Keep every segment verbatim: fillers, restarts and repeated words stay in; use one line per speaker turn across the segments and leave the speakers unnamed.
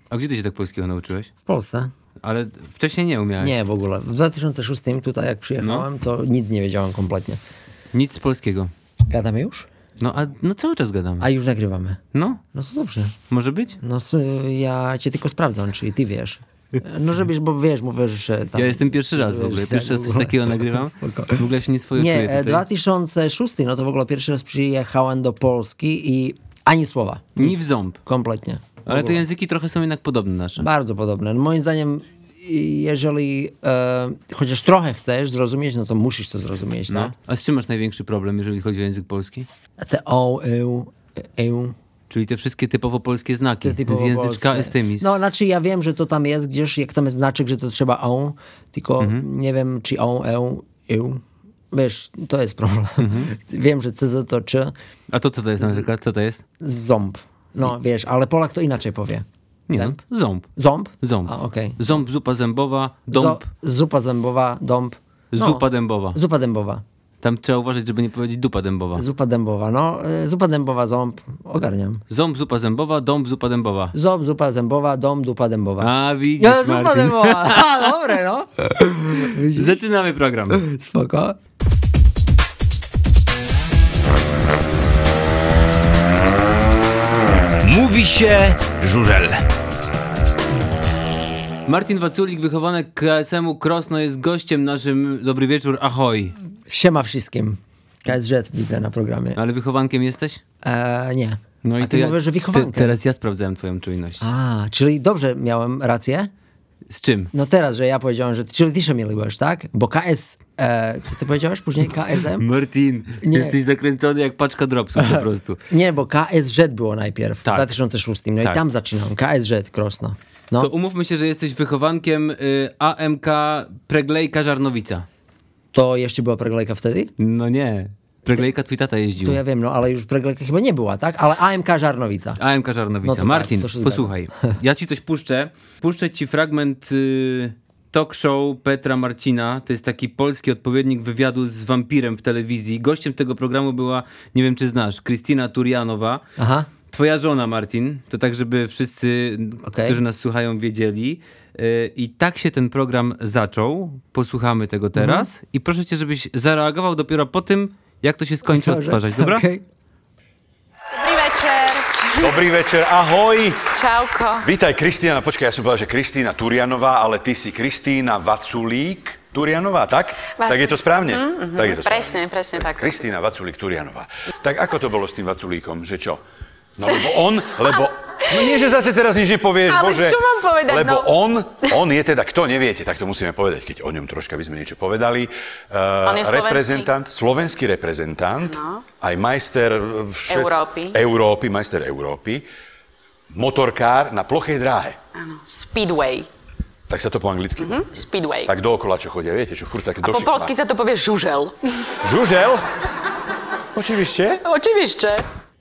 A gdzie ty się tak polskiego nauczyłeś?
W Polsce.
Ale wcześniej nie umiałeś?
Nie, w ogóle. W dwa tysiące szóstym tutaj jak przyjechałem, no. to nic nie wiedziałem kompletnie.
Nic z polskiego.
Gadamy już?
No a no cały czas gadamy.
A już nagrywamy.
No.
No to dobrze.
Może być?
No ja cię tylko sprawdzam, czyli ty wiesz. No żebyś, bo wiesz, mówisz, że tam...
Ja jestem pierwszy raz w ogóle. Pierwszy raz coś takiego nagrywam. W ogóle się nie swoje
nie,
czuję tutaj.
dwa tysiące szósty, no to w ogóle pierwszy raz przyjechałem do Polski i ani słowa.
Ni w ząb.
Kompletnie.
Ale te języki trochę są jednak podobne nasze.
Bardzo podobne. No moim zdaniem, jeżeli e, chociaż trochę chcesz zrozumieć, no to musisz to zrozumieć,
no.
tak?
A z czym masz największy problem, jeżeli chodzi o język polski?
Te o, eu, eu.
Czyli te wszystkie typowo polskie znaki.
Typowo
z języczka
polskie.
estymis.
No, znaczy ja wiem, że to tam jest gdzieś, jak tam jest znaczek, że to trzeba o, tylko
mhm.
nie wiem, czy o, eu, eu. Wiesz, to jest problem. Mhm. Wiem, że C Z to czy.
A to co to jest na przykład? Co to jest?
Ząb. No, wiesz, ale Polak to inaczej powie.
Nie, Zęb? No, ząb.
Ząb?
Ząb.
A, okej. Okay.
Ząb, zupa zębowa, dąb.
Z- zupa zębowa, dąb.
No. Zupa dębowa.
Zupa dębowa.
Tam trzeba uważać, żeby nie powiedzieć dupa dębowa.
Zupa dębowa, no. Zupa dębowa, ząb. Ogarniam.
Ząb, zupa zębowa, dąb, zupa dębowa.
Ząb, zupa zębowa, dąb, dupa dębowa.
A, widzisz,
ja, zupa
Martin.
dębowa. A, dobre, no.
Zaczynamy program.
Spoko.
Mówi się żużel.
Martin Waculik, wychowanek K S M-u Krosno, jest gościem naszym. Dobry wieczór, ahoj.
Siema wszystkim. K S Z widzę na programie.
Ale wychowankiem jesteś?
Eee, nie.
No
A
i
ty
ty
mówisz, że wychowankiem.
Te, teraz ja sprawdzałem twoją czujność.
A, czyli dobrze miałem rację?
Z czym?
No teraz, że ja powiedziałem, że czyli ty się myliłeś, tak? Bo K S... E, co ty powiedziałeś później? K S M?
Martin,
Nie.
jesteś zakręcony jak paczka dropsów po prostu.
Nie, bo K S Z było najpierw
Tak.
w dwa tysiące szóstym. No
tak.
i tam zaczynam. K S Z, Krosno. No.
To umówmy się, że jesteś wychowankiem y, A M K Preglejka Żarnowica.
To jeszcze była preglejka wtedy?
No nie. Preglejka twój tata jeździł.
To ja wiem, no ale już preglejka chyba nie była, tak? Ale A M K Żarnowica.
A M K Żarnowica.
No to
Martin,
tak, to się
posłuchaj. Ja ci coś puszczę. Puszczę ci fragment y, talk show Petra Marcina. To jest taki polski odpowiednik wywiadu z wampirem w telewizji. Gościem tego programu była, nie wiem czy znasz, Krystyna Turjanowa.
Aha.
Twoja żona, Martin. To tak, żeby wszyscy,
okay.
którzy nas słuchają, wiedzieli. Yy, I tak się ten program zaczął. Posłuchamy tego teraz. Mhm. I proszę cię, żebyś zareagował dopiero po tym, jak to się skończy
Dobrze.
odtwarzać, dobra?
Okay.
Dobrý večer.
Dobrý večer, ahoj.
Čauko.
Vítaj, Kristýna. Počkaj, ja som povedal, že Kristýna Turjanová, ale ty si Kristýna Vaculík Turjanová, tak?
Vac...
Tak je to správne?
Mm-hmm.
Tak je to správne.
Presne, presne tak.
Kristýna Vaculík Turjanová. Tak ako to bolo s tým Vaculíkom, že čo? No lebo on, lebo... No nie, že zase teraz nič nepovieš,
ale
bože.
Ale čo mám povedať,
lebo
no?
on, on je teda, kto neviete, tak to musíme povedať, keď o ňom troška by sme niečo povedali. Uh,
on je
reprezentant, slovenský reprezentant, no. Aj majster všet...
Európy.
Európy, majster Európy. Motorkár na plochej dráhe.
Áno, speedway.
Tak sa to po anglicky povie.
Mm-hmm. Speedway.
Tak dookola, čo chodia, viete, čo furt také
A po
došikma.
polsky sa to povie žužel.
Žužel? Oczywiście.
Oczywiście.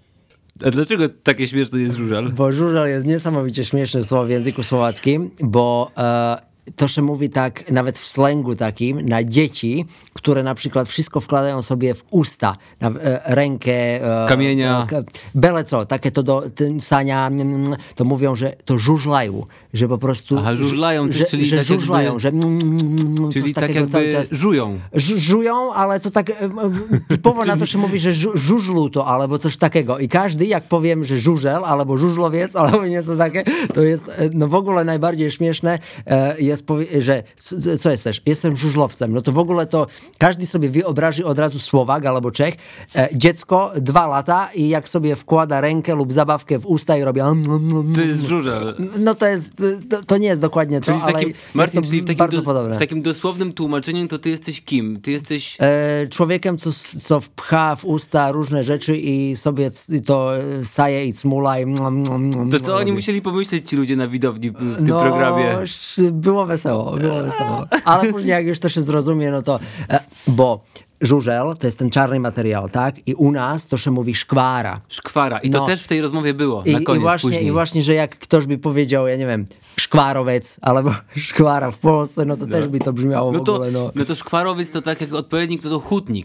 A dlaczego takie śmieszne jest żużel?
Bo żużel jest niesamowicie śmieszne słowo w języku słowackim, bo e, to się mówi tak nawet w slangu takim na dzieci, które na przykład wszystko wkładają sobie w usta, na e, rękę, e,
kamienia,
e, byle co, takie to do tym sania, to mówią, że to żużlają, że po prostu...
Aha, żużlają,
że,
czyli
że
tak
żużlają,
jakby,
że...
Czyli tak jakby
cały czas,
żują.
Ż, żują, ale to tak e, typowo na to się mówi, że żu, żużlu to, albo coś takiego. I każdy, jak powiem, że żużel, albo żużlowiec, albo nieco takie, to jest no w ogóle najbardziej śmieszne e, jest, że co jesteś? Jestem żużlowcem. No to w ogóle to każdy sobie wyobrazi od razu Słowak albo Czech. E, dziecko, dwa lata i jak sobie wkłada rękę lub zabawkę w usta i robi...
To jest żużel.
No to jest, to, to nie jest dokładnie to,
czyli
ale
takim, Martin,
jest to
czyli w takim,
bardzo
do,
podobne.
w takim dosłownym tłumaczeniu to ty jesteś kim? Ty jesteś...
E, człowiekiem, co, co wpcha w usta różne rzeczy i sobie to saje i cmula i...
To co oni musieli pomyśleć ci ludzie na widowni w tym
no,
programie?
Było wesoło, było wesoło. Ale później jak już to się zrozumie, no to... E, bo żużel to jest ten czarny materiał, tak? I u nas to się mówi szkwara.
Szkwara. I
no.
to też w tej rozmowie było,
I,
na koniec
i właśnie,
później.
I właśnie, że jak ktoś by powiedział, ja nie wiem, szkwarowiec albo szkwara w Polsce, no to no. też by to brzmiało
no
w
to,
ogóle. No.
no to szkwarowiec to tak jak odpowiednik, to to hutnik.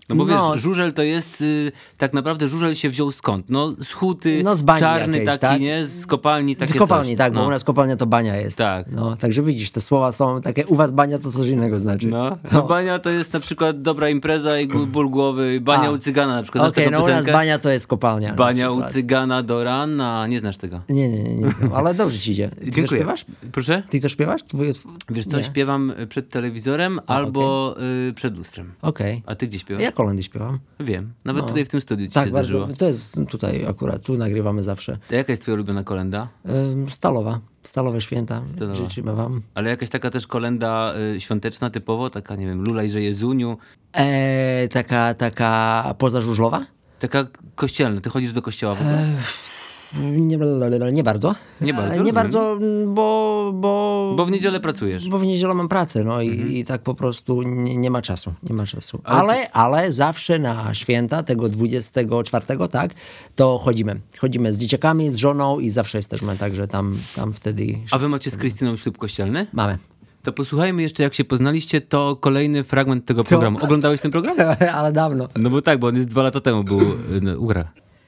No bo
No.
wiesz, żużel to jest, y, tak naprawdę żużel się wziął skąd? No z huty,
No, z bani
czarny
jakiejś,
taki,
tak?
nie? Z kopalni takie
W kopalni,
coś.
tak, bo
no.
u nas kopalnia to bania jest.
Tak.
No, także widzisz, te słowa są takie, u was bania to coś innego znaczy.
No. no bania to jest na przykład dobra impreza i ból- ból głowy, bania
A.
u cygana na przykład. Znasz
Okej,
taką
no u nas
piosenkę?
bania to jest kopalnia. na
Bania u
przykład.
cygana do rana, nie znasz tego.
Nie, nie, nie, nie znam, ale dobrze ci idzie. Ty to
Dziękuję.
śpiewasz?
Proszę?
Ty to śpiewasz? Twój...
Wiesz co,
Nie.
śpiewam przed telewizorem albo y, przed lustrem.
Okej.
A ty gdzie śpiewasz?
Ja kolendy śpiewam.
Wiem. Nawet tutaj w tym studiu ci
Tak,
się zdarzyło.
bardzo, to jest tutaj akurat, tu nagrywamy zawsze.
To jaka jest twoja ulubiona kolenda?
Ym, Stalowa, stalowe święta,
Stalowa.
życzymy wam.
Ale jakaś taka też kolenda y, świąteczna typowo? Taka, nie wiem, Lulaj, Jezuniu.
E, taka, taka pozażużlowa?
Taka kościelna. Ty chodzisz do kościoła w ogóle?
Nie, nie bardzo.
Nie bardzo,
E, Nie
rozumiem.
bardzo, bo, bo,
Bo w niedzielę pracujesz.
bo w niedzielę mam pracę, no i,
Mhm.
i tak po prostu nie, nie ma czasu, nie ma czasu. Ale, ale zawsze na święta, tego dwudziestego czwartego, tak, to chodzimy. Chodzimy z dzieciakami, z żoną i zawsze jesteśmy, także tam, tam wtedy
A wy macie z Krystyną ślub kościelny?
mamy.
To posłuchajmy jeszcze, jak się poznaliście, to kolejny fragment tego programu. Oglądałeś ten program?
Ale dawno.
No bo tak, bo on jest dwa lata temu, był y, no, ugra.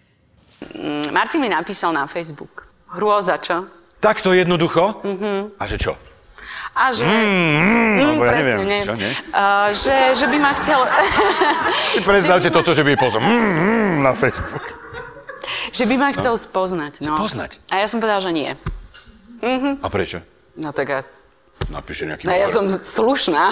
Martin mi napísal na Facebook. Hrôza, čo?
Takto jednoducho? A že čo?
A že...
No, bo ja
presne,
neviem,
neviem.
čo, nie?
A, že, že by ma chcel...
Ty predstavte toto, že by pozor mm, mm, na Facebook.
že by ma chcel spoznať. No.
Spoznať?
A ja som povedala, že nie.
A prečo?
No tak a...
Napíše nejaký
No ja
hovor.
som slušná.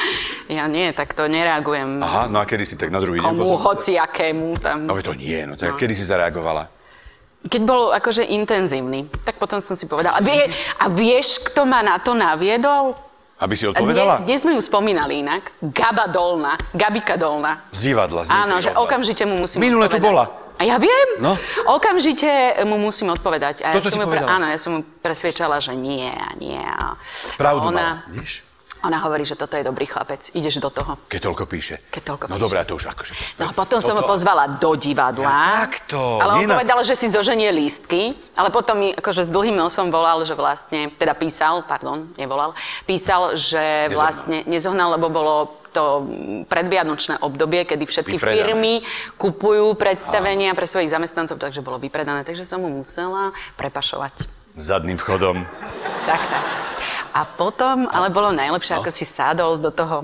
Ja nie, tak to nereagujem.
Aha, no a kedy si tak na druhý deň
Komu,
potom?
hociakému tam.
No veď to nie, no tak kedy si zareagovala?
Keď bol akože intenzívny, tak potom som si povedala. A, vie, a vieš, kto ma na to naviedol?
Aby si
A
odpovedala?
Dnes, dnes sme ju spomínali inak. Gaba Dolná. Gabika Dolná.
Z divadla, z
Áno,
niektorých
že
odhlas.
okamžite mu musím
Minule tu
odpovedať.
bola.
A ja viem.
No.
Okamžite mu musím odpovedať. A ja
Toto
som
ti
ju pre-
povedala?
Áno, ja som mu presviečala, že nie a nie. A
Pravdu
a ona,
mala, vieš?
ona hovorí, že toto je dobrý chlapec. Ideš do toho.
Keď toľko píše.
Keď toľko
No
píše.
dobré, a to už akože...
No a potom som ho
Toto-
pozvala do divadla.
Ja, takto,
Ale on
nie na-
povedal, že si zoženie lístky, ale potom mi akože s dlhým nosom volal, že vlastne, teda písal, pardon, nevolal, písal, že
Nezohnal.
vlastne nezohnal, lebo bolo to predvianočné obdobie, kedy všetky
Vypredané.
firmy kupujú predstavenia pre svojich zamestnancov, takže bolo vypredané, takže som mu musela prepašovať.
Zadným vchodom.
Tak, tak. A potom, ale bolo najlepšie, ako si sádol do toho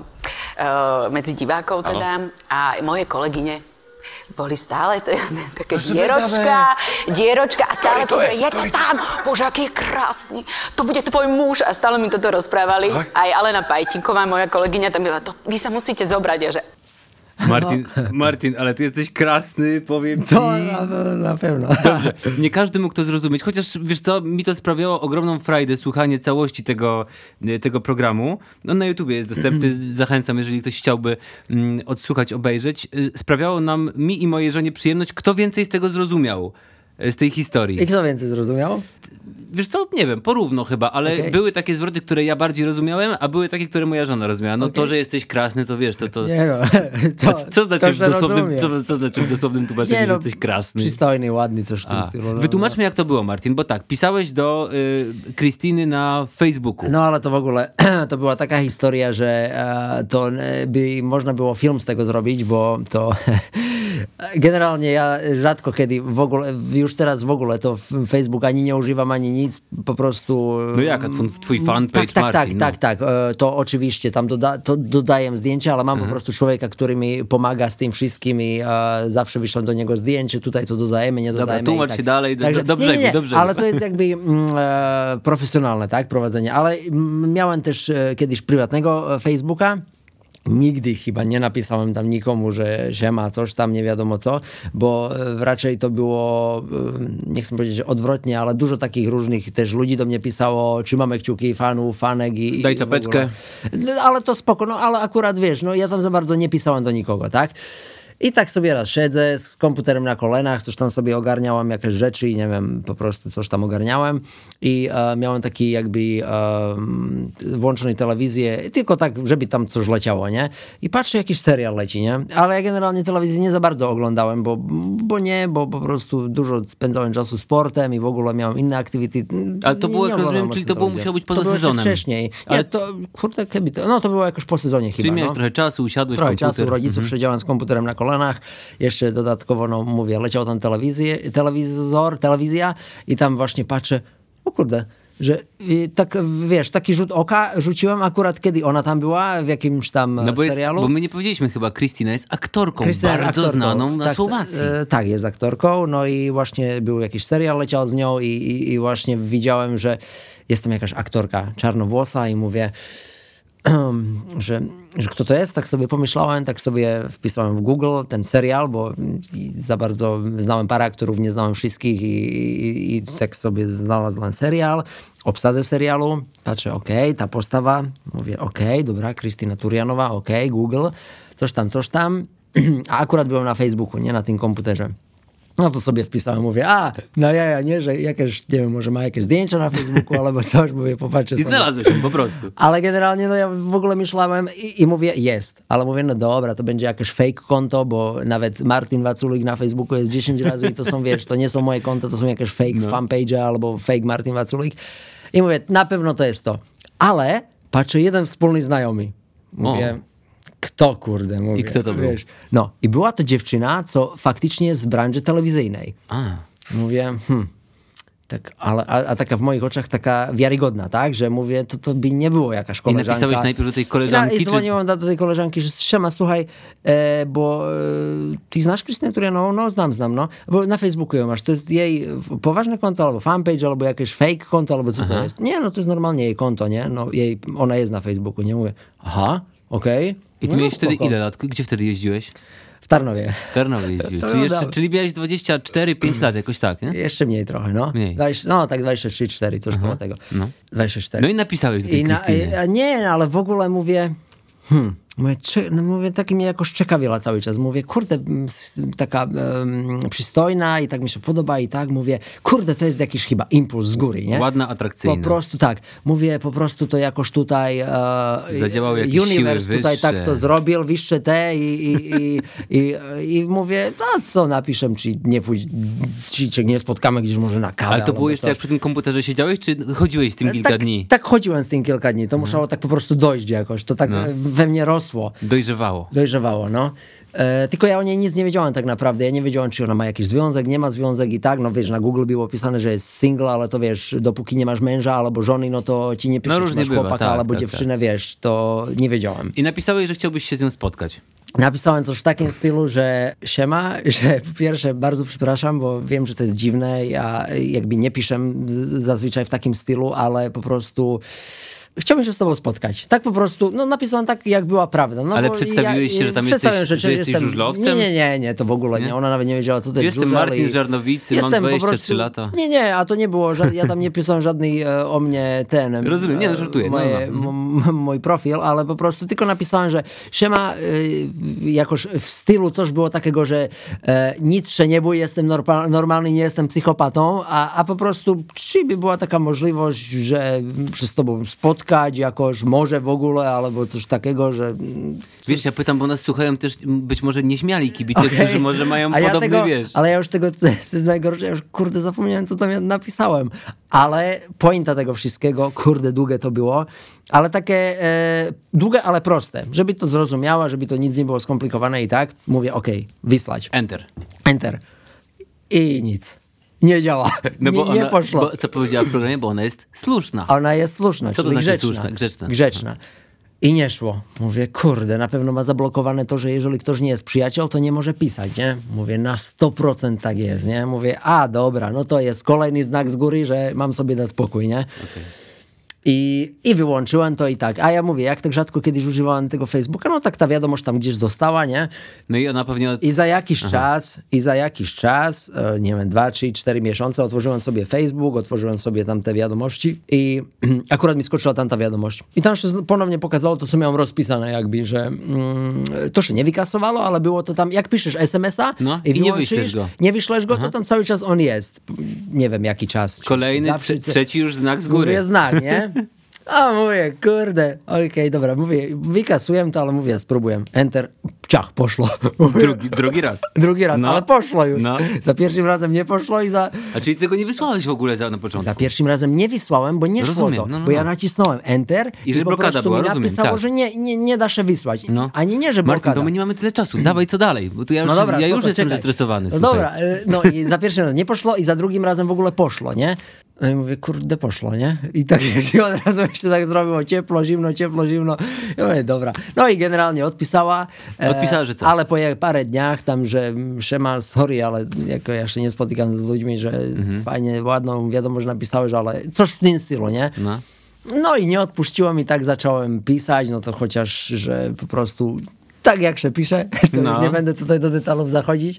uh, medzi divákov teda a moje kolegyne boli stále t- také
To sú
dieročka, dieročka a stále
Ktorý to je?
pozrie, je to
Ktorý to-
tam, bože, aký je krásny, to bude tvoj muž a stále mi toto rozprávali.
Tak.
Aj Alena Pajtinková, moja kolegyňa, tam byla, to, vy sa musíte zobrať, a že
Martin, Martin, ale ty jesteś krasny, powiem ci.
To na, na pewno.
Dobrze, nie każdy mógł to zrozumieć, chociaż wiesz co, mi to sprawiało ogromną frajdę słuchanie całości tego, tego programu. On na YouTubie jest dostępny, zachęcam, jeżeli ktoś chciałby mm, odsłuchać, obejrzeć. Y, Sprawiało nam, mi i mojej żonie przyjemność, kto więcej z tego zrozumiał, y, z tej historii.
I kto więcej zrozumiał?
Wiesz co, nie wiem, porówno chyba, ale
Okej.
były takie zwroty, które ja bardziej rozumiałem, a były takie, które moja żona rozumiała. No to, że jesteś krasny, to wiesz, to... to...
Nie no.
A
To,
co, co, znaczy
to
w
się
dosłownym,
rozumie.
co, co znaczy w dosłownym tłumaczeniu,
Nie
że
no,
jesteś krasny?
Przystojny, ładny, coś w tym
A,
stylu. No,
wytłumaczmy, jak to było, Martin, bo tak, pisałeś do y, Krystyny na Facebooku.
No ale to w ogóle, to była taka historia, że e, to e, by można było film z tego zrobić, bo to generalnie ja rzadko kiedy w ogóle, już teraz w ogóle to w- Facebook ani nie używam, ani nic, po prostu...
No jak, a twój, twój fanpage,
Tak, tak,
Martin,
tak, tak, tak. E, To oczywiście tam doda to dodaję zdjęcia, ale mam
Mhm.
po prostu człowieka, który mi pomaga z tym wszystkim i e, zawsze wyślę do niego zdjęcie, tutaj to dodajemy, nie
Dobra,
dodajemy.
tłumacz
i tak.
się dalej, do-
Także-
do
nie, nie,
brzegu,
nie,
do brzegu.
ale to jest jakby mm, e, profesjonalne, tak, prowadzenie. Ale mm, miałem też e, kiedyś prywatnego e, Facebooka. Nigdy chyba nie napisałem tam nikomu, że siema, coś tam, nie wiadomo co, bo e, raczej to było, e, nie chcę powiedzieć odwrotnie, ale dużo takich różnych też ludzi do mnie pisało, trzymamy kciuki, fanów, fanek i... i
Daj
w
czapeczkę.
ogóle. No, ale to spoko, no ale akurat wiesz, no ja tam za bardzo nie pisałem do nikogo, tak? I tak sobie raz siedzę z komputerem na kolenach, coś tam sobie ogarniałam, jakieś rzeczy i nie wiem, po prostu coś tam ogarniałem i e, miałem taki jakby e, włączonej telewizję, tylko tak, żeby tam coś leciało, nie? I patrzę, jakiś serial leci, nie? Ale ja generalnie telewizję nie za bardzo oglądałem, bo, bo nie, bo po prostu dużo spędzałem czasu sportem i w ogóle miałem inne aktywity.
Ale to
Nie-
było,
nie
jak rozumiem,
oglądałem
czyli to
mocno
było,
telewizji.
musiało być poza
to było jeszcze
sezonem.
wcześniej.
Ale-
Nie, to, kurde, kiedy to, no to było jakoś po sezonie chyba.
Czyli miałeś
no.
trochę czasu, usiadłeś,
Trochę
komputer.
czasu, rodziców
Mhm.
siedziałem z komputerem na kolanach, jeszcze dodatkowo, no mówię, leciał tam telewizję, telewizor, telewizja i tam właśnie patrzę, o kurde, że y, tak, wiesz, taki rzut oka rzuciłem akurat, kiedy ona tam była, w jakimś tam
No bo, jest,
serialu.
bo my nie powiedzieliśmy chyba, Krystyna jest aktorką,
Krystyna jest
bardzo
aktorką.
znaną na
tak,
Słowacji.
e, tak, jest aktorką, no i właśnie był jakiś serial, leciał z nią i, i, i właśnie widziałem, że jest tam jakaś aktorka czarnowłosa i mówię, że, że kto to jest, tak sobie pomyślałem, tak sobie wpisałem w Google ten serial, bo za bardzo znałem parę aktorów, nie znałem wszystkich i, i, i tak sobie znalazłem serial, obsadę serialu, patrzę, okej, okay, ta postawa, mówię, okej, okay, dobra, Krystyna Turjanowa, okej, okay, Google, coś tam, coś tam, a akurat byłem na Facebooku, nie na tym komputerze. No to sobie wpisałem, mówię, a, no ja, ja nie, że jakieś, nie wiem, może ma jakieś zdjęcia na Facebooku, albo coś, mówię, popatrzę
I
sobie.
znalazłeś ją po prostu.
Ale generalnie, no ja w ogóle myślałem i, i mówię, jest, ale mówię, no dobra, to będzie jakieś fake konto, bo nawet Martin Waculik na Facebooku jest dziesięć razy i to są, wiesz, to nie są moje konta, to są jakieś fake no. fanpage albo fake Martin Waculik. I mówię, na pewno to jest to. Ale patrzę, jeden wspólny znajomy. Mówię, o. Kto, kurde, mówię.
I kto to był?
Wiesz, no i była to dziewczyna, co faktycznie jest z branży telewizyjnej.
A.
Mówię, hmm, tak, ale, a, a taka w moich oczach taka wiarygodna, tak, że mówię, to, to by nie było jakaś
I
koleżanka.
napisałeś najpierw do tej koleżanki?
I
czy...
dzwoniłem do tej koleżanki, że siema, słuchaj, e, bo e, ty znasz Krystynę Turjanovą? No, znam, znam, no. Bo na Facebooku ją masz. To jest jej poważne konto, albo fanpage, albo jakieś fake konto, albo co aha. to jest? Nie, no to jest normalnie jej konto, nie? No, jej, ona jest na Facebooku, nie? Mówię, aha, okej. Okay.
I ty
no,
miałeś wtedy
spoko.
ile lat? Gdzie wtedy jeździłeś?
W Tarnowie.
W Tarnowie jeździłeś.
To
Czyli, jeszcze,
dobra.
czyli miałeś dwadzieścia cztery pięć lat, jakoś tak, nie?
Jeszcze mniej trochę, no.
Mniej.
dwadzieścia, no tak dwadzieścia trzy cztery, coś koło tego.
No.
dwadzieścia cztery.
No i napisałeś do tej
I na,
Krystyny.
a nie, ale w ogóle mówię, hmm, mówię, cze, no mówię, taki mnie jakoś ciekawiła cały czas. Mówię, kurde, m, s- taka um, przystojna i tak mi się podoba i tak mówię, kurde, to jest jakiś chyba impuls z góry, nie?
Ładna, atrakcyjna.
Po prostu tak. Mówię, po prostu to jakoś tutaj e,
Zadziałały jakieś siły
Universe tutaj
wyższe.
tak to zrobił, wyższe te i, i, i, i, i mówię, no co napiszę, czy nie pójdź, czy, czy nie spotkamy gdzieś może na kawę.
Ale to
albo
było jeszcze
coś.
jak przy tym komputerze siedziałeś, czy chodziłeś z tym kilka
tak,
dni?
Tak chodziłem z tym kilka dni. To musiało tak po prostu dojść jakoś. To tak
No.
e, we mnie rosło.
Dojrzewało.
Dojrzewało, no. E, tylko ja o niej nic nie wiedziałem tak naprawdę. Ja nie wiedziałem, czy ona ma jakiś związek, nie ma związek i tak. No wiesz, na Google było opisane, że jest single, ale to wiesz, dopóki nie masz męża albo żony, no to ci nie pisze,
No
czy
różnie
masz
bywa,
chłopaka
tak,
albo
tak,
dziewczynę, wiesz, to nie wiedziałem.
I napisałeś, że chciałbyś się z nią spotkać.
Napisałem coś w takim stylu, że siema, że po pierwsze bardzo przepraszam, bo wiem, że to jest dziwne, ja jakby nie piszę zazwyczaj w takim stylu, ale po prostu chciałbym się z tobą spotkać. Tak po prostu, no napisałem tak, jak była prawda. No,
Ale
bo
przedstawiłeś się, że tam
przedstawiłem,
jesteś- że jesteś
jestem,
żużlowcem?
Nie, nie, nie, nie, to w ogóle nie.
Nie?
Ona nawet nie wiedziała, co to jest
Jestem
żużel
Martin
i-
z Żarnowicy, mam
Jestem po
dwadzieścia trzy
prostu-
lata.
Nie, nie, a to nie było, ża- ja tam nie pisałem żadnej e, o mnie ten...
Rozumiem, nie, no,
e,
żartuję, no,
Moje,
no.
m- mój profil, ale po prostu tylko napisałem, że siema, y, jakoś w stylu coś było takiego, że e, niczego nie bój, jestem norma- normalny, nie jestem psychopatą, a, a po prostu czy by była taka możliwość, że się z tobą spotkać jakoś, może w ogóle, albo coś takiego, że...
Wiesz, ja pytam, bo nas słuchają też być może nieśmiali kibice,
Okej.
którzy może mają
A ja
podobny,
tego,
wiesz.
Ale ja już tego, co co jest najgorsze, ja już kurde zapomniałem, co tam ja napisałem. Ale pointa tego wszystkiego, kurde długie to było, ale takie e, długie, ale proste. Żeby to zrozumiała, żeby to nic nie było skomplikowane i tak, mówię okej, wysłać.
Enter.
Enter. I nic. Nie działa.
No bo
nie, nie
ona,
poszło.
Bo, co powiedziała w programie, bo ona jest słuszna.
A ona jest słuszna,
Co to
czyli
znaczy
grzeczna.
słuszna? Grzeczna.
Grzeczna. I nie szło. Mówię, kurde, na pewno ma zablokowane to, że jeżeli ktoś nie jest przyjaciel, to nie może pisać, nie? Mówię, na sto procent tak jest, nie? Mówię, a dobra, no to jest kolejny znak z góry, że mam sobie dać spokój, nie?
Okay.
I, I wyłączyłem to i tak. A ja mówię, jak tak rzadko kiedyś używałem tego Facebooka, no tak ta wiadomość tam gdzieś została, nie?
No i ona pewnie... Od...
I za jakiś Aha. czas, i za jakiś czas, e, nie wiem, dwa, trzy, cztery miesiące otworzyłem sobie Facebook, otworzyłem sobie tam te wiadomości i akurat mi skoczyła tam ta wiadomość. I tam się ponownie pokazało to, co miałem rozpisane jakby, że mm, to się nie wykasowało, ale było to tam, jak piszesz es em es a
no,
i,
i nie wyślesz go.
Nie wyślesz go,
Aha.
to tam cały czas on jest. Nie wiem, jaki czas.
Kolejny,
zawsze,
trze- trzeci już znak z góry.
Mówię, znak, nie? A mówię, kurde, okej, okay, dobra, mówię, wykasuję to, ale mówię, spróbuję. Enter, ciach, poszło.
Drugi, drugi raz.
Drugi raz,
no.
ale poszło już.
No.
Za pierwszym razem nie poszło i za...
A czyli tego nie wysłałeś w ogóle za, na początku?
Za pierwszym razem nie wysłałem, bo nie
rozumiem,
szło to.
no, no,
bo ja
no.
nacisnąłem Enter
i, i że
po
blokada
prostu
była,
mi
rozumiem,
napisało,
tak.
że nie, nie, nie da się wysłać.
No.
Ani nie, że blokada.
Martin, bo my nie mamy tyle czasu, dawaj co dalej, bo tu ja już,
no dobra,
ja
spoko,
już jestem
czekaj.
zestresowany.
No dobra, no i za pierwszym razem nie poszło i za drugim razem w ogóle poszło, nie? No i mówię, kurde, poszło, nie? I tak się od razu jeszcze tak zrobiło, ciepło, zimno, ciepło, zimno. I mówię, dobra. No i generalnie odpisała.
Odpisała, że co?
Ale po parę dniach tam, że Szema, sorry, ale jako ja się nie spotykam z ludźmi, że mhm. fajnie, ładną wiadomość napisałeś, ale coś w tym stylu, nie?
No.
No i nie odpuściłem i tak zacząłem pisać, no to chociaż, że po prostu tak jak się pisze, to
no.
już nie będę tutaj do detalów zachodzić,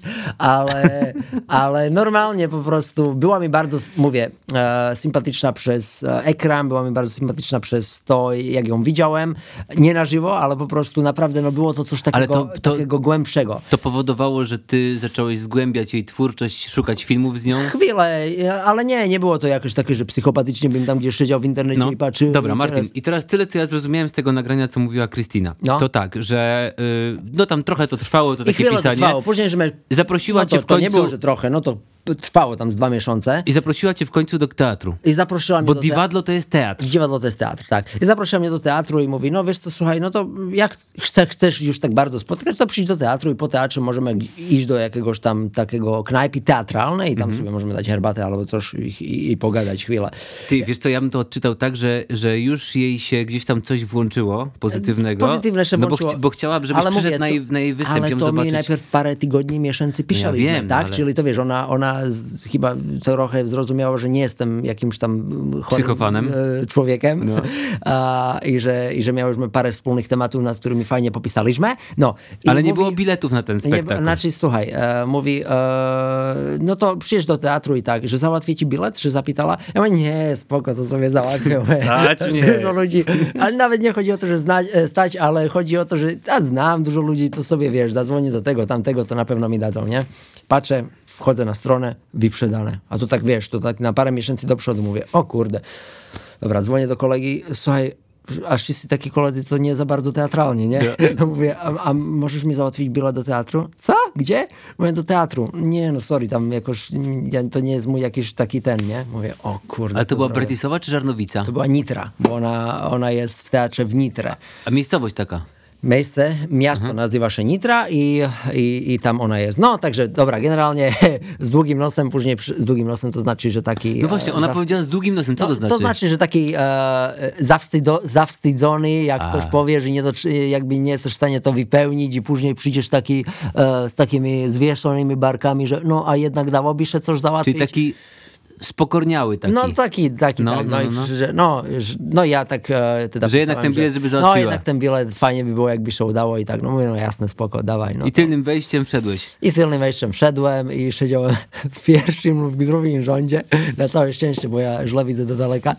ale, ale normalnie po prostu była mi bardzo, mówię, e, sympatyczna przez e, ekran, była mi bardzo sympatyczna przez to, jak ją widziałem, nie na żywo, ale po prostu naprawdę no, było to coś takiego,
to, to,
takiego głębszego.
To powodowało, że ty zacząłeś zgłębiać jej twórczość, szukać filmów z nią?
Chwilę, ale nie, nie było to jakoś takie, że psychopatycznie bym tam gdzieś siedział w internecie
no.
i patrzył.
Dobra,
i
Martin,
teraz...
i teraz tyle, co ja zrozumiałem z tego nagrania, co mówiła Krystyna.
No.
To tak, że y, no tam trochę to trwało, to
I
takie
chwilę
pisanie.
To trwało. Później, że my...
Zaprosiła
no to,
cię w
to
końcu...
nie było, że trochę, no to trwało tam z dwa miesiące.
I zaprosiła cię w końcu do teatru.
I zaprosiła mnie
Bo
do
Divadlo to jest teatr.
Divadlo to jest teatr, tak. I zaprosiła mnie do teatru i mówi, no wiesz co, słuchaj, no to jak chce, chcesz już tak bardzo spotkać, to przyjdź do teatru i po teatrze możemy iść do jakiegoś tam takiego knajpy teatralnej i tam mm-hmm. sobie możemy dać herbatę albo coś i, i, i pogadać chwilę.
Ty, wiesz co, ja bym to odczytał tak, że, że już jej się gdzieś tam coś włączyło pozytywnego.
Pozytywne się
no
włączyło.
Bo, ch- bo chciałaby, żebyś
ale
przyszedł
mówię,
na, jej,
to,
na jej występ,
ale
ją
to
zobaczyć.
mi najpierw parę tygodni, miesięcy pisaliśmy,
ja wiem,
tak?
ale...
Czyli to wiesz, ona, ona z, chyba trochę zrozumiała, że nie jestem jakimś tam chorym
psychofanem
e, człowiekiem
no.
a, i, że, i że miałyśmy parę wspólnych tematów, nad którymi fajnie popisaliśmy. No, i
ale nie
mówi,
było biletów na ten spektakl.
Nie, znaczy, słuchaj, e, mówi, e, no to przyjedź do teatru i tak, że załatwię ci bilet, czy zapytała? Ja mówię, nie, spoko, to sobie załatwię.
Stać mnie.
Dużo ludzi, ale nawet nie chodzi o to, że zna, stać, ale chodzi o to, że ja znam dużo ludzi, to sobie, wiesz, zadzwonię do tego, tamtego, to na pewno mi dadzą, nie? Patrzę, wchodzę na stronę, wyprzedane. A to tak, wiesz, to tak na parę miesięcy do przodu mówię, o kurde. Dobra, dzwonię do kolegi, słuchaj, aż wszyscy taki koledzy, co nie za bardzo teatralnie, nie? Ja. Mówię, a, a możesz mi załatwić bilet do teatru? Co? Gdzie? Mówię, do teatru. Nie, no sorry, tam jakoś, to nie jest mój jakiś taki ten, nie? Mówię, o kurde.
Ale to była
zrobię?
Bratislava czy Żarnowica?
To była Nitra, bo ona, ona jest w teatrze w Nitre.
A miejscowość taka?
Miejsce, miasto mhm. nazywa się Nitra i, i, i tam ona jest. No, także dobra, generalnie z długim nosem, później przy, z długim nosem to znaczy, że taki...
No właśnie, ona
zawst...
powiedziała z długim nosem, co
no,
to znaczy?
To znaczy, że taki e, zawstydo, zawstydzony, jak A. coś powiesz i nie do, jakby nie jesteś w stanie to wypełnić i później przyjdziesz taki, e, z takimi zwieszonymi barkami, że no, a jednak dałoby się coś załatwić.
Czyli taki... spokorniały taki.
No taki, taki,
no,
tak.
No,
no,
no, no.
Że, no, no ja tak e, ty
że jednak ten bilet, żeby załatwiła.
No jednak ten bilet fajnie by było, jakby się udało i tak, no mówię, no jasne, spoko, dawaj. No,
I tylnym wejściem wszedłeś.
I tylnym wejściem wszedłem i siedziałem w pierwszym lub drugim rządzie, na całe szczęście, bo ja źle widzę do daleka,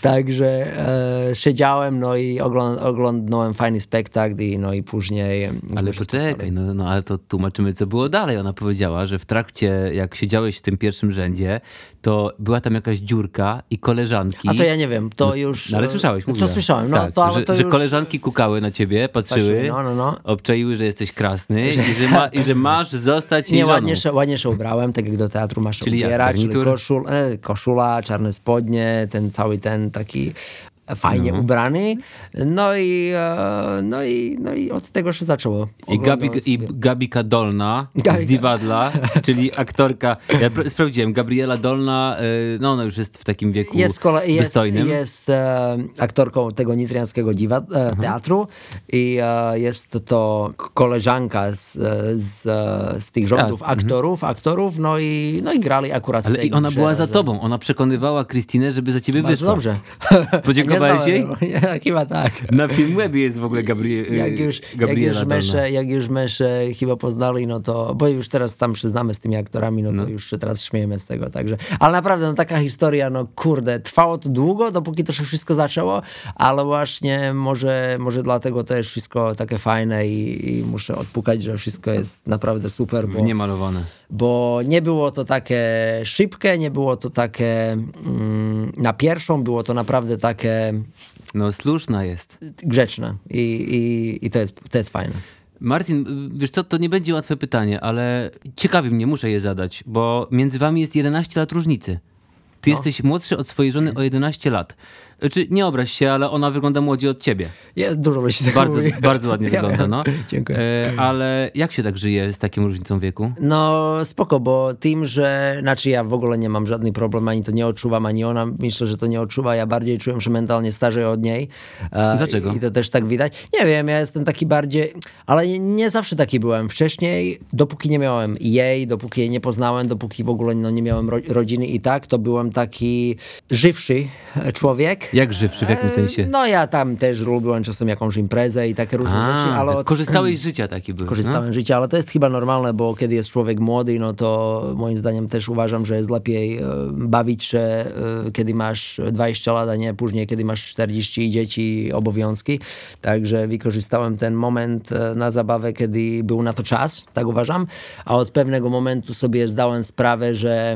także e, siedziałem, no i ogląd, oglądnąłem fajny spektakl i no i później...
Ale poczekaj, no, no ale to tłumaczymy, co było dalej. Ona powiedziała, że w trakcie, jak siedziałeś w tym pierwszym rzędzie, to była tam jakaś dziurka i koleżanki...
A to ja nie wiem, to
no,
już...
No ale słyszałeś, mówiła.
To słyszałem, no.
Tak,
to, ale
że,
to
że
już...
koleżanki kukały na ciebie, patrzyły,
no, no, no.
obczaiły, że jesteś krasny i że, ma, i że masz zostać jej
Nie,
żoną.
ładnie się, ładnie się ubrałem, tak jak do teatru masz się
czyli
ubierać,
jak,
czyli koszul, e, koszula, czarne spodnie, ten cały ten taki fajnie no. ubrany. No i, e, no, i, no i od tego się zaczęło.
I, Gabi, i Gabika Dolna
Gabika.
z Divadla, czyli aktorka, ja pr- sprawdziłem, Gabriela Dolna, y, no ona już jest w takim wieku
jest kole- jest,
dostojnym.
Jest e, aktorką tego nitriańskiego diwa, e, teatru i e, jest to, to koleżanka z, z, z tych rządów tak. aktorów, aktorów, no i, no i grali akurat
Ale
w tej
i ona
grze,
była za
że...
tobą, ona przekonywała Krystynę, żeby za ciebie
Bardzo
wyszła.
dobrze.
Podziękowała Zahakowałeś jej?
Nie, chyba tak.
Na Filmwebie jest w ogóle Gabri-
Jak już, jak już mesze, jak już mesze chyba poznali, no to, bo już teraz tam przyznamy z tymi aktorami, no to no. już się teraz śmiejemy z tego, także. Ale naprawdę, no taka historia, no kurde, trwało to długo, dopóki to się wszystko zaczęło, ale właśnie może, może dlatego to jest wszystko takie fajne i, i muszę odpukać, że wszystko jest naprawdę super. Bo,
Wniemalowane.
Bo nie było to takie szybkie, nie było to takie mm, na pierwszą, było to naprawdę takie...
No słuszna jest.
Grzeczne i, i, i to, jest, to jest fajne.
Martin, wiesz co, to nie będzie łatwe pytanie, ale ciekawi mnie, muszę je zadać, bo między wami jest jedenaście lat różnicy. Ty no. jesteś młodszy od swojej żony o jedenaście lat. Czy nie obraź się, ale ona wygląda młodziej od ciebie.
Ja, dużo myśli tak
bardzo,
mówi.
bardzo ładnie ja wygląda, no.
Dziękuję.
E, ale jak się tak żyje z taką różnicą wieku?
No spoko, bo tym, że znaczy ja w ogóle nie mam żadnych problem, ani to nie odczuwam, ani ona myślę, że to nie odczuwa. Ja bardziej czułem się mentalnie starzej od niej.
Dlaczego?
I to też tak widać. Nie wiem, ja jestem taki bardziej, ale nie, nie zawsze taki byłem. Wcześniej, dopóki nie miałem jej, dopóki jej nie poznałem, dopóki w ogóle no, nie miałem ro- rodziny i tak, to byłem taki żywszy człowiek.
Jak żywszy, w jakim sensie?
No ja tam też lubiłem czasem jakąś imprezę i takie różne
A,
rzeczy, ale... Od...
Korzystałeś z życia taki był.
Korzystałem
no?
z życia, ale to jest chyba normalne, bo kiedy jest człowiek młody, no to moim zdaniem też uważam, że jest lepiej e, bawić się, e, kiedy masz dwadzieścia lat, a nie później, kiedy masz czterdzieści i dzieci i obowiązki. Także wykorzystałem ten moment e, na zabawę, kiedy był na to czas, tak uważam, a od pewnego momentu sobie zdałem sprawę, że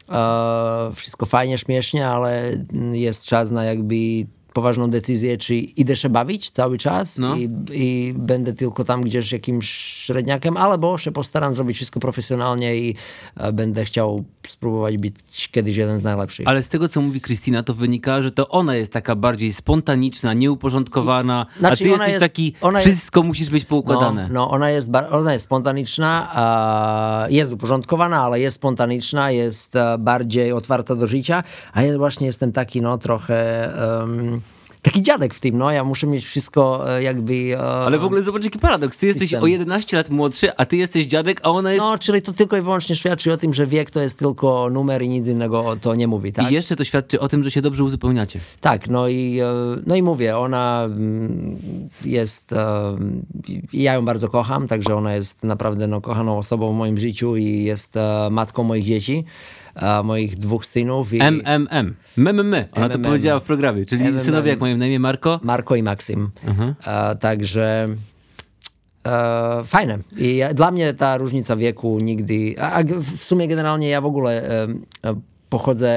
e, wszystko fajnie, śmiesznie, ale jest czas na jakby poważną decyzję, czy idę się bawić cały czas no. i, i będę tylko tam gdzieś jakimś średniakiem, albo się postaram zrobić wszystko profesjonalnie i e, będę chciał spróbować być kiedyś jeden z najlepszych.
Ale z tego, co mówi Krystyna, to wynika, że to ona jest taka bardziej spontaniczna, nieuporządkowana, I, znaczy a ty jesteś jest, taki, wszystko jest, musisz być poukładane.
No, no ona, jest, ona jest spontaniczna, a jest uporządkowana, ale jest spontaniczna, jest bardziej otwarta do życia, a ja właśnie jestem taki, no, trochę... Um, Taki dziadek w tym, no, ja muszę mieć wszystko jakby... E,
Ale w ogóle zobacz, jaki paradoks. Ty system. Jesteś o jedenaście lat młodszy, a ty jesteś dziadek, a ona jest...
No, czyli to tylko i wyłącznie świadczy o tym, że wiek to jest tylko numer i nic innego to nie mówi, tak?
I jeszcze to świadczy o tym, że się dobrze uzupełniacie.
Tak, no i, no i mówię, ona jest... Ja ją bardzo kocham, także ona jest naprawdę no, kochaną osobą w moim życiu i jest matką moich dzieci. A moich dwóch synów. I...
M M M. M M M. Ona to powiedziała w programie. Czyli M M M. Synowie, jak mają na imię, Marko?
Marko i Maksym. Uh-huh. A, także e, fajne. I ja, dla mnie ta różnica wieku nigdy... A, a w sumie generalnie ja w ogóle e, e, pochodzę...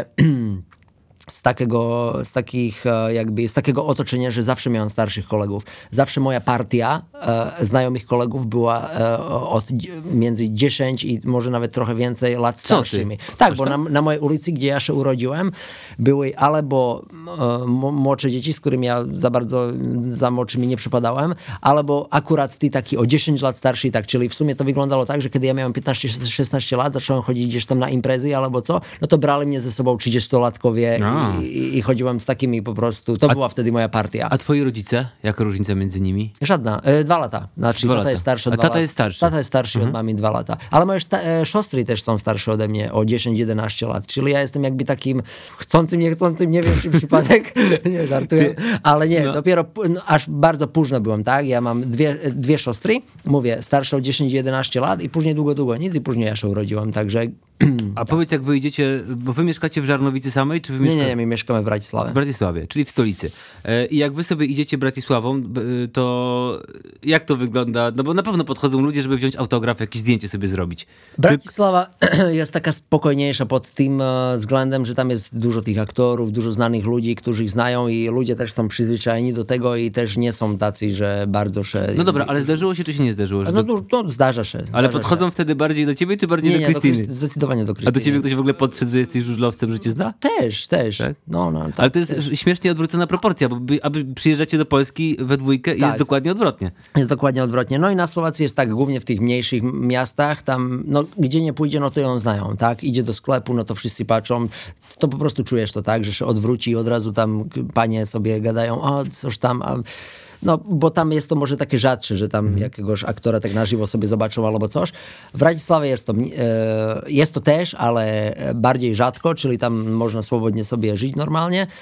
z takiego, z takich jakby, z takiego otoczenia, że zawsze miałem starszych kolegów. Zawsze moja partia e, znajomych kolegów była e, od między dziesięć i może nawet trochę więcej lat starszymi. Tak, Masz bo na, na mojej ulicy, gdzie ja się urodziłem, były albo e, młodsze dzieci, z którymi ja za bardzo za młodszymi nie przypadałem, albo akurat ty taki o dziesięć lat starszy i tak, czyli w sumie to wyglądało tak, że kiedy ja miałem piętnaście szesnaście lat, zacząłem chodzić gdzieś tam na imprezy albo co, no to brali mnie ze sobą trzydziestolatkowie no. I, i chodziłem z takimi po prostu. To a, była wtedy moja partia.
A twoi rodzice? Jaka różnica między nimi?
Żadna. E, dwa lata. Znaczy,
dwa
tata
lata.
jest starszy od
a
dwa
tata
lat.
jest starszy?
Tata jest starszy mhm. od mamy dwa lata. Ale moje sta- e, siostry też są starsze ode mnie o dziesięć jedenaście lat. Czyli ja jestem jakby takim chcącym, niechcącym, nie wiem czy przypadek. Nie, żartuję. Ty, ale nie, no. dopiero no, aż bardzo późno byłem, tak? Ja mam dwie, dwie siostry, mówię, starsze o dziesięć jedenaście lat i później długo, długo nic i później ja się urodziłem, także...
A tak. Powiedz, jak wyjdziecie, bo wy mieszkacie w Żarnowicy samej, czy wy mieszka...
Nie, nie, nie, my mieszkamy w Bratisławie.
W Bratisławie, czyli w stolicy. I jak wy sobie idziecie Bratisławą, to jak to wygląda? No bo na pewno podchodzą ludzie, żeby wziąć autograf, jakieś zdjęcie sobie zrobić.
Bratisława jest taka spokojniejsza pod tym względem, że tam jest dużo tych aktorów, dużo znanych ludzi, którzy ich znają i ludzie też są przyzwyczajeni do tego i też nie są tacy, że bardzo się...
No dobra, ale zdarzyło się, czy się nie zdarzyło?
No,
do...
no zdarza się. Zdarza
ale podchodzą
się.
wtedy bardziej do ciebie, czy bardziej
nie,
do
nie,
Krystyny?
Do Krystyny. Do Krystyny.
A do ciebie ktoś w ogóle podszedł, że jesteś żużlowcem, że cię zna?
Też, też.
Tak?
No, no, tak,
ale to jest
też.
śmiesznie odwrócona proporcja, bo by, aby przyjeżdżacie do Polski we dwójkę i tak. jest dokładnie odwrotnie.
Jest dokładnie odwrotnie. No i na Słowacji jest tak, głównie w tych mniejszych miastach, tam no, gdzie nie pójdzie, no to ją znają, tak? Idzie do sklepu, no to wszyscy patrzą. To po prostu czujesz to tak, że się odwróci i od razu tam panie sobie gadają, o, coś tam... A... No, bo tam jest to może takie rzadsze, że tam mm. jakiegoś aktora tak na żywo sobie zobaczą albo coś. W Bratisławie jest to, e, jest to też, ale bardziej rzadko, czyli tam można swobodnie sobie żyć normalnie.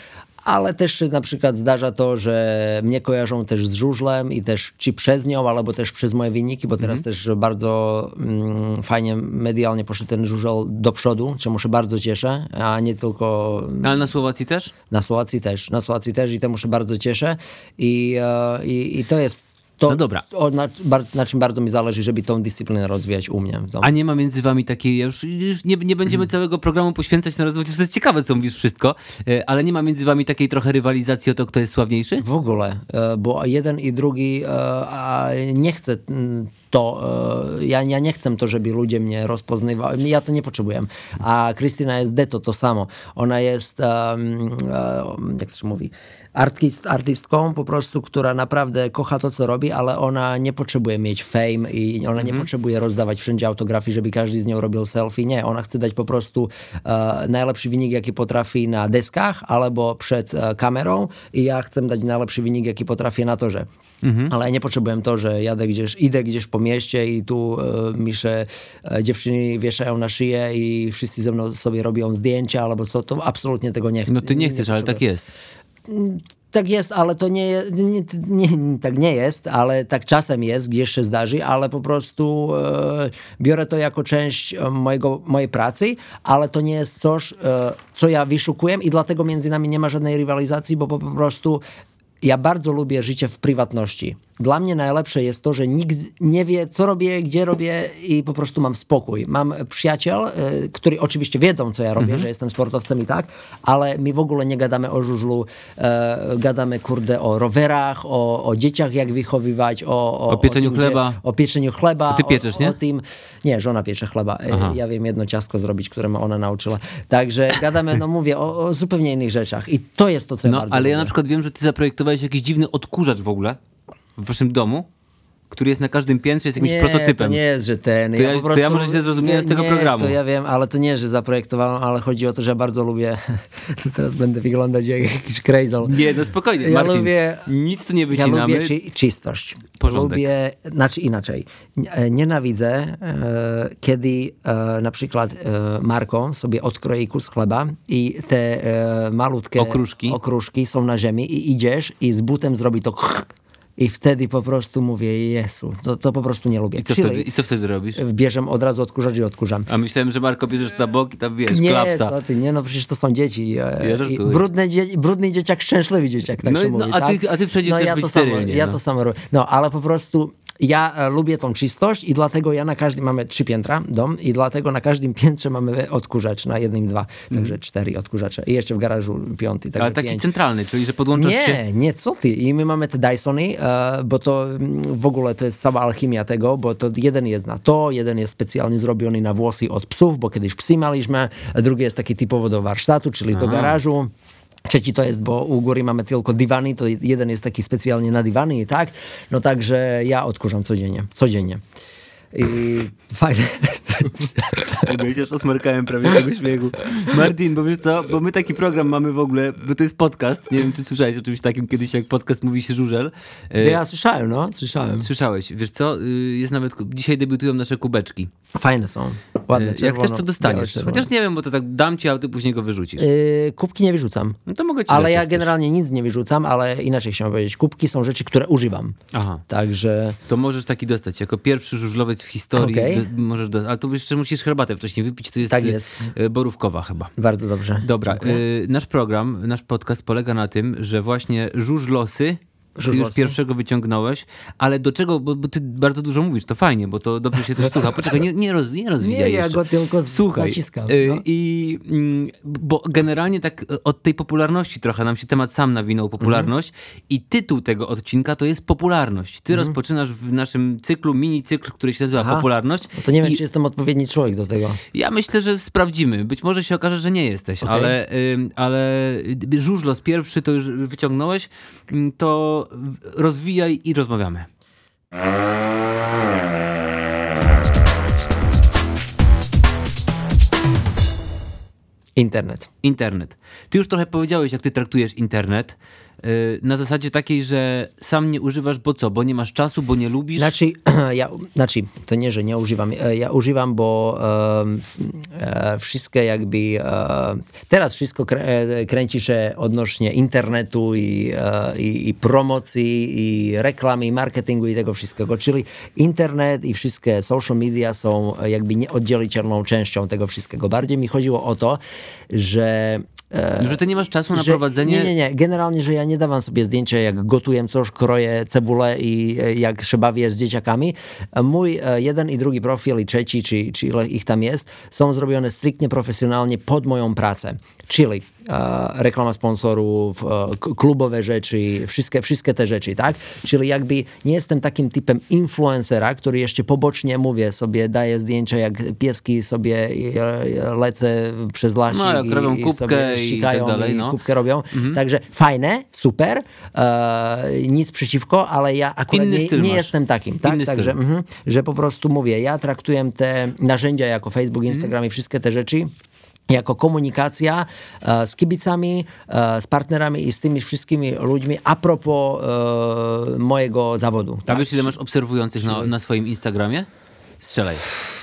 ale też się na przykład zdarza to, że mnie kojarzą też z żużlem i też czy przez nią, albo też przez moje wyniki, bo teraz też bardzo mm, fajnie medialnie poszedł ten żużel do przodu, czemu się bardzo cieszę, a nie tylko...
Ale na Słowacji też?
Na Słowacji też, na Słowacji też i temu się bardzo cieszę i, e, i, i to jest to,
No dobra.
o, na, na czym bardzo mi zależy, żeby tą dyscyplinę rozwijać u mnie. Tą.
A nie ma między wami takiej, już, już nie, nie będziemy całego programu poświęcać na rozwój, to jest ciekawe, co mówisz wszystko, e, ale nie ma między wami takiej trochę rywalizacji o to, kto jest sławniejszy?
W ogóle, e, bo jeden i drugi e, a nie chce mm, to, e, ja, ja nie chcę to, żeby ludzie mnie rozpoznawali, ja to nie potrzebuję. A Krystyna jest deto to samo. Ona jest, um, um, jak to się mówi, artyst, artystką po prostu, która naprawdę kocha to, co robi, ale ona nie potrzebuje mieć fame i ona nie
Mhm.
potrzebuje rozdawać wszędzie autografii, żeby każdy z nią robił selfie. Nie, ona chce dać po prostu e, najlepszy wynik, jaki potrafi na deskach albo przed e, kamerą i ja chcę dać najlepszy wynik, jaki potrafię na torze. Mhm. Ale nie potrzebuję to, że jadę gdzieś, idę gdzieś po mieście i tu e, mi się e, dziewczyny wieszają na szyję i wszyscy ze mną sobie robią zdjęcia albo co, to absolutnie tego nie chcę.
No ty nie chcesz, ale tak jest.
Tak jest, ale to nie, nie, nie, tak nie jest, ale tak czasem jest, gdzieś się zdarzy, ale po prostu e, biorę to jako część mojego, mojej pracy, ale to nie jest coś, e, co ja wyszukuję i dlatego między nami nie ma żadnej rywalizacji, bo po prostu ja bardzo lubię życie w prywatności. Dla mnie najlepsze jest to, że nikt nie wie, co robię, gdzie robię i po prostu mam spokój. Mam przyjaciel, y, którzy oczywiście wiedzą, co ja robię, mm-hmm. że jestem sportowcem i tak, ale my w ogóle nie gadamy o żużlu, e, gadamy, kurde, o rowerach, o, o dzieciach, jak wychowywać, o... O,
O pieczeniu
o tym,
chleba.
Gdzie, o pieczeniu chleba.
To ty pieczesz,
o,
nie?
O tym, nie, żona piecze chleba. E,
Aha.
Ja wiem jedno ciastko zrobić, które ma ona nauczyła. Także gadamy, no mówię, o, o zupełnie innych rzeczach i to jest to, co ja
No,
bardzo
ale
lubię.
ja na przykład wiem, że ty zaprojektowałeś jakiś dziwny odkurzacz w ogóle w waszym domu, który jest na każdym piętrze, jest jakimś
nie,
prototypem.
to nie jest, że ten.
To ja- to ja może źle zrozumiałem z tego
nie,
programu.
To ja wiem, ale to nie, że zaprojektowałem, ale chodzi o to, że ja bardzo lubię. To teraz będę wyglądać jak jakiś crazel.
Nie, no spokojnie,
Ja
Marcin.
lubię-
Nic tu nie
Ja
wycinamy.
lubię czy, czystość.
Porządek.
Lubię, znaczy inaczej. Nie- Nienawidzę, e, kiedy e, na przykład e, Marko sobie odkroi kus chleba i te e, malutkie
Okruszki.
okruszki są na ziemi i idziesz i z butem zrobi to i wtedy po prostu mówię, Jezu, to, to po prostu nie lubię.
I co,
Czyli
wtedy, I co wtedy robisz?
bierzem od razu odkurzacz i odkurzam.
A myślałem, że Marko bierzesz na bok i tam wiesz,
Nie,
klapsa.
co ty, nie, no przecież to są dzieci. e,
Ja żartuję.
i brudne dzie- brudny dzieciak, szczęśliwy dzieciak, tak
No
się
i- no,
mówi,
a
tak?
ty- a ty wszędzie
no,
chcesz
ja
być
to samo,
sterylnie,
Ja
no.
to samo robię. No, ale po prostu ja e, lubię tą czystość i dlatego ja na każdym, mamy trzy piętra dom i dlatego na każdym piętrze mamy odkurzacz, na jednym dwa, także cztery odkurzacze i jeszcze w garażu piąty, także
Ale taki
pięć.
centralny, czyli że podłączasz się...
Nie, nie, co ty? I my mamy te Dysony, e, bo to mm, w ogóle to jest cała alchemia tego, bo to jeden jest na to, jeden jest specjalnie zrobiony na włosy od psów, bo kiedyś psy maliśmy, a drugi jest taki typowo do warsztatu, czyli do garażu. Trzeci to jest, bo u góry mamy tylko dywany, to jeden jest taki specjalnie na dywany i tak. No także ja odkurzam codziennie, codziennie. I fajne.
Ja się rozmarkałem prawie tego śmiechu. Martin, bo wiesz co, bo my taki program mamy w ogóle, bo to jest podcast, nie wiem czy słyszałeś o czymś takim kiedyś, jak podcast mówi się żużel. E,
Ja słyszałem, no, słyszałem.
Słyszałeś, wiesz co, y, jest nawet, dzisiaj debiutują nasze kubeczki.
Fajne są, ładne,
E, Jak
czerwono,
chcesz to dostaniesz,
białe, czerwone.
chociaż nie wiem, bo to tak dam ci, a ty później go wyrzucisz.
Yy, kubki nie wyrzucam.
No to mogę ci
Ale
dać,
ja
jak chcesz.
generalnie nic nie wyrzucam, ale inaczej chciałem powiedzieć. Kubki są rzeczy, które używam.
Aha.
Także
To możesz taki dostać, jako pierwszy żużlowiec w historii,
Okej.
do, możesz dostać, ale tu jeszcze musisz herbatę wcześniej wypić, to jest,
Tak
y,
jest.
y, borówkowa chyba.
bardzo dobrze.
Dobra,
Dziękuję.
y, nasz program, nasz podcast polega na tym, że właśnie żużlosy, ty już
Żużlosy.
pierwszego wyciągnąłeś, ale do czego, bo, bo ty bardzo dużo mówisz, to fajnie, bo to dobrze się też słucha. Poczekaj, nie, nie, roz, nie rozwijaj
Nie, ja
jeszcze.
go tylko z-
Słuchaj,
zaciskam,
y,
no.
i, mm, bo generalnie tak y, od tej popularności trochę nam się temat sam nawinął, popularność i tytuł tego odcinka to jest popularność. Ty rozpoczynasz w naszym cyklu, mini cykl, który się nazywa
Aha.
Popularność.
No to nie wiem,
I
czy jestem odpowiedni człowiek do tego.
ja myślę, że sprawdzimy. Być może się okaże, że nie jesteś,
Okej.
ale, ym, ale y, żużlos pierwszy to już wyciągnąłeś, ym, to w- rozwijaj i rozmawiamy.
Internet.
Internet. Ty już trochę powiedziałeś, jak ty traktujesz internet. y, na zasadzie takiej, że sam nie używasz, bo co? Bo nie masz czasu, bo nie lubisz?
Znaczy, ja, znaczy to nie, że nie używam. Ja używam, bo e, wszystkie jakby e, teraz wszystko krę, kręci się odnośnie internetu i, e, i, i promocji, i reklamy, i marketingu i tego wszystkiego. Czyli internet i wszystkie social media są jakby nieoddzielitelną częścią tego wszystkiego. Bardziej mi chodziło o to, że
No, że ty nie masz czasu na
że,
prowadzenie...
Nie, nie, nie. Generalnie, że ja nie dawam sobie zdjęcia, jak gotuję coś, kroję cebulę i jak się bawię z dzieciakami. Mój jeden i drugi profil i trzeci, czy, czy ile ich tam jest, są zrobione striktnie profesjonalnie pod moją pracę. Czyli uh, reklama sponsorów, uh, klubowe rzeczy, wszystkie, wszystkie te rzeczy, tak? Czyli jakby nie jestem takim typem influencera, który jeszcze pobocznie, mówię sobie, daje zdjęcia, jak pieski sobie lecę przez lasik
no, jak
i,
robią
i
kubkę
sobie
i
ścigają
tak dalej,
i
no.
kubkę robią. Mhm. Także fajne, super, e, nic przeciwko, ale ja akurat
Inny
nie,
styl
nie
masz.
jestem takim. Tak?
Inny
Także, mhm, że po prostu mówię, ja traktuję te narzędzia jako Facebook, Instagram mhm. i wszystkie te rzeczy jako komunikacja e, z kibicami, e, z partnerami i z tymi wszystkimi ludźmi a propos e, mojego zawodu.
A
tak?
wiesz, ile masz obserwujących na, na swoim Instagramie? Strzelaj.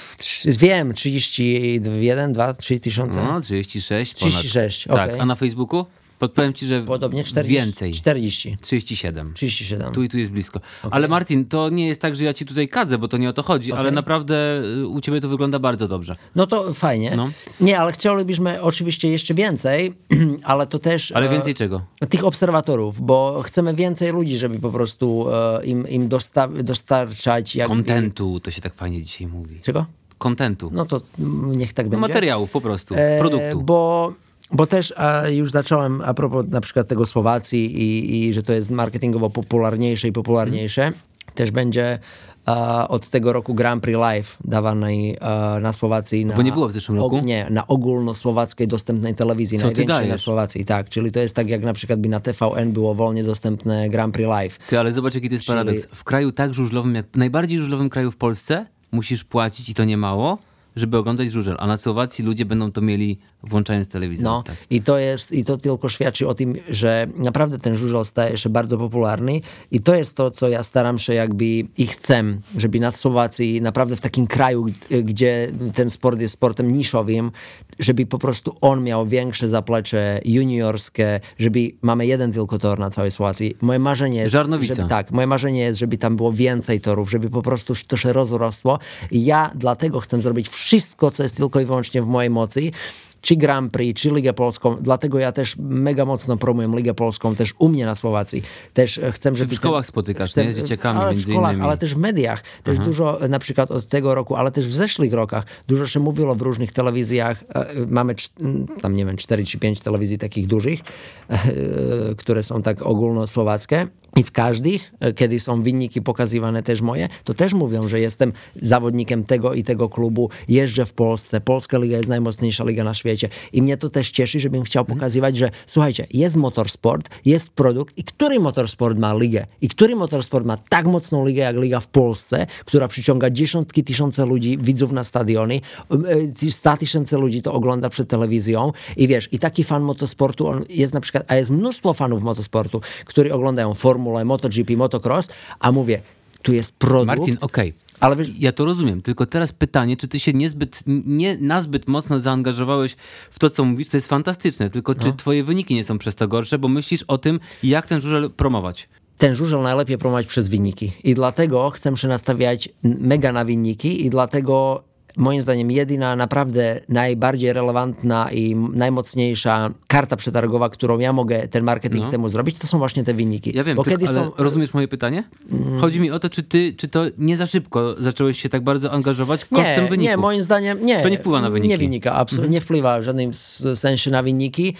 Wiem, trzydzieści jeden, dwa, trzy tysiące.
No, trzydzieści sześć ponad.
trzydzieści sześć,
Tak,
okay.
a na Facebooku? Podpowiem ci, że
podobnie czterdzieści,
więcej.
czterdzieści.
trzydzieści siedem.
trzydzieści siedem.
Tu i tu jest blisko.
Okay.
Ale Martin, to nie jest tak, że ja ci tutaj kadzę, bo to nie o to chodzi,
okay.
ale naprawdę u ciebie to wygląda bardzo dobrze.
No to fajnie. No. Nie, ale chcielibyśmy oczywiście jeszcze więcej, ale to też...
Ale więcej e, czego?
Tych obserwatorów, bo chcemy więcej ludzi, żeby po prostu e, im, im dosta- dostarczać... Jakby...
Kontentu, to się tak fajnie dzisiaj mówi.
Czego?
Kontentu.
No to niech tak
no,
będzie.
Materiałów po prostu,
e,
produktu.
Bo... Bo też a już zacząłem a propos na przykład tego Słowacji i, i że to jest marketingowo popularniejsze i popularniejsze. Hmm. Też będzie a, od tego roku Grand Prix Live dawany a, na Słowacji. Na,
Bo nie było w zeszłym roku?
O, nie, na ogólnosłowackiej dostępnej telewizji,
Co
największej na Słowacji. Tak, czyli to jest tak jak na przykład by na T V N było wolnie dostępne Grand Prix Live.
Ty, ale zobacz jaki to jest
czyli...
paradoks. W kraju tak żużlowym, jak najbardziej żużlowym kraju w Polsce musisz płacić i to nie mało, żeby oglądać żużel, a na Słowacji ludzie będą to mieli włączając telewizor.
No
tak.
i to jest, i to tylko świadczy o tym, że naprawdę ten żużel staje się bardzo popularny i to jest to, co ja staram się jakby i chcę, żeby na Słowacji, naprawdę w takim kraju, gdzie ten sport jest sportem niszowym, żeby po prostu on miał większe zaplecze juniorskie, żeby mamy jeden tylko tor na całej Słowacji. Moje marzenie jest,
Żarnowica.
żeby tak, moje marzenie jest, żeby tam było więcej torów, żeby po prostu to się rozrosło i ja dlatego chcę zrobić wszystko, co jest tylko i wyłącznie w mojej mocy, czy Grand Prix, czy Ligę Polską. Dlatego ja też mega mocno promuję Ligę Polską, też u mnie na Słowacji. Też chcę, żeby...
Ty w szkołach spotykasz, chcę, nie? Z dzieciakami
ale
między
w szkołach,
innymi.
ale też w mediach. Też
Aha.
dużo, na przykład od tego roku, ale też w zeszłych rokach, dużo się mówiło w różnych telewizjach. Mamy tam, nie wiem, cztery czy pięć telewizji takich dużych, które są tak ogólnosłowackie. I w każdych, kiedy są wyniki pokazywane też moje, to też mówią, że jestem zawodnikiem tego i tego klubu, jeżdżę w Polsce, Polska Liga jest najmocniejsza liga na świecie i mnie to też cieszy, żebym chciał pokazywać, że słuchajcie, jest motorsport, jest produkt i który motorsport ma ligę i który motorsport ma tak mocną ligę jak liga w Polsce, która przyciąga dziesiątki tysiące ludzi, widzów na stadiony, sta tysięcy ludzi to ogląda przed telewizją i wiesz, i taki fan motorsportu on jest na przykład, a jest mnóstwo fanów motorsportu, którzy oglądają Formułę, MotoGP, motocross, a mówię, tu jest produkt.
Martin, okej. Okay.
Ale wiesz,
ja to rozumiem, tylko teraz pytanie, czy ty się niezbyt, nie nazbyt mocno zaangażowałeś w to, co mówisz, to jest fantastyczne, tylko no. Czy twoje wyniki nie są przez to gorsze, bo myślisz o tym, jak ten żużel promować?
Ten żużel najlepiej promować przez wyniki i dlatego chcę się nastawiać mega na wyniki i dlatego moim zdaniem jedyna naprawdę najbardziej relevantna i najmocniejsza karta przetargowa, którą ja mogę ten marketing
no.
temu zrobić, to są właśnie te wyniki.
Ja wiem,
Bo
tylko,
kiedy
ale
są...
rozumiesz moje pytanie? Chodzi mi o to, czy ty, czy to nie za szybko zacząłeś się tak bardzo angażować kosztem
nie,
wyników?
Nie, moim zdaniem nie.
To nie wpływa na wyniki?
Nie wynika, absolutnie mhm. nie wpływa w żadnym sensie na wyniki,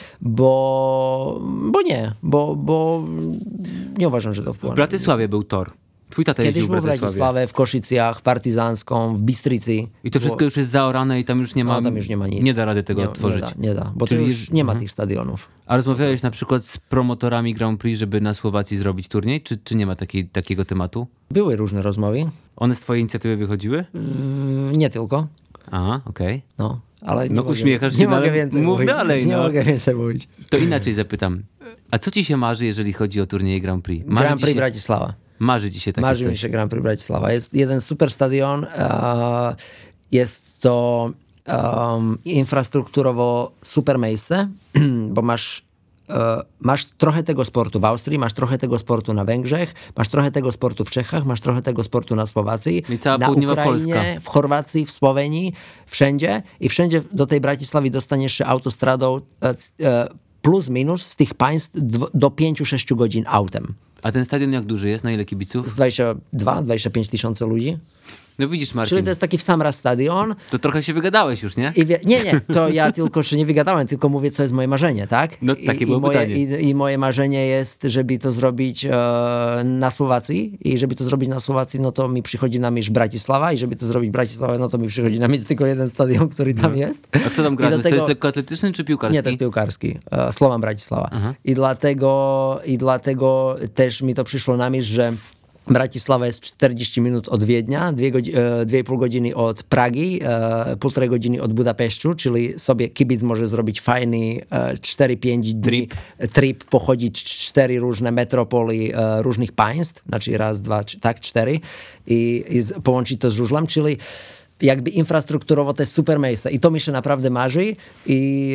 bo, bo nie, bo, bo nie uważam, że to wpływa.
W Bratysławie był tor. Twój tata
Kiedyś
jeździł w
był w Bratysławie, w Koszicjach, Partyzancką, w Bystrycy.
I to wszystko
bo...
już jest zaorane i tam już nie ma...
No, tam już nie ma nic.
Nie da rady tego
nie,
odtworzyć.
Nie da, nie da bo
Czyli
to już nie ma
mhm.
tych stadionów.
A rozmawiałeś na przykład z promotorami Grand Prix, żeby na Słowacji zrobić turniej? Czy, czy nie ma takiej, takiego tematu?
Były różne rozmowy.
One z twojej inicjatywy wychodziły?
Mm, nie tylko.
Aha, okej. Okay.
No, ale nie
no
mogę,
uśmiechasz się,
nie
dalej.
mogę więcej
Mów
mówić.
dalej.
Nie
no.
mogę więcej mówić.
To inaczej zapytam. A co ci się marzy, jeżeli chodzi o turnieje Grand Prix? Marzy
Grand Prix
się...
Bratisława.
Marzy ci się takie
Marzy
coś?
mi się Grand Prix Bratisława. Jest jeden super stadion. Uh, jest to um, infrastrukturowo super miejsce, bo masz uh, masz trochę tego sportu w Austrii, masz trochę tego sportu na Węgrzech, masz trochę tego sportu w Czechach, masz trochę tego sportu na Słowacji,
I cała
na
południowa
Ukrainie,
Polska.
w Chorwacji, w Słowenii, wszędzie. I wszędzie do tej Bratisławy dostaniesz się autostradą uh, uh, plus minus z tych państw dw- do pięć do sześciu godzin autem.
A ten stadion jak duży jest? Na ile kibiców?
Z dwadzieścia dwa do dwudziestu pięciu tysięcy ludzi.
No widzisz, Marcin,
Czyli to jest taki w sam raz stadion.
to trochę się wygadałeś już, nie?
I wie, nie, nie, to ja tylko jeszcze nie wygadałem, tylko mówię, co jest moje marzenie, tak?
No,
I,
takie
i
było
moje,
pytanie.
I, I moje marzenie jest, żeby to zrobić e, na Słowacji i żeby to zrobić na Słowacji, no to mi przychodzi na myśl Bratisława i żeby to zrobić Bratisława, no to mi przychodzi na myśl tylko jeden stadion, który tam jest.
A kto tam gra?
I do
To
tego-
jest lekkoatletyczny czy piłkarski?
Nie, to jest piłkarski. E, Slovan Bratisława. I dlatego, I dlatego też mi to przyszło na myśl, że Bratisława jest czterdzieści minut od Wiednia, dwie i pół godziny od Pragi, e, półtorej godziny od Budapesztu, czyli sobie kibic może zrobić fajny e, cztery pięć dni trip. trip, pochodzić cztery różne metropoli e, różnych państw, znaczy raz, dwa, trzy, tak, cztery i, i z, połączyć to z żużlem, czyli jakby infrastrukturowo to jest super miejsce i to mi się naprawdę marzy i,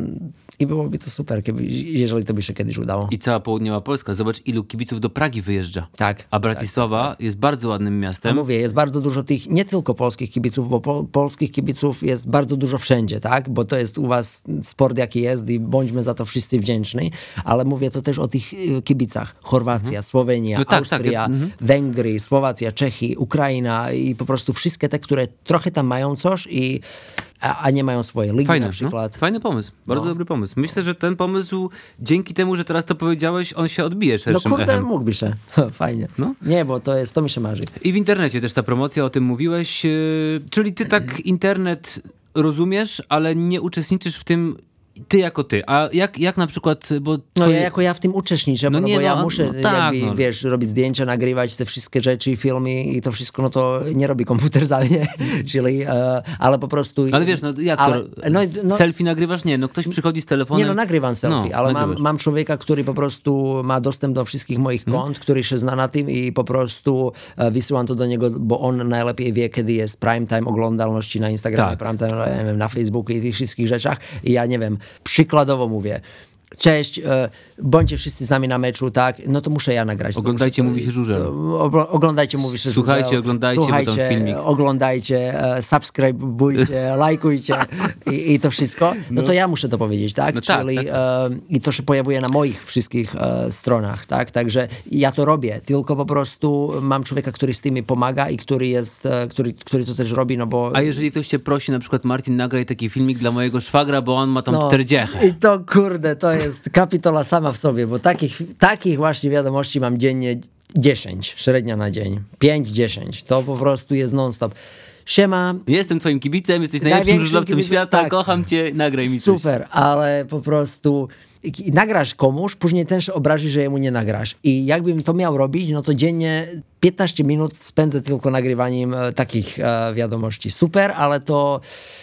i byłoby to super, kiedy, jeżeli to by się kiedyś udało.
I cała południowa Polska. Zobacz, ilu kibiców do Pragi wyjeżdża.
Tak.
A Bratisława jest bardzo ładnym
A
miastem.
mówię, jest bardzo dużo tych, nie tylko polskich kibiców, bo po, polskich kibiców jest bardzo dużo wszędzie, tak? Bo to jest u was sport jaki jest i bądźmy za to wszyscy wdzięczni, ale mówię to też o tych y, kibicach. Chorwacja,
Mhm.
Słowenia,
No tak,
Austria,
tak, mhm.
Węgry, Słowacja, Czechy, Ukraina i po prostu wszystkie te, które trochę tam mają coś i a, a nie mają swoje ligi
Fajny,
na przykład.
no? Fajny pomysł. Bardzo
No.
dobry pomysł. Myślę, że ten pomysł, dzięki temu, że teraz to powiedziałeś, on się odbije
No
szerszym
kurde,
echem.
mógłby się. Fajnie.
No.
Nie, bo to jest, to mi się marzy.
I w internecie też ta promocja, o tym mówiłeś. Yy, czyli ty tak internet rozumiesz, ale nie uczestniczysz w tym ty jako ty. A jak, jak na przykład, bo
No
twoje...
ja jako ja w tym uczestniczę,
No
bo, no
nie,
bo ja
no,
muszę
no tak,
jakby,
no.
wiesz, robić zdjęcia, nagrywać te wszystkie rzeczy, filmy i to wszystko, no to nie robi komputer za mnie, czyli, e, ale po prostu...
Ale wiesz, no jak
ale,
to?
no, no,
Selfie nagrywasz? Nie, no ktoś przychodzi z telefonem.
Nie, no nagrywam selfie,
No,
ale mam,
nagrywasz.
mam człowieka, który po prostu ma dostęp do wszystkich moich
Hmm?
kont, który się zna na tym i po prostu e, wysyłam to do niego, bo on najlepiej wie, kiedy jest prime time oglądalności na Instagramie,
Tak.
prime time nie wiem, na Facebooku i tych wszystkich rzeczach i ja nie wiem, przykładowo mówię, cześć, e, bądźcie wszyscy z nami na meczu, tak, no to muszę ja nagrać.
Oglądajcie,
to muszę,
mówi się żużel.
to, ogl- oglądajcie, mówi się
Słuchajcie,
żużel.
oglądajcie, bo tam
Słuchajcie,
filmik.
oglądajcie, e, subskrybujcie, lajkujcie i, i to wszystko, no, to ja muszę to powiedzieć, tak?
No tak,
Czyli
tak.
e, i to się pojawuje na moich wszystkich e, stronach, tak? Także ja to robię, tylko po prostu mam człowieka, który z tym mi pomaga i który jest, e, który, który to też robi, no bo...
A jeżeli ktoś cię prosi, na przykład Martin, nagraj taki filmik dla mojego szwagra, bo on ma tam
No,
czterdziechę.
I to kurde, to jest kapitola sama w sobie, bo takich, takich właśnie wiadomości mam dziennie dziesięć, średnia na dzień. pięć dziesięć. To po prostu jest non-stop. Siema,
Jestem twoim kibicem, jesteś najlepszym
Największym
żużlowcem
kibicem,
świata,
tak.
kocham cię, nagraj mi coś.
super, ale po prostu i- i nagrasz komuś, później ten się obrazi, że jemu nie nagrasz. I jakbym to miał robić, no to dziennie piętnaście minut spędzę tylko nagrywaniem e, takich e, wiadomości. Super, ale to...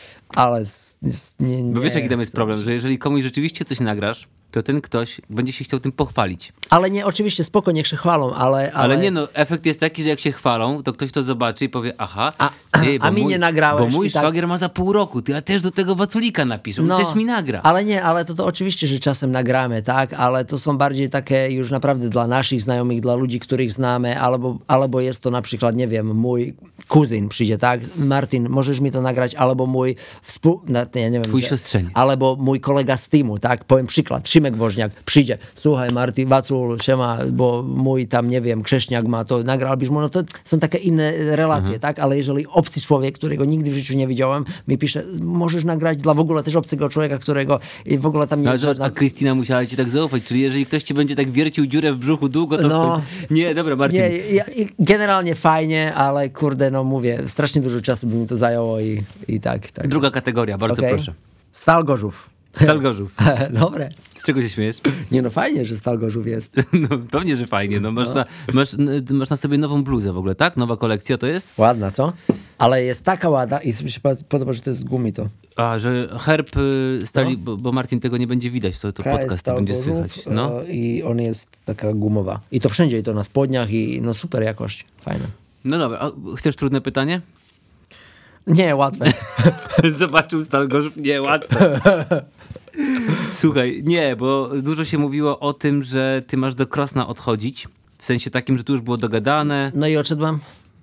Ale s- s- nie, nie,
Bo wiesz, jaki tam jest problem, że jeżeli komuś rzeczywiście coś nagrasz, to ten ktoś będzie się chciał tym pochwalić.
Ale nie, oczywiście spoko, niech się chwalą, ale... Ale,
Ale nie no, efekt jest taki, że jak się chwalą, to ktoś to zobaczy i powie, aha,
A-
ty,
a
bo
mi
mój,
nie nagrałeś
bo mój
i tak-
szwagier ma za pół roku, ty, ja też do tego Waculika napiszę, no, też mi nagra.
Ale nie, ale to, to oczywiście, że czasem nagramy, tak, ale to są bardziej takie już naprawdę dla naszych znajomych, dla ludzi, których znamy, albo, albo jest to na przykład, nie wiem, mój kuzyn przyjdzie, tak, Martin, możesz mi to nagrać, albo mój współ... No, ja nie wiem,
Twój
że-
siostrzeniec.
Albo mój kolega z teamu, tak, powiem przykład, Szymek Woźniak przyjdzie, słuchaj Martin, Wacul, siema, bo mój tam, nie wiem, Krześniak ma to, nagrałbyś mu, no to są takie inne relacje, tak, ale jeżeli obcy człowiek, którego nigdy w życiu nie widziałem, mi pisze, możesz nagrać dla w ogóle też obcego człowieka, którego i w ogóle tam nie
No, ale
jest
zobacz,
żadna...
a Krystyna musiała ci tak zaufać, czyli jeżeli ktoś ci będzie tak wiercił dziurę w brzuchu długo, to...
No.
Nie, dobra, Marcin.
Nie, ja, i generalnie fajnie, ale kurde, no mówię, strasznie dużo czasu by mi to zajęło i, i tak, tak.
Druga kategoria, bardzo
Okej.
proszę.
Stal Gorzów.
Stal Gorzów.
Dobre.
Z czego się śmiejesz?
Nie no, fajnie, że Stal Gorzów jest.
No pewnie, że fajnie. No, masz, na, masz, masz na sobie nową bluzę w ogóle, tak? Nowa kolekcja to jest?
Ładna, co? Ale jest taka ładna i mi się podoba, że to jest z gumy to.
A, że herb y, stali,
No.
bo, bo Martin tego nie będzie widać, to, to
Taka jest
podcast to
Stal
będzie
Gorzów,
słychać. No.
e, I on jest taka gumowa. I to wszędzie, i to na spodniach i no super jakość. Fajne.
no dobra, a chcesz trudne pytanie?
Nie, łatwe.
Zobaczył Stal Gorzów? Nie, łatwe. Słuchaj, nie, bo dużo się mówiło o tym, że ty masz do Krosna odchodzić. W sensie takim, że tu już było dogadane.
No i odszedłem?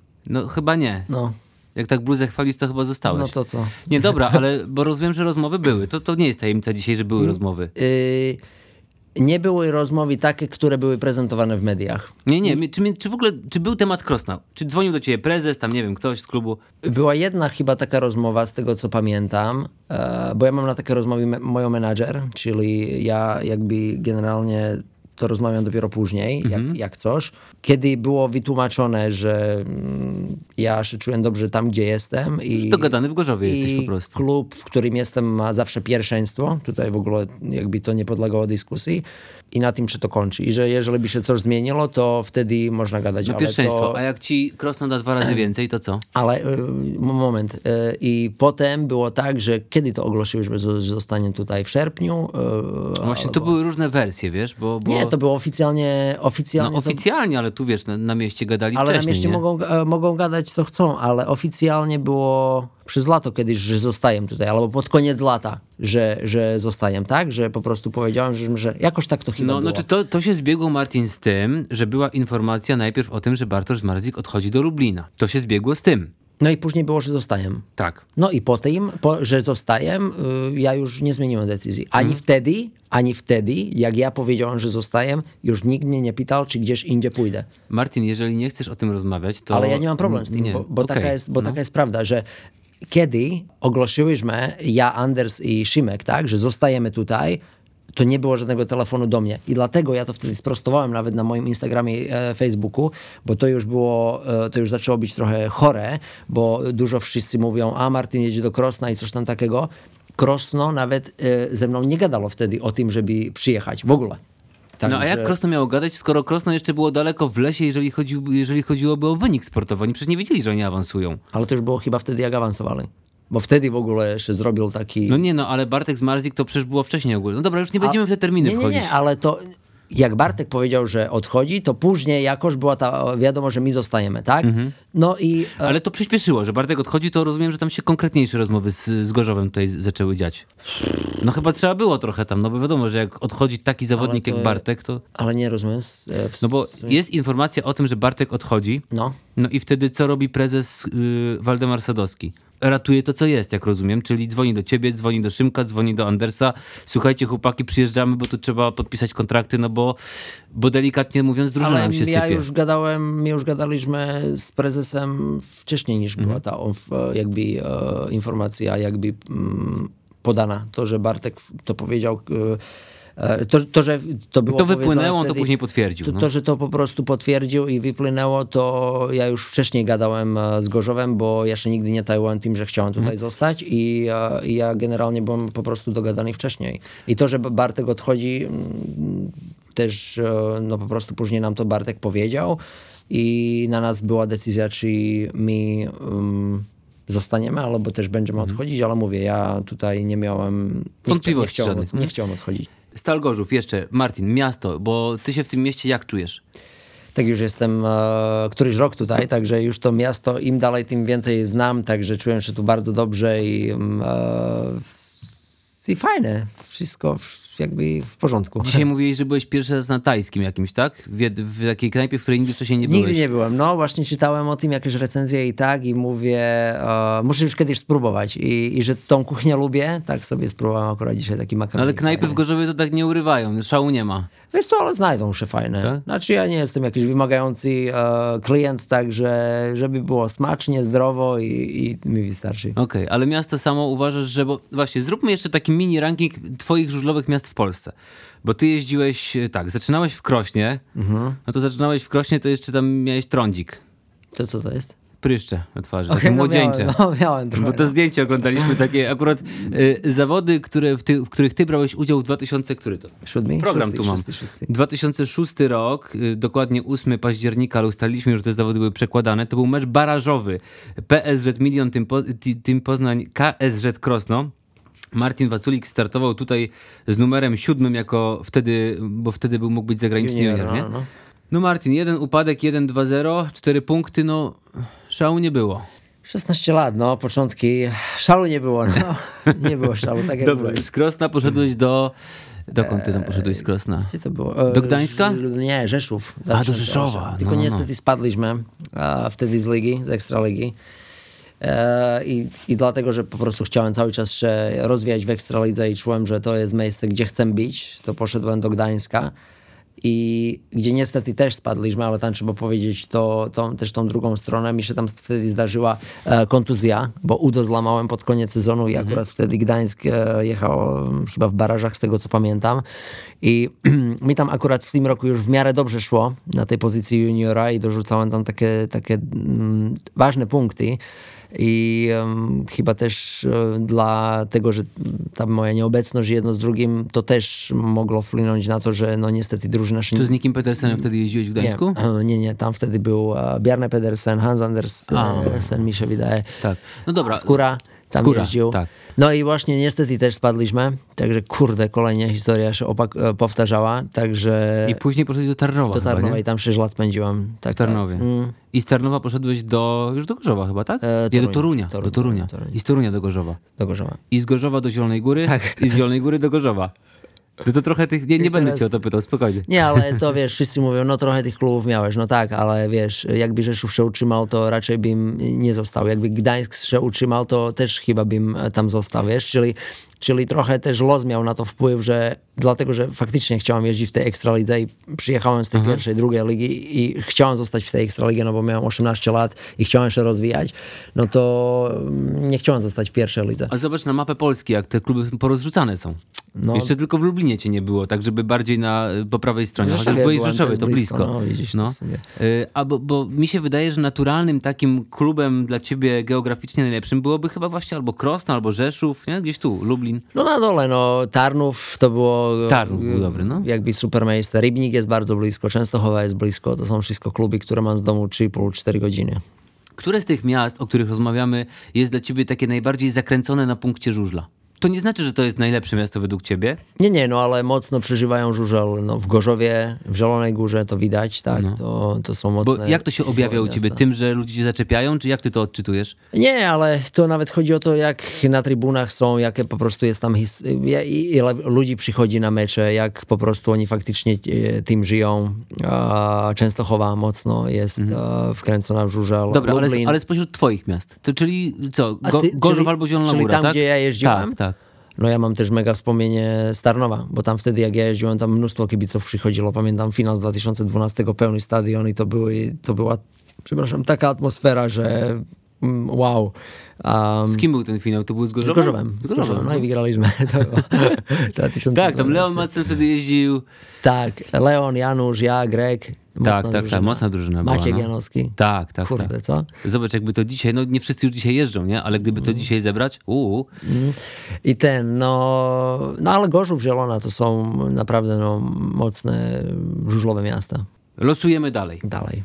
No chyba nie.
No.
Jak tak bluzę chwalisz, to chyba zostałeś.
No to co?
Nie, dobra, ale bo rozumiem, że rozmowy były. To, to nie jest tajemnica dzisiaj, że były rozmowy.
Yy, nie były rozmowy takie, które były prezentowane w mediach.
Nie, nie. Czy, czy w ogóle, czy był temat Krosna? Czy dzwonił do ciebie prezes, tam nie wiem, ktoś z klubu?
Była jedna chyba taka rozmowa, z tego co pamiętam, e, bo ja mam na takie rozmowy me, moją menadżer, czyli ja jakby generalnie to rozmawiam dopiero później,
Mhm.
jak, jak coś. Kiedy było wytłumaczone, że mm, ja się czuję dobrze tam, gdzie jestem. I,
Dogadany w Gorzowie
i
jesteś po prostu.
klub, w którym jestem, ma zawsze pierwszeństwo. Tutaj w ogóle jakby to nie podlegało dyskusji. I na tym się to kończy. I że jeżeli by się coś zmieniło, to wtedy można gadać.
No
ale
pierwszeństwo.
to...
A jak ci Krosno da dwa razy więcej, to co?
Ale y, moment. Y, I potem było tak, że kiedy to ogłosiłeś, że zostanie tutaj w sierpniu? Y,
No właśnie,
albo...
tu były różne wersje, wiesz, bo... bo...
Nie, to było oficjalnie. oficjalnie
No
to...
oficjalnie, ale tu wiesz, na, na mieście gadali
Ale
wcześniej,
na mieście
nie?
mogą, e, mogą gadać co chcą, ale oficjalnie było przez lato kiedyś, że zostaję tutaj, albo pod koniec lata, że, że zostaję, tak? Że po prostu powiedziałem, że, że jakoś tak to chyba
No,
było.
znaczy to, to się zbiegło, Martin, z tym, że była informacja najpierw o tym, że Bartosz Marzik odchodzi do Lublina. To się zbiegło z tym.
No i później było, że zostaję.
Tak.
No i po tym, po, że zostaję, y, ja już nie zmieniłem decyzji. Ani
Mhm.
wtedy, ani wtedy, jak ja powiedziałem, że zostaję, już nikt mnie nie pytał, czy gdzieś indziej pójdę.
Martin, jeżeli nie chcesz o tym rozmawiać, to...
Ale ja nie mam problem z tym,
Nie.
bo, bo,
Okej.
taka, jest, bo
No.
taka jest prawda, że kiedy ogłosiłyśmy, ja, Anders i Szymek, tak, że zostajemy tutaj, to nie było żadnego telefonu do mnie. I dlatego ja to wtedy sprostowałem nawet na moim Instagramie, e, Facebooku, bo to już było, e, to już zaczęło być trochę chore, bo dużo wszyscy mówią, a Martin jedzie do Krosna i coś tam takiego. Krosno nawet e, ze mną nie gadało wtedy o tym, żeby przyjechać w ogóle.
No a
Także-
jak Krosno miało gadać, skoro Krosno jeszcze było daleko w lesie, jeżeli, chodzi, jeżeli chodziłoby o wynik sportowy? Oni przecież nie wiedzieli, że oni awansują.
Ale to już było chyba wtedy, jak awansowali. Bo wtedy w ogóle jeszcze zrobił taki...
No nie, no ale Bartek z Marzik to przecież było wcześniej ogólnie. No dobra, już nie będziemy
A-
w te terminy
nie, nie,
wchodzić.
Nie, ale to jak Bartek powiedział, że odchodzi, to później jakoś była ta wiadomo, że my zostajemy, tak? No i... e,
Ale to przyspieszyło, że Bartek odchodzi, to rozumiem, że tam się konkretniejsze rozmowy z, z Gorzowem tutaj zaczęły dziać. No chyba trzeba było trochę tam, no bo wiadomo, że jak odchodzi taki zawodnik
to-
jak Bartek, to...
Ale nie rozumiem. s- e, w-
No bo jest informacja o tym, że Bartek odchodzi,
No.
no i wtedy co robi prezes yy, Waldemar Sadowski? Ratuje to, co jest, jak rozumiem, czyli dzwoni do ciebie, dzwoni do Szymka, dzwoni do Andersa. Słuchajcie, chłopaki, przyjeżdżamy, bo tu trzeba podpisać kontrakty, no bo, bo delikatnie mówiąc drużyna
Ale
nam się
ja
sypie.
już gadałem, my już gadaliśmy z prezesem wcześniej niż była ta onf- jakby e, informacja jakby mm, podana. To, że Bartek to powiedział... E, to, to, że to było
To
powiedziane
wypłynęło, on to
wtedy,
później potwierdził.
To,
no.
to, że to po prostu potwierdził i wypłynęło, to ja już wcześniej gadałem e, z Gorzowem, bo ja jeszcze nigdy nie tajłem tym, że chciałem tutaj
Mhm.
zostać i, e, i ja generalnie byłem po prostu dogadany wcześniej. I to, że Bartek odchodzi, mm, też e, no po prostu później nam to Bartek powiedział i na nas była decyzja, czy my um, zostaniemy, albo też będziemy odchodzić, ale mówię, ja tutaj nie miałem... Nie, chcia, nie,
Wątpliwości
chciałem,
żadnych,
nie
nie?
chciałem odchodzić.
Stal Gorzów, jeszcze, Martin, miasto, bo ty się w tym mieście jak czujesz?
Tak już jestem e, któryś rok tutaj, także już to miasto im dalej, tym więcej znam, także czuję się tu bardzo dobrze i, mm, e, i fajne. Wszystko w, jakby w porządku.
Dzisiaj mówiłeś, że byłeś pierwszy raz na tajskim jakimś, tak? W, jed- w takiej knajpie, w której nigdy wcześniej nie byłeś.
Nigdy nie byłem. No właśnie czytałem o tym jakieś recenzje i tak i mówię, e, muszę już kiedyś spróbować I, i że tą kuchnię lubię, tak sobie spróbowałem akurat dzisiaj taki
No
makaron.
ale knajpy w Gorzowie to tak nie urywają, szału nie ma.
Wiesz co, ale znajdą się fajne.
Tak?
Znaczy ja nie jestem jakiś wymagający e, klient, także żeby było smacznie, zdrowo i, i mi wystarczy.
Okej, ale miasto samo uważasz, że... Bo właśnie, zróbmy jeszcze taki mini ranking twoich żużlowych miast w Polsce. Bo ty jeździłeś, tak, zaczynałeś w Krośnie,
Mhm.
no to zaczynałeś w Krośnie, to jeszcze tam miałeś Trądzik.
To co to jest?
pryszcze na twarzy,
Okej,
takie
no
młodzieńcze.
Miałem, no miałem trochę.
Bo to zdjęcie oglądaliśmy takie, akurat y, zawody, które w, ty, w których ty brałeś udział w dwa tysiące, który to?
Siódmy?
Program
Szósty,
tu mam.
szósty, szósty.
dwa tysiące szósty rok, y, dokładnie ósmego października, ale ustaliliśmy, że te zawody były przekładane. To był mecz barażowy. P S Z Milion, Team, po, Team Poznań, K S Z Krosno. Martin Waculik startował tutaj z numerem siódmym jako wtedy, bo wtedy był, mógł być zagraniczny
Junior,
junior, nie?
no, no.
No Martin, jeden upadek, jeden dwa zero, cztery punkty, no szału nie było.
szesnaście lat, no, początki. Szalu nie było, no. Nie było szalu, tak jak
Dobra,
mówisz.
z Krosna poszedłeś do... Dokąd ty tam poszedłeś z Krosna?
Gdzie to było? E,
Do Gdańska?
Ż- Nie, Rzeszów.
A, do Rzeszowa.
Tylko
No, no.
niestety spadliśmy a, wtedy z ligi, z Ekstraligi. E, i, I dlatego, że po prostu chciałem cały czas się rozwijać w Ekstralidze i czułem, że to jest miejsce, gdzie chcę być, to poszedłem do Gdańska. I gdzie niestety też spadliśmy, ale tam trzeba powiedzieć to, to, też tą drugą stronę. Mi się tam wtedy zdarzyła e, kontuzja, bo udo złamałem pod koniec sezonu i akurat mhm. wtedy Gdańsk e, jechał e, chyba w barażach, z tego co pamiętam. I mi tam akurat w tym roku już w miarę dobrze szło na tej pozycji juniora i dorzucałem tam takie, takie mm, ważne punkty. I um, chyba też um, dla tego, że ta moja nieobecność jedno z drugim, to też mogło wpłynąć na to, że no niestety drużyna się...
To z Nikim Pedersenem wtedy jeździłeś w Gdańsku?
Nie, nie, nie, tam wtedy był uh, Bjarne Pedersen, Hans Andersen, mi się wydaje.
Tak, no dobra.
Skóra tam
Skóra,
jeździł.
tak.
No i właśnie niestety też spadliśmy, także kurde, kolejna historia się opak- powtarzała, także...
I później poszedłeś do Tarnowa
do
chyba,
Tarnowa
nie?
i tam sześć lat spędziłem. Tak,
W Tarnowie.
Tak. Mm.
I z Tarnowa poszedłeś do, już do Gorzowa chyba, tak?
E,
Nie, do
Toruń,
Torunia.
Toruń,
do Torunia.
Toruń.
I z Torunia do Gorzowa.
Do Gorzowa.
I z Gorzowa do Zielonej Góry.
Tak.
I z Zielonej Góry do Gorzowa. To, to trochę tych, nie, nie
I
będę
teraz-
cię o to pytał, spokojnie.
Nie, ale to wiesz, wszyscy mówią, no trochę tych klubów miałeś, no tak, ale wiesz, jakby Rzeszów się utrzymał, to raczej bym nie został. Jakby Gdańsk się utrzymał, to też chyba bym tam został, wiesz, czyli, czyli trochę też los miał na to wpływ, że dlatego, że faktycznie chciałem jeździć w tej Ekstralidze i przyjechałem z tej
Aha.
pierwszej, drugiej ligi i chciałem zostać w tej Ekstralidze, no bo miałem osiemnaście lat i chciałem się rozwijać, no to nie chciałem zostać w pierwszej lidze.
A zobacz na mapę Polski, jak te kluby porozrzucane są.
No,
Jeszcze tylko w Lublinie cię nie było, tak żeby bardziej na, po prawej stronie.
W
Chociaż
Rzeszowie
byłeś w
byłem,
Rzeszowie,
to
to
jest
blisko.
blisko, no, widzisz, to w sumie.
Y, A bo, bo mi się wydaje, że naturalnym takim klubem dla ciebie geograficznie najlepszym byłoby chyba właśnie albo Krosno, albo Rzeszów, nie? Gdzieś tu, Lublin.
No na dole, no Tarnów to było...
Tarnów był dobry, no.
Jakby super miejsce. Rybnik jest bardzo blisko, Częstochowa jest blisko. To są wszystko kluby, które mam z domu trzy i pół do czterech godziny.
Które z tych miast, o których rozmawiamy, jest dla ciebie takie najbardziej zakręcone na punkcie żużla? To nie znaczy, że to jest najlepsze miasto według ciebie.
Nie, nie, no ale mocno przeżywają żużel. No, w Gorzowie, w Zielonej Górze to widać, tak?
No.
To, to są mocne
Bo jak to się
żużlowe
objawia u ciebie?
miasta.
Tym, że ludzie cię zaczepiają, czy jak ty to odczytujesz?
Nie, ale to nawet chodzi o to, jak na trybunach są, jakie po prostu jest tam, his- ile ludzi przychodzi na mecze, jak po prostu oni faktycznie e, tym żyją. E, Częstochowa mocno jest e, wkręcona w żużel.
Dobra, ale,
Lublin.
ale spośród twoich miast. To czyli co?
A
Go,
ty-
Gorzów
czyli-
albo Zielona
czyli
Góra,
tam,
tak?
gdzie ja jeździłem?
Tak, tak.
No ja mam też mega wspomnienie z Tarnowa, bo tam wtedy jak ja jeździłem, tam mnóstwo kibiców przychodziło. Pamiętam finał z dwa tysiące dwunastego, pełny stadion i to, były, to była, przepraszam, taka atmosfera, że mm, wow. Um,
Z kim był ten finał? To był z
z
Gorzowem?
Gorzowem. Z Gorzowem, no i
no.
wygraliśmy. To było dwa tysiące
Tak, tam Leon
dwanaście.
Madsen wtedy jeździł.
Tak, Leon, Janusz, ja, Greg. Mocna
Tak, tak, tak,
drużyna.
mocna drużyna była,
Maciek
no.
Janowski.
Tak, tak,
Kurde,
tak.
co?
Zobacz, jakby to dzisiaj, no nie wszyscy już dzisiaj jeżdżą, nie? Ale gdyby to dzisiaj zebrać, uuu.
I ten, no, no ale Gorzów, Zielona to są naprawdę no, mocne żużlowe miasta.
Losujemy dalej.
Dalej.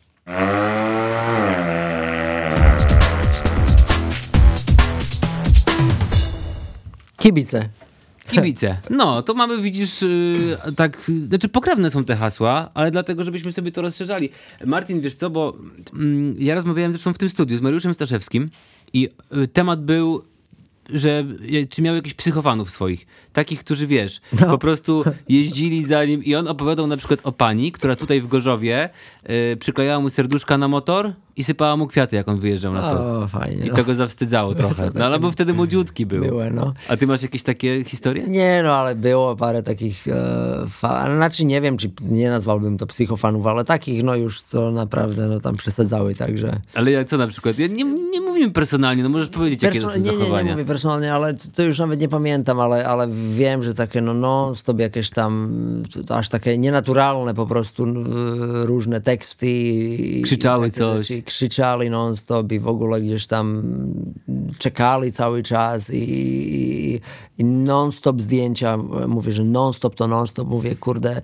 Kibice.
Kibice. No, to mamy, widzisz, yy, tak, znaczy pokrewne są te hasła, ale dlatego, żebyśmy sobie to rozszerzali. Martin, wiesz co, bo mm, ja rozmawiałem zresztą w tym studiu z Mariuszem Staszewskim i y, temat był, że y, czy miał jakichś psychofanów swoich, takich, którzy, wiesz,
No.
po prostu jeździli za nim i on opowiadał na przykład o pani, która tutaj w Gorzowie y, przyklejała mu serduszka na motor i sypała mu kwiaty, jak on wyjeżdżał na to.
O, fajnie.
I
No.
to go zawstydzało trochę. No ale bo wtedy młodziutki był.
Były, no.
A ty masz jakieś takie historie?
Nie, no ale było parę takich, e, fa- znaczy nie wiem, czy nie nazwałbym to psychofanów, ale takich, no już co naprawdę, no tam przesadzały, także...
Ale jak co na przykład? Ja nie, nie mówimy personalnie, no możesz powiedzieć, jakie to
Perso-
są
nie, nie, nie
zachowania.
mówię personalnie, ale to już nawet nie pamiętam, ale, ale wiem, że takie no non-stop jakieś tam, to aż takie nienaturalne po prostu różne teksty. I,
Krzyczały
i
coś.
Rzeczy, krzyczali non-stop i w ogóle gdzieś tam czekali cały czas i, i, i non-stop zdjęcia. Mówię, że non-stop to non-stop. Mówię, kurde,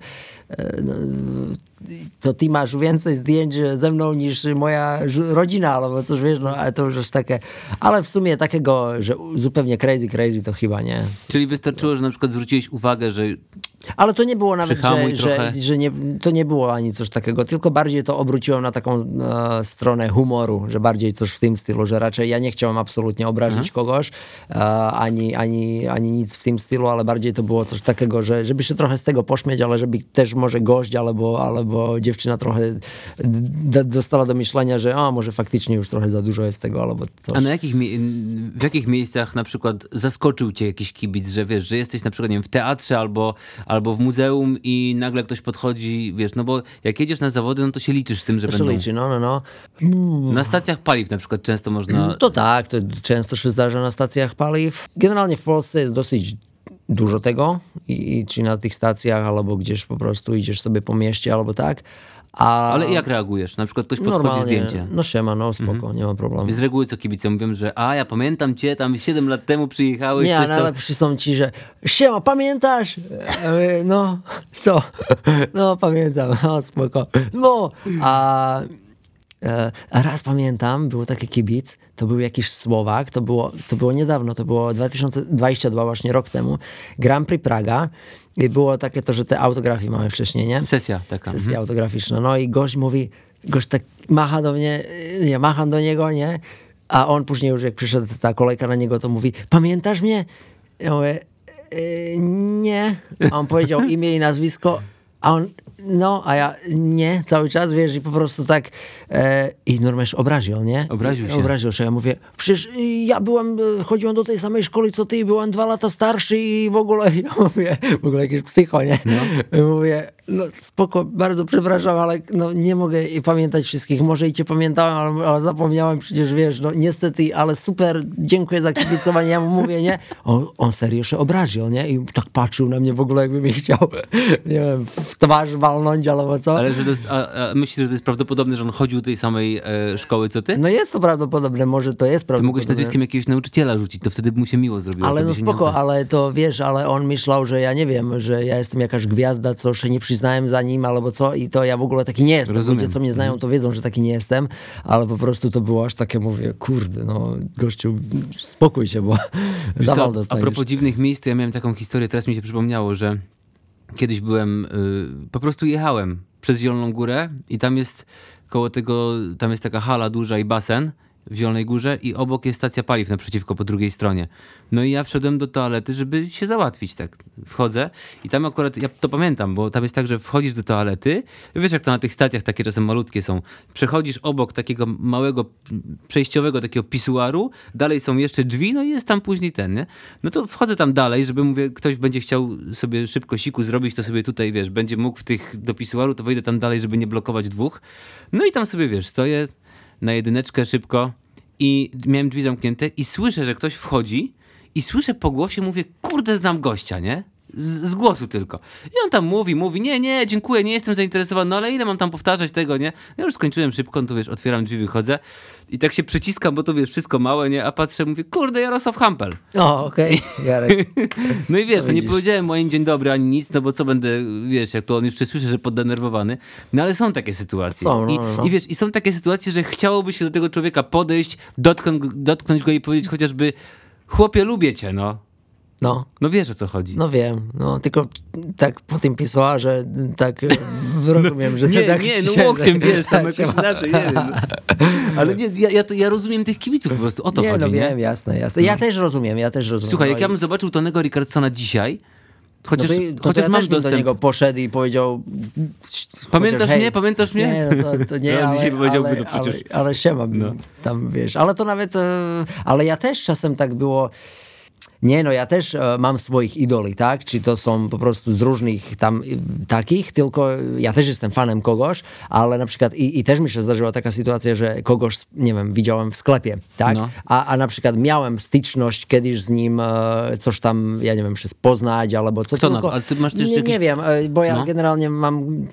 to ty masz więcej zdjęć ze mną niż moja rodzina, albo coś, wiesz, no ale to już jest takie, ale w sumie takiego, że zupełnie crazy, crazy to chyba nie. Coś
Czyli wystarczyło, że na przykład zwróciłeś uwagę, że
ale to nie było nawet,
Przyhamuj
że, że,
trochę.
że nie, to nie było ani coś takiego, tylko bardziej to obróciłem na taką e, stronę humoru, że bardziej coś w tym stylu, że raczej ja nie chciałem absolutnie obrazić
Mhm.
kogoś, e, ani, ani, ani nic w tym stylu, ale bardziej to było coś takiego, że żeby się trochę z tego pośmiać, ale żeby też może gość albo, albo dziewczyna trochę d- dostała do myślenia, że a może faktycznie już trochę za dużo jest tego, albo coś.
A na jakich, mie- w jakich miejscach na przykład zaskoczył cię jakiś kibic, że wiesz, że jesteś na przykład, nie wiem, w teatrze albo, albo w muzeum i nagle ktoś podchodzi, wiesz, no bo jak jedziesz na zawody, no to się liczysz z tym, że
To się
będą...
liczy, no, no, no.
Na stacjach paliw na przykład często można...
To tak, to często się zdarza na stacjach paliw. Generalnie w Polsce jest dosyć dużo tego, i, i czy na tych stacjach, albo gdzieś po prostu idziesz sobie po mieście, albo tak. A
Ale jak reagujesz? Na przykład ktoś podchodzi
normalnie,
zdjęcie.
no siema, no spoko,
Mhm.
nie ma problemu.
Z reguły co kibice mówią, że a ja pamiętam cię, tam siedem lat temu przyjechałeś.
Nie,
coś tam...
najlepsi są ci, że siema, pamiętasz? E, No, co? No, pamiętam, no spoko. No, a... A raz pamiętam, był taki kibic, to był jakiś Słowak, to było, to było niedawno, to było dwa tysiące dwudziesty drugi, właśnie rok temu, Grand Prix Praga i było takie to, że te autografy mamy wcześniej, nie?
Sesja taka.
Sesja
Mhm.
autograficzna, no i gość mówi, gość tak macha do mnie, ja macham do niego, nie? A on później już jak przyszedł ta kolejka na niego, to mówi, pamiętasz mnie? Ja mówię, "Yy, nie. A on powiedział imię i nazwisko, a on, no, a ja nie, cały czas, wiesz, i po prostu tak e, i normalnie się obraził, nie?
Obraził się.
Obraził się. Ja mówię, przecież y, ja byłem, y, chodziłem do tej samej szkoły, co ty, byłem dwa lata starszy i w ogóle, ja mówię, w ogóle jakieś psycho, nie? No. Mówię, no spoko, bardzo przepraszam, ale no, nie mogę pamiętać wszystkich. Może i cię pamiętałem, ale, ale zapomniałem przecież, wiesz, no niestety, ale super, dziękuję za kibicowanie. Ja mu mówię, nie? On, on serio się obraził, nie? I tak patrzył na mnie w ogóle, jakby mnie chciał, nie wiem, w twarz walnąć albo co.
Ale że to jest, a, a myślisz, że to jest prawdopodobne, że on chodził do tej samej e, szkoły co ty?
No jest to prawdopodobne, może to jest
To
prawdopodobne.
mogłeś nazwiskiem jakiegoś nauczyciela rzucić, to wtedy by mu się miło zrobiło.
Ale
to by
no
się
spoko,
nie...
ale to wiesz, ale on myślał, że ja nie wiem, że ja jestem jakaś gwiazda, co się nie przyznałem za nim albo co i to ja w ogóle taki nie jestem.
Rozumiem.
Ludzie, co mnie znają, to wiedzą, że taki nie jestem, ale po prostu to było aż takie, mówię, kurde, no gościu, spokój się, bo
Wiesz
zawal
co, a
dostaniesz.
propos dziwnych miejsc, to ja miałem taką historię, teraz mi się przypomniało, że kiedyś byłem, y, po prostu jechałem przez Zieloną Górę i tam jest koło tego, tam jest taka hala duża i basen w Zielonej Górze i obok jest stacja paliw naprzeciwko po drugiej stronie. No i ja wszedłem do toalety, żeby się załatwić, tak. Wchodzę i tam akurat, ja to pamiętam, bo tam jest tak, że wchodzisz do toalety, wiesz jak to na tych stacjach takie czasem malutkie są, przechodzisz obok takiego małego, przejściowego takiego pisuaru, dalej są jeszcze drzwi, no i jest tam później ten, nie? No to wchodzę tam dalej, żeby, mówię, ktoś będzie chciał sobie szybko siku zrobić, to sobie tutaj, wiesz, będzie mógł w tych do pisuaru, to wejdę tam dalej, żeby nie blokować dwóch. No i tam sobie, wiesz, stoję na jedyneczkę szybko i miałem drzwi zamknięte i słyszę, że ktoś wchodzi i słyszę po głosie, mówię, kurde, znam gościa, nie? Z, z głosu tylko. I on tam mówi, mówi, nie, nie, dziękuję, nie jestem zainteresowany, no ale ile mam tam powtarzać tego, nie? Ja już skończyłem szybko, no to wiesz, otwieram drzwi, wychodzę i tak się przyciskam, bo to wiesz, wszystko małe, nie? A patrzę, mówię, kurde, Jarosław Hampel.
O, okej, Jarek.
No i wiesz,
To
to nie
widzisz.
powiedziałem moim dzień dobry ani nic, no bo co będę, wiesz, jak to on jeszcze słyszy, że poddenerwowany. No ale są takie sytuacje.
Są, no,
I,
no, no.
I wiesz, i są takie sytuacje, że chciałoby się do tego człowieka podejść, dotknąć, dotknąć go i powiedzieć chociażby, chłopie, lubię cię, no.
No.
No wiesz, o co chodzi.
No wiem, no tylko tak po tym pisuarze tak e, rozumiem, że
nie,
ty tak
nie, no
się-
łokciem, wiesz, tam
tak,
jakoś inaczej, nie wiem. No. Ale nie, ja, ja, to, ja rozumiem tych kibiców po prostu, o to
nie,
chodzi,
no
nie?
wiem, jasne, jasne. Ja też rozumiem, ja też rozumiem.
Słuchaj,
no
jak
i-
ja bym zobaczył Tonego Richardsona dzisiaj, chociaż,
no to, no
chociaż
to ja
mam
też bym
dostęp...
do niego poszedł i powiedział...
Pamiętasz
chociaż, hej,
mnie? Pamiętasz mnie?
Nie, no to, to nie,
No, on
ale,
dzisiaj powiedziałby,
ale,
no przecież-
ale, ale siema,
No.
tam wiesz. Ale to nawet... e, Ale ja też czasem tak było... Nie, no ja też e, mam swoich idoli, tak? Czy to są po prostu z różnych tam e, takich, tylko ja też jestem fanem kogoś, ale na przykład i, i też mi się zdarzyła taka sytuacja, że kogoś, nie wiem, widziałem w sklepie, tak?
No.
A, a na przykład miałem styczność kiedyś z nim e, coś tam, ja nie wiem, się poznać albo co
Kto
tylko.
na- ale ty masz też
nie,
jakieś-
nie wiem, e, bo ja
No.
generalnie mam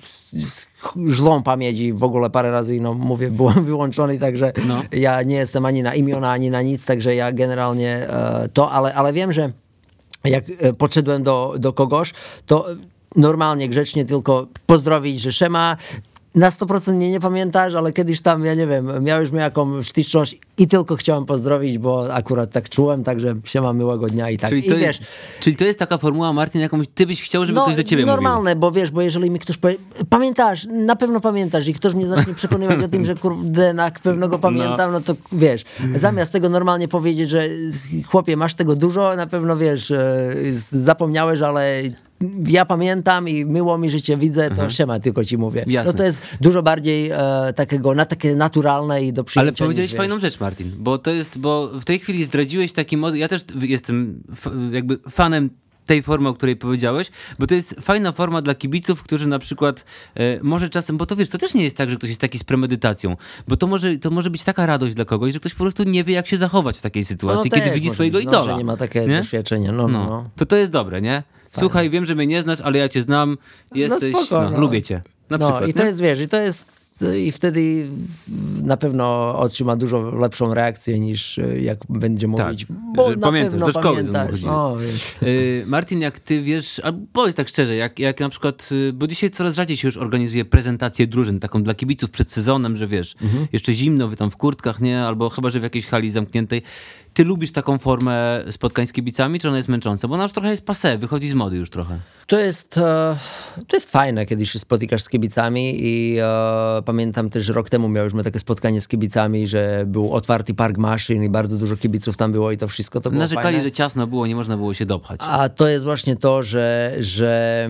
złą pamięć i w ogóle parę razy, no mówię, byłem wyłączony, także
No.
ja nie jestem ani na imiona, ani na nic, także ja generalnie e, to, ale, ale wiem, że jak e, podszedłem do, do kogoś, to normalnie, grzecznie tylko pozdrowić, że szema, na sto procent mnie nie pamiętasz, ale kiedyś tam, ja nie wiem, miałeś mi jakąś styczność i tylko chciałem pozdrowić, bo akurat tak czułem, także siema, miłego dnia i tak.
Czyli
I
to,
wiesz,
jest, czyli to jest taka formuła, Martin, jakąś ty byś chciał, żeby
no,
ktoś do ciebie mówił.
normalne, bo wiesz, bo jeżeli mi ktoś powie, pamiętasz, na pewno pamiętasz i ktoś mnie zacznie przekonywać o tym, że kurde, na pewno go pamiętam, no to wiesz, zamiast tego normalnie powiedzieć, że chłopie, masz tego dużo, na pewno wiesz, e, zapomniałeś, ale ja pamiętam i miło mi, że cię widzę, to siema, tylko ci mówię.
Jasne.
No to jest dużo bardziej e, takiego, na takie naturalne i do przyjęcia.
Ale powiedziałeś
niż,
fajną
wiesz.
rzecz, Martin, bo to jest, bo w tej chwili zdradziłeś taki mod. Ja też jestem f- jakby fanem tej formy, o której powiedziałeś, bo to jest fajna forma dla kibiców, którzy na przykład e, może czasem, bo to wiesz, to też nie jest tak, że ktoś jest taki z premedytacją, bo to może, to może być taka radość dla kogoś, że ktoś po prostu nie wie, jak się zachować w takiej sytuacji,
No
kiedy
też
widzi
może
swojego
być, no,
idola.
że nie ma takie
Nie?
doświadczenia. No, no,
No,
no.
to to jest dobre, nie? Słuchaj, wiem, że mnie nie znasz, ale ja cię znam, jesteś, no,
spoko, no.
lubię cię. Na
no
przykład,
i to
nie?
jest, wiesz, i to jest i wtedy na pewno otrzyma dużo lepszą reakcję niż e, jak będzie mówić, bo
że
na
pamiętasz,
pewno
do szkoły ze mną
pamiętasz.
chodziłeś.
No, wiesz.
Y, Martin, jak ty wiesz, albo powiedz tak szczerze, jak, jak na przykład, y, bo dzisiaj coraz rzadziej się już organizuje prezentację drużyn, taką dla kibiców przed sezonem, że wiesz,
Mhm.
jeszcze zimno, wy tam w kurtkach, nie? Albo chyba, że w jakiejś hali zamkniętej. Ty lubisz taką formę spotkań z kibicami, czy ona jest męcząca? Bo ona już trochę jest passé, wychodzi z mody już trochę.
To jest, e, to jest fajne, kiedy się spotykasz z kibicami i e, pamiętam też rok temu miałyśmy takie spotkanie z kibicami, że był otwarty park maszyn i bardzo dużo kibiców tam było i to wszystko to było
Narzekali,
fajne.
że ciasno było, nie można było się dopchać.
A to jest właśnie to, że, że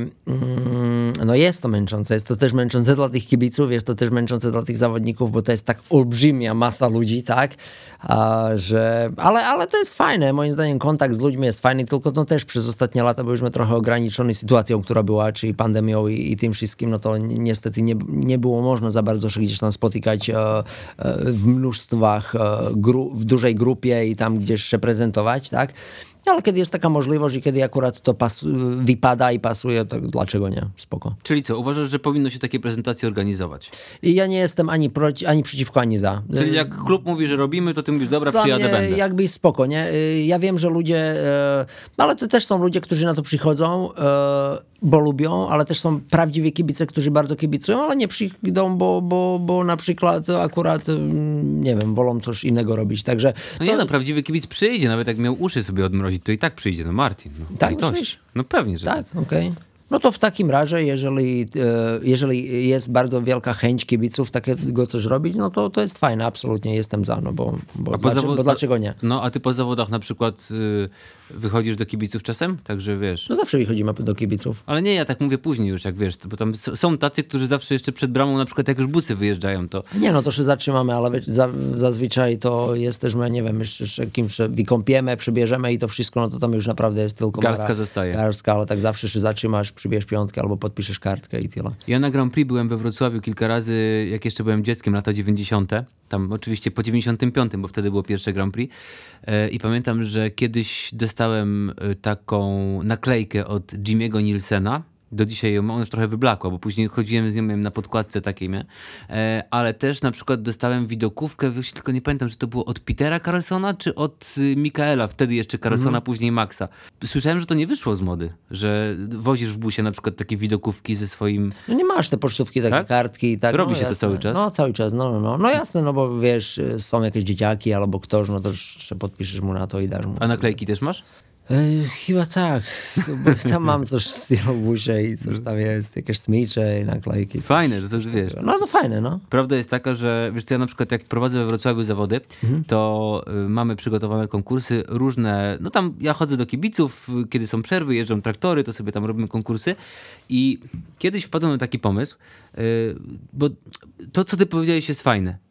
mm, no jest to męczące. Jest to też męczące dla tych kibiców, jest to też męczące dla tych zawodników, bo to jest tak olbrzymia masa ludzi, tak? A, że, ale, ale to jest fajne. Moim zdaniem kontakt z ludźmi jest fajny, tylko no też przez ostatnie lata byliśmy trochę ograniczeni sytuacją, która była, czyli pandemią i, i tym wszystkim, no to ni- niestety nie, nie było można za bardzo się gdzieś tam spotykać e, e, w mnóstwach, e, gru, w dużej grupie i tam gdzieś się prezentować, tak? Ale kiedy jest taka możliwość i kiedy akurat to pas, wypada i pasuje, to dlaczego nie? Spoko.
Czyli co, uważasz, że powinno się takie prezentacje organizować?
I ja nie jestem ani, proci, ani przeciwko, ani za.
Czyli jak klub mówi, że robimy, to ty mówisz, dobra,
Dla
przyjadę,
mnie
będę.
jakby spoko, nie? Y, Ja wiem, że ludzie, y, ale to też są ludzie, którzy na to przychodzą, y, bo lubią, ale też są prawdziwi kibice, którzy bardzo kibicują, ale nie przyjdą, bo, bo, bo na przykład akurat, y, nie wiem, wolą coś innego robić, także...
No nie, no prawdziwy kibic przyjdzie, nawet jak miał uszy sobie odmrozić, to i tak przyjdzie, no Martin. No,
Tak,
litość.
myślisz?
No pewnie, że
Tak, okej. No to w takim razie, jeżeli, e, jeżeli jest bardzo wielka chęć kibiców takiego coś robić, no to, to jest fajne, absolutnie jestem za, no bo, bo,
A po
dlaczego,
zawod-
bo dlaczego nie?
No, a ty po zawodach na przykład y, wychodzisz do kibiców czasem? Także wiesz.
No zawsze wychodzimy do kibiców.
Ale nie, ja tak mówię później już, jak wiesz, bo tam s- są tacy, którzy zawsze jeszcze przed bramą, na przykład jak już busy wyjeżdżają, to
Nie, no to się zatrzymamy, ale wiecie, za, zazwyczaj to jesteśmy, nie wiem, jeszcze jeszcze kimś się wykąpiemy, przybierzemy i to wszystko, no to tam już naprawdę jest tylko
Garstka
mara,
zostaje.
Garstka, ale tak zawsze się zatrzymasz, przybierz piątkę albo podpiszesz kartkę i tyle.
ja na Grand Prix byłem we Wrocławiu kilka razy, jak jeszcze byłem dzieckiem, lata dziewięćdziesiąte. Tam oczywiście po dziewięćdziesiątym piątym, bo wtedy było pierwsze Grand Prix. E, I pamiętam, że kiedyś dostałem e, taką naklejkę od Jimmy'ego Nielsena. Do dzisiaj ją mam, ona już trochę wyblakła, bo później chodziłem z nią miałem na podkładce takiej, nie? E, ale też na przykład dostałem widokówkę, właśnie tylko nie pamiętam, czy to było od Petera Carlsona, czy od y, Mikaela, wtedy jeszcze Carlsona,
Mhm.
później Maxa. Słyszałem, że to nie wyszło z mody, że wozisz w busie na przykład takie widokówki ze swoim...
No nie masz te pocztówki, takie
Tak?
kartki i tak.
Robi
no,
się to
jasne.
cały czas?
No cały czas, no, no, no. No jasne, no bo wiesz, są jakieś dzieciaki albo ktoś, no to jeszcze podpiszesz mu na to i dasz mu.
A naklejki też masz?
Ej, chyba tak, bo tam mam coś w stylu busie i coś tam jest, jakieś smycze i naklejki.
Fajne, że to jest, wiesz...
No, no fajne, no.
Prawda jest taka, że wiesz co, ja na przykład jak prowadzę we Wrocławiu zawody,
Mhm.
to y, mamy przygotowane konkursy różne, no tam ja chodzę do kibiców, y, kiedy są przerwy, jeżdżą traktory, to sobie tam robimy konkursy i kiedyś wpadłem na taki pomysł, y, bo to co ty powiedziałeś jest fajne.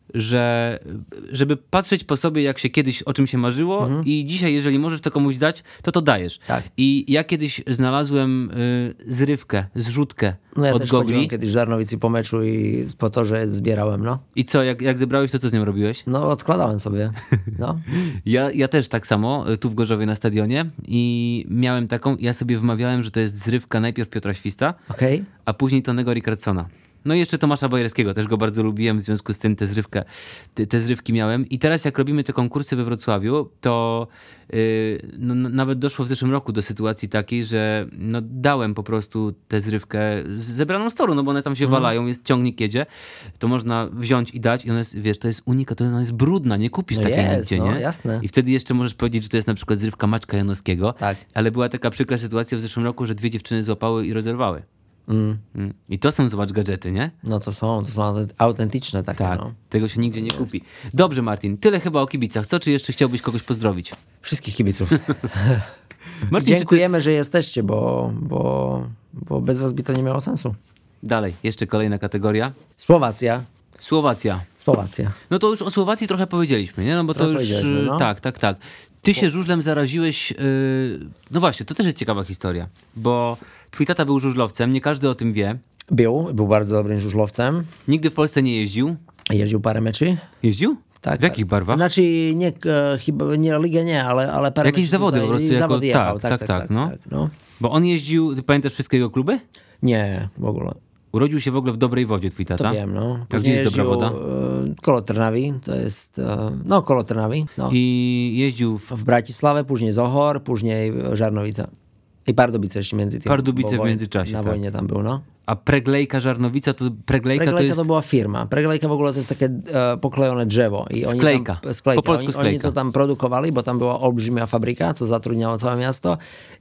że żeby patrzeć po sobie, jak się kiedyś o czym się marzyło mhm. i dzisiaj, jeżeli możesz to komuś dać, to to dajesz.
Tak.
I ja kiedyś znalazłem y, zrywkę, zrzutkę
No ja
od
też
gogli.
chodziłem kiedyś w Żarnowicy po meczu i po to, że zbierałem, no.
I co, jak, jak zebrałeś, to co z nią robiłeś?
No odkładałem sobie, no.
Ja, ja też tak samo, y, tu w Gorzowie na stadionie i miałem taką, ja sobie wmawiałem, że to jest zrywka najpierw Piotra Śwista,
Okej.
a później Tonego Rickardsona. No i jeszcze Tomasza Bajerskiego, też go bardzo lubiłem, w związku z tym tę zrywkę, te, te zrywki miałem. I teraz jak robimy te konkursy we Wrocławiu, to yy, no, nawet doszło w zeszłym roku do sytuacji takiej, że no, dałem po prostu tę zrywkę z zebraną z toru, no bo one tam się
Mhm.
walają, jest ciągnik jedzie, to można wziąć i dać i ona jest, wiesz, to jest unika, to ona jest brudna, nie kupisz
No
takiej
jest,
nigdzie,
no,
nie?
jasne.
I wtedy jeszcze możesz powiedzieć, że to jest na przykład zrywka Maćka Janowskiego,
Tak.
ale była taka przykra sytuacja w zeszłym roku, że dwie dziewczyny złapały i rozerwały.
Mm.
Mm. I to są, zobacz, gadżety, nie?
No to są, to są autentyczne takie,
Tak,
no.
tego się nigdzie nie kupi. Dobrze, Martin, tyle chyba o kibicach. Co, czy jeszcze chciałbyś kogoś pozdrowić?
Wszystkich kibiców.
Martin,
Dziękujemy, że jesteście, bo, bo, bo bez was by to nie miało sensu.
Ty... Dalej, jeszcze kolejna kategoria.
Słowacja.
Słowacja.
Słowacja.
No to już o Słowacji trochę powiedzieliśmy, nie? No bo
Trochę
to już...
powiedzieliśmy, no.
Tak, tak, tak. Ty się żużlem zaraziłeś... Yy... No właśnie, to też jest ciekawa historia, bo twój tata był żużlowcem, nie każdy o tym wie.
Był, był bardzo dobrym żużlowcem.
Nigdy w Polsce nie jeździł.
Jeździł parę meczy.
Jeździł?
Tak.
W jakich barwach?
Znaczy, nie, e, chyba, nie ligę nie, ale, ale parę
Jakieś
meczów
zawody
tutaj,
po prostu jako-
zawody jechał.
tak, tak, tak, no.
no.
Bo on jeździł... Ty pamiętasz wszystkie jego kluby?
Nie, w ogóle.
Urodził się w ogóle w dobrej wodzie twój tata.
To wiem, no.
A gdzie jest dobra woda?
e, koło Trnawi, to jest, e, no koło Trnawi, no.
I jeździł w
W Bratisławie, później Zohor, później Żarnowica. I Pardubice jeszcze między tym.
Pardubice
bo
w międzyczasie,
Na
tak.
wojnie tam był, no.
A Preglejka Żarnowica to Preglejka,
Preglejka
to jest
to była firma. Preglejka w ogóle to jest takie e, poklejone drzewo. I oni
Sklejka.
Tam, sklejka.
Po polsku
oni,
sklejka.
oni to tam produkowali, bo tam była olbrzymia fabryka, co zatrudniało całe miasto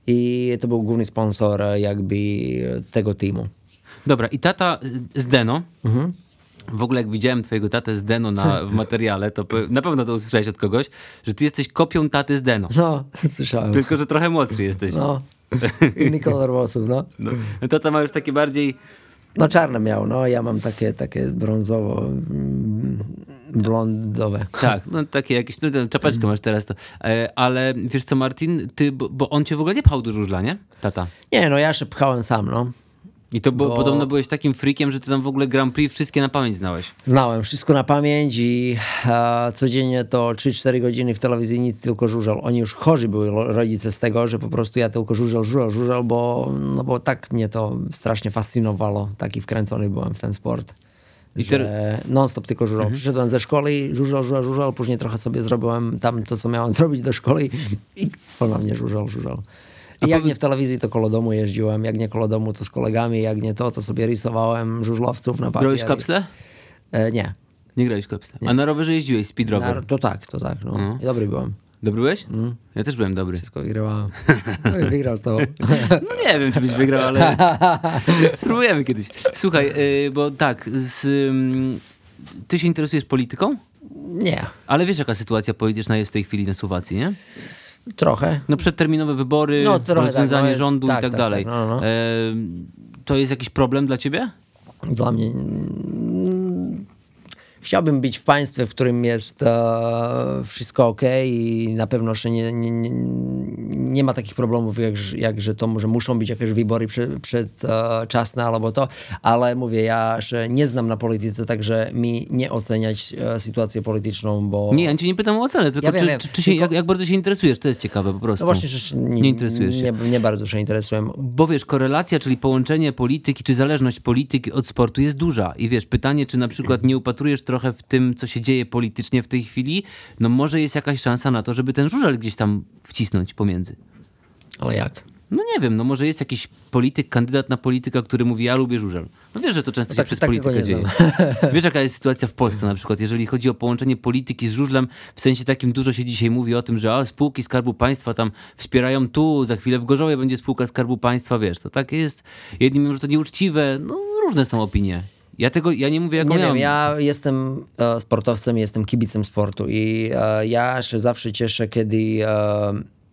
i to był główny sponsor e, jakby tego teamu.
Dobra, i tata y, Zdeno.
Mhm.
W ogóle jak widziałem twojego tatę Zdeno na, w materiale, to pe- na pewno to usłyszałeś od kogoś, że ty jesteś kopią taty Zdeno.
No, słyszałem.
Tylko, że trochę młodszy jesteś.
No, inny kolor włosów, no.
No. Tata ma już takie bardziej...
No czarne miał, no ja mam takie, takie brązowo, mm, blondowe.
Tak, no takie jakieś, no tę czapeczkę masz teraz to. E, ale wiesz co, Martin, ty, bo, bo on cię w ogóle nie pchał do żużla, nie? Tata.
Nie, no ja się pchałem sam, no.
I to bo...
Bo-
podobno byłeś takim freakiem, że ty tam w ogóle Grand Prix wszystkie na pamięć znałeś.
Znałem wszystko na pamięć i e, codziennie to trzy cztery godziny w telewizji nic, tylko żużel. Oni już chorzy były ro- rodzice z tego, że po prostu ja tylko żużel, żużel, żużel, bo, no bo tak mnie to strasznie fascynowało. Taki wkręcony byłem w ten sport.
I
że
ter-
non-stop tylko żużel.
Mhm.
Przyszedłem ze szkoły, żużel, żużel, żużel, później trochę sobie zrobiłem tam to, co miałem zrobić do szkoły i ponownie żużel, żużel. I
A
jak
powie-
nie w telewizji, to koło domu jeździłem, jak nie koło domu, to z kolegami, jak nie to, to sobie rysowałem żużlowców na papier.
Grałeś kapsle?
E, nie.
Nie grałeś kapsle. A na rowerze jeździłeś, speed rower.
Na, to tak, to tak. No.
Mhm.
I dobry byłem.
Dobry byłeś? Ja też byłem dobry.
Wszystko wygrywałem. No i wygrał z tobą.
No nie wiem, czy byś wygrał, ale spróbujemy kiedyś. Słuchaj, y, bo tak, z, ym, ty się interesujesz polityką?
Nie.
Ale wiesz, jaka sytuacja polityczna jest w tej chwili na Słowacji, nie?
Trochę.
No przedterminowe wybory,
No, trochę
rozwiązanie
tak, no,
rządu
tak,
i tak
tak,
dalej.
tak, no, no.
E, to jest jakiś problem dla ciebie?
Dla mnie... mm, Chciałbym być w państwie, w którym jest e, wszystko ok i na pewno że nie, nie, nie, nie ma takich problemów, jak, jak że to że muszą być jakieś wybory przed, przedczasne albo to, ale mówię, ja że nie znam na polityce, także mi nie oceniać e, sytuację polityczną, bo...
Nie, ja cię nie pytam o ocenę, tylko
Ja wiem,
czy,
wiem.
czy, czy się,
Tylko-
jak, jak bardzo się interesujesz, to jest ciekawe po prostu.
No właśnie, że nie,
Nie interesujesz się.
Nie, nie bardzo się interesuję.
Bo wiesz, korelacja, czyli połączenie polityki, czy zależność polityki od sportu jest duża. I wiesz, pytanie, czy na przykład nie upatrujesz trochę w tym, co się dzieje politycznie w tej chwili, no może jest jakaś szansa na to, żeby ten żużel gdzieś tam wcisnąć pomiędzy.
Ale jak?
No nie wiem, no może jest jakiś polityk, kandydat na polityka, który mówi, ja lubię żużel. No wiesz, że to często
No
się
tak-
przez
takiego
politykę
nie
dzieje. Wiesz, jaka jest sytuacja w Polsce na przykład, jeżeli chodzi o połączenie polityki z żużlem, w sensie takim dużo się dzisiaj mówi o tym, że a, spółki Skarbu Państwa tam wspierają tu, za chwilę w Gorzowie będzie spółka Skarbu Państwa, wiesz, to tak jest. Jedni mówią, że to nieuczciwe, no różne są opinie. Ja tego, ja nie mówię, jaką
Nie
miałem.
wiem, ja jestem e, sportowcem, jestem kibicem sportu i e, ja się zawsze cieszę, kiedy e,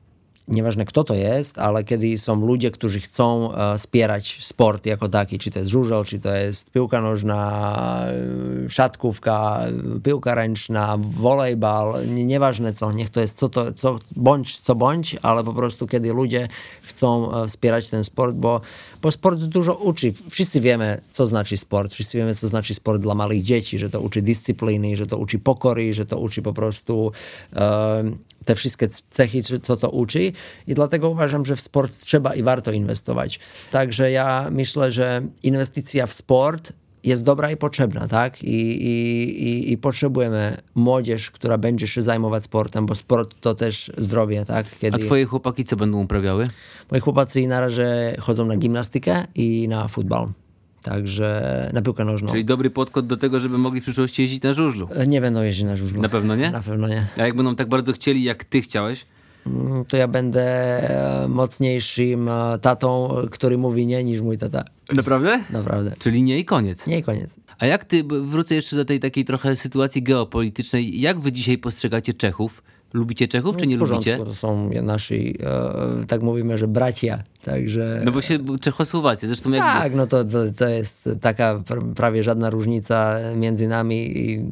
nieważne kto to jest, ale kiedy są ludzie, którzy chcą e, wspierać sport jako taki, czy to jest żużel, czy to jest piłka nożna, siatkówka, piłka ręczna, volejbal, nie, nieważne co, niech to jest co to, co, bądź co bądź, ale po prostu kiedy ludzie chcą e, wspierać ten sport, bo, bo sport dużo uczy. Wszyscy wiemy, co znaczy sport, wszyscy wiemy, co znaczy sport dla małych dzieci, że to uczy dyscypliny, że to uczy pokory, że to uczy po prostu e, te wszystkie cechy, co to uczy i dlatego uważam, że w sport trzeba i warto inwestować. Także ja myślę, że inwestycja w sport jest dobra i potrzebna, tak? I, i, i, i potrzebujemy młodzież, która będzie się zajmować sportem, bo sport to też zdrowie, tak? Kiedy...
A twoje chłopaki co będą uprawiały?
Moi chłopacy na razie chodzą na gimnastykę i na futbol. Także na piłkę nożną.
Czyli dobry podkład do tego, żeby mogli w przyszłości jeździć na żużlu.
Nie będą jeździć na żużlu.
Na pewno nie?
Na pewno nie.
A jak będą tak bardzo chcieli, jak ty chciałeś?
To ja będę mocniejszym tatą, który mówi nie, niż mój tata.
Naprawdę?
Naprawdę.
Czyli nie i koniec.
Nie i koniec.
A jak ty, wrócę jeszcze do tej takiej trochę sytuacji geopolitycznej, jak wy dzisiaj postrzegacie Czechów? Lubicie Czechów, czy nie
w porządku,
lubicie?
To są nasi, e, tak mówimy, że bracia, także...
No bo się Czechosłowacja, zresztą jakby...
Tak, no to, to, to jest taka prawie żadna różnica między nami i,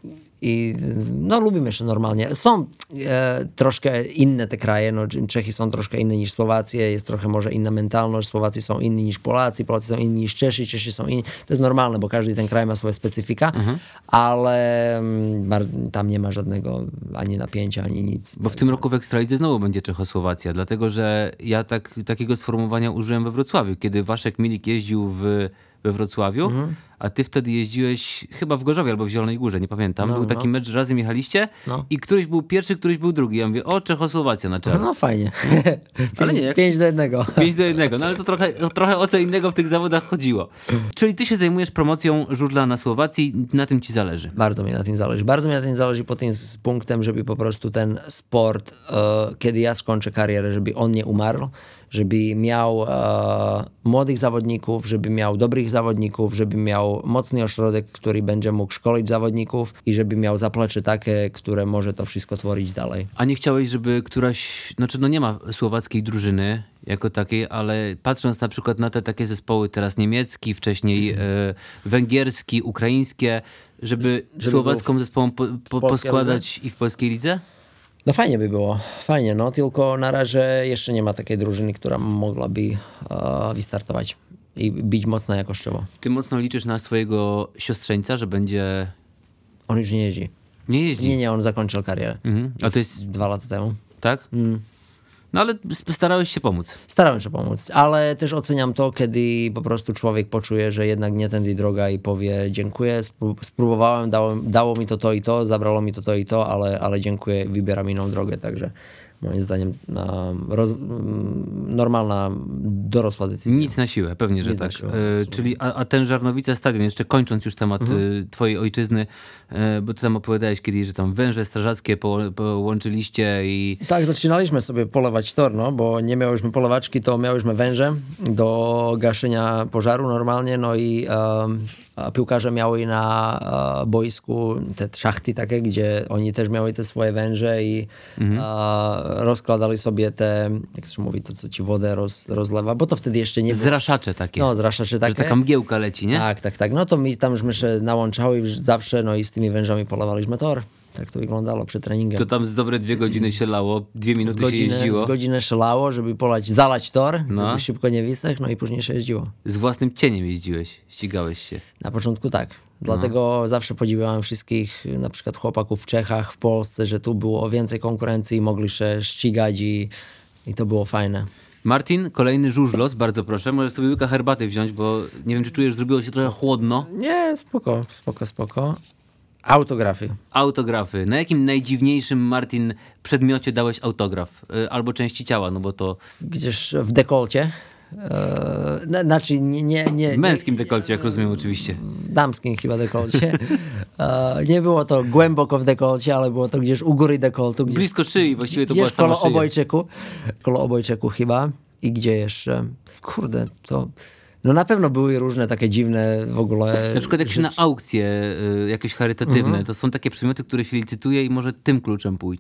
i no lubimy się normalnie. Są e, troszkę inne te kraje, no Czechy są troszkę inne niż Słowacje, jest trochę może inna mentalność, Słowacy są inni niż Polacy, Polacy są inni niż Czesi, Czesi są inni. To jest normalne, bo każdy ten kraj ma swoje specyfika, mhm. ale m, tam nie ma żadnego ani napięcia, ani nic.
Bo w tym roku w Ekstralidze znowu będzie Czechosłowacja, dlatego że ja tak, takiego sformułowania użyłem we Wrocławiu, kiedy Waszek Milik jeździł w, we Wrocławiu, mhm. a ty wtedy jeździłeś chyba w Gorzowie albo w Zielonej Górze, nie pamiętam.
No,
był
no.
taki mecz, że razem jechaliście
no.
i któryś był pierwszy, któryś był drugi. Ja mówię, o, Czechosłowacja na czele.
No fajnie.
Ale nie, jak...
Pięć do jednego.
Pięć do jednego, no ale to trochę, trochę o co innego w tych zawodach chodziło. Czyli ty się zajmujesz promocją żużla na Słowacji, na tym ci zależy.
Bardzo mi na tym zależy. Bardzo mi na tym zależy pod tym punktem, żeby po prostu ten sport, uh, kiedy ja skończę karierę, żeby on nie umarł, żeby miał e, młodych zawodników, żeby miał dobrych zawodników, żeby miał mocny ośrodek, który będzie mógł szkolić zawodników i żeby miał zaplecze takie, które może to wszystko tworzyć dalej.
A nie chciałeś, żeby któraś, znaczy no nie ma słowackiej drużyny jako takiej, ale patrząc na przykład na te takie zespoły, teraz niemiecki, wcześniej e, węgierski, ukraińskie, żeby, żeby słowacką zespołom po, po, poskładać i w polskiej lidze?
No fajnie by było, fajnie, no tylko na razie jeszcze nie ma takiej drużyny, która mogłaby uh, wystartować i być mocna jakościowo.
Ty mocno liczysz na swojego siostrzeńca, że będzie...
On już nie jeździ.
Nie jeździ?
Nie, nie, on zakończył karierę.
Mhm. A to jest...
Dwa lata temu.
Tak?
Mm.
No ale starałeś się pomóc.
Starałem się pomóc, ale też oceniam to, kiedy po prostu człowiek poczuje, że jednak nie tędy droga i powie dziękuję, spróbowałem, dało, dało mi to to i to, zabrało mi to to i to, ale, ale dziękuję, wybieram inną drogę, także moim zdaniem roz, normalna, dorosła decyzja.
Nic na siłę, pewnie, że
Nic
tak.
Siłę,
e, czyli, a, a ten Żarnowice Stadion, jeszcze kończąc już temat mhm. twojej ojczyzny, e, bo ty tam opowiadałeś kiedyś, że tam węże strażackie po, połączyliście i...
Tak, zaczynaliśmy sobie polewać tor, no, bo nie miałyśmy polewaczki, to miałyśmy węże do gaszenia pożaru normalnie, no i um, piłkarze miały na uh, boisku te szachty takie, gdzie oni też miały te swoje węże i mhm. uh, rozkładali sobie te, jak to się mówi, to co ci wodę roz, rozlewa, bo to wtedy jeszcze nie było.
Zraszacze takie.
No, zraszacze takie.
Że taka mgiełka leci, nie?
Tak, tak, tak. No to my tam żeśmy się nałączały zawsze, no i z tymi wężami polewaliśmy tor. Tak to wyglądało przed treningiem.
To tam z dobre dwie godziny się lało, dwie minuty
z godziny,
się jeździło.
Z godzinę się lało, żeby polać, zalać tor,
no.
żeby szybko nie wysechł, no i później się jeździło.
Z własnym cieniem jeździłeś, ścigałeś się.
Na początku tak. Dlatego no. zawsze podziwiałem wszystkich, na przykład chłopaków w Czechach, w Polsce, że tu było więcej konkurencji, mogli się ścigać i, i to było fajne.
Martin, kolejny żużlos, bardzo proszę. Możesz sobie łyka herbaty wziąć, bo nie wiem, czy czujesz, zrobiło się trochę chłodno.
Nie, spoko, spoko, spoko. Autografy.
Autografy. Na jakim najdziwniejszym, Martin, przedmiocie dałeś autograf? Albo części ciała, no bo to...
Gdzieś w dekolcie. Eee, znaczy nie, nie, nie...
W męskim dekolcie, jak rozumiem oczywiście.
W damskim chyba dekolcie. Eee, nie było to głęboko w dekolcie, ale było to gdzieś u góry dekoltu. Gdzieś,
blisko szyi, właściwie to była sama
koło
szyja.
obojczyku. Koło obojczyku chyba. I gdzie jeszcze? Kurde, to... No na pewno były różne takie dziwne w ogóle...
Na przykład jak się na aukcje y, jakieś charytatywne,
mhm.
to są takie przedmioty, które się licytuje i może tym kluczem pójść.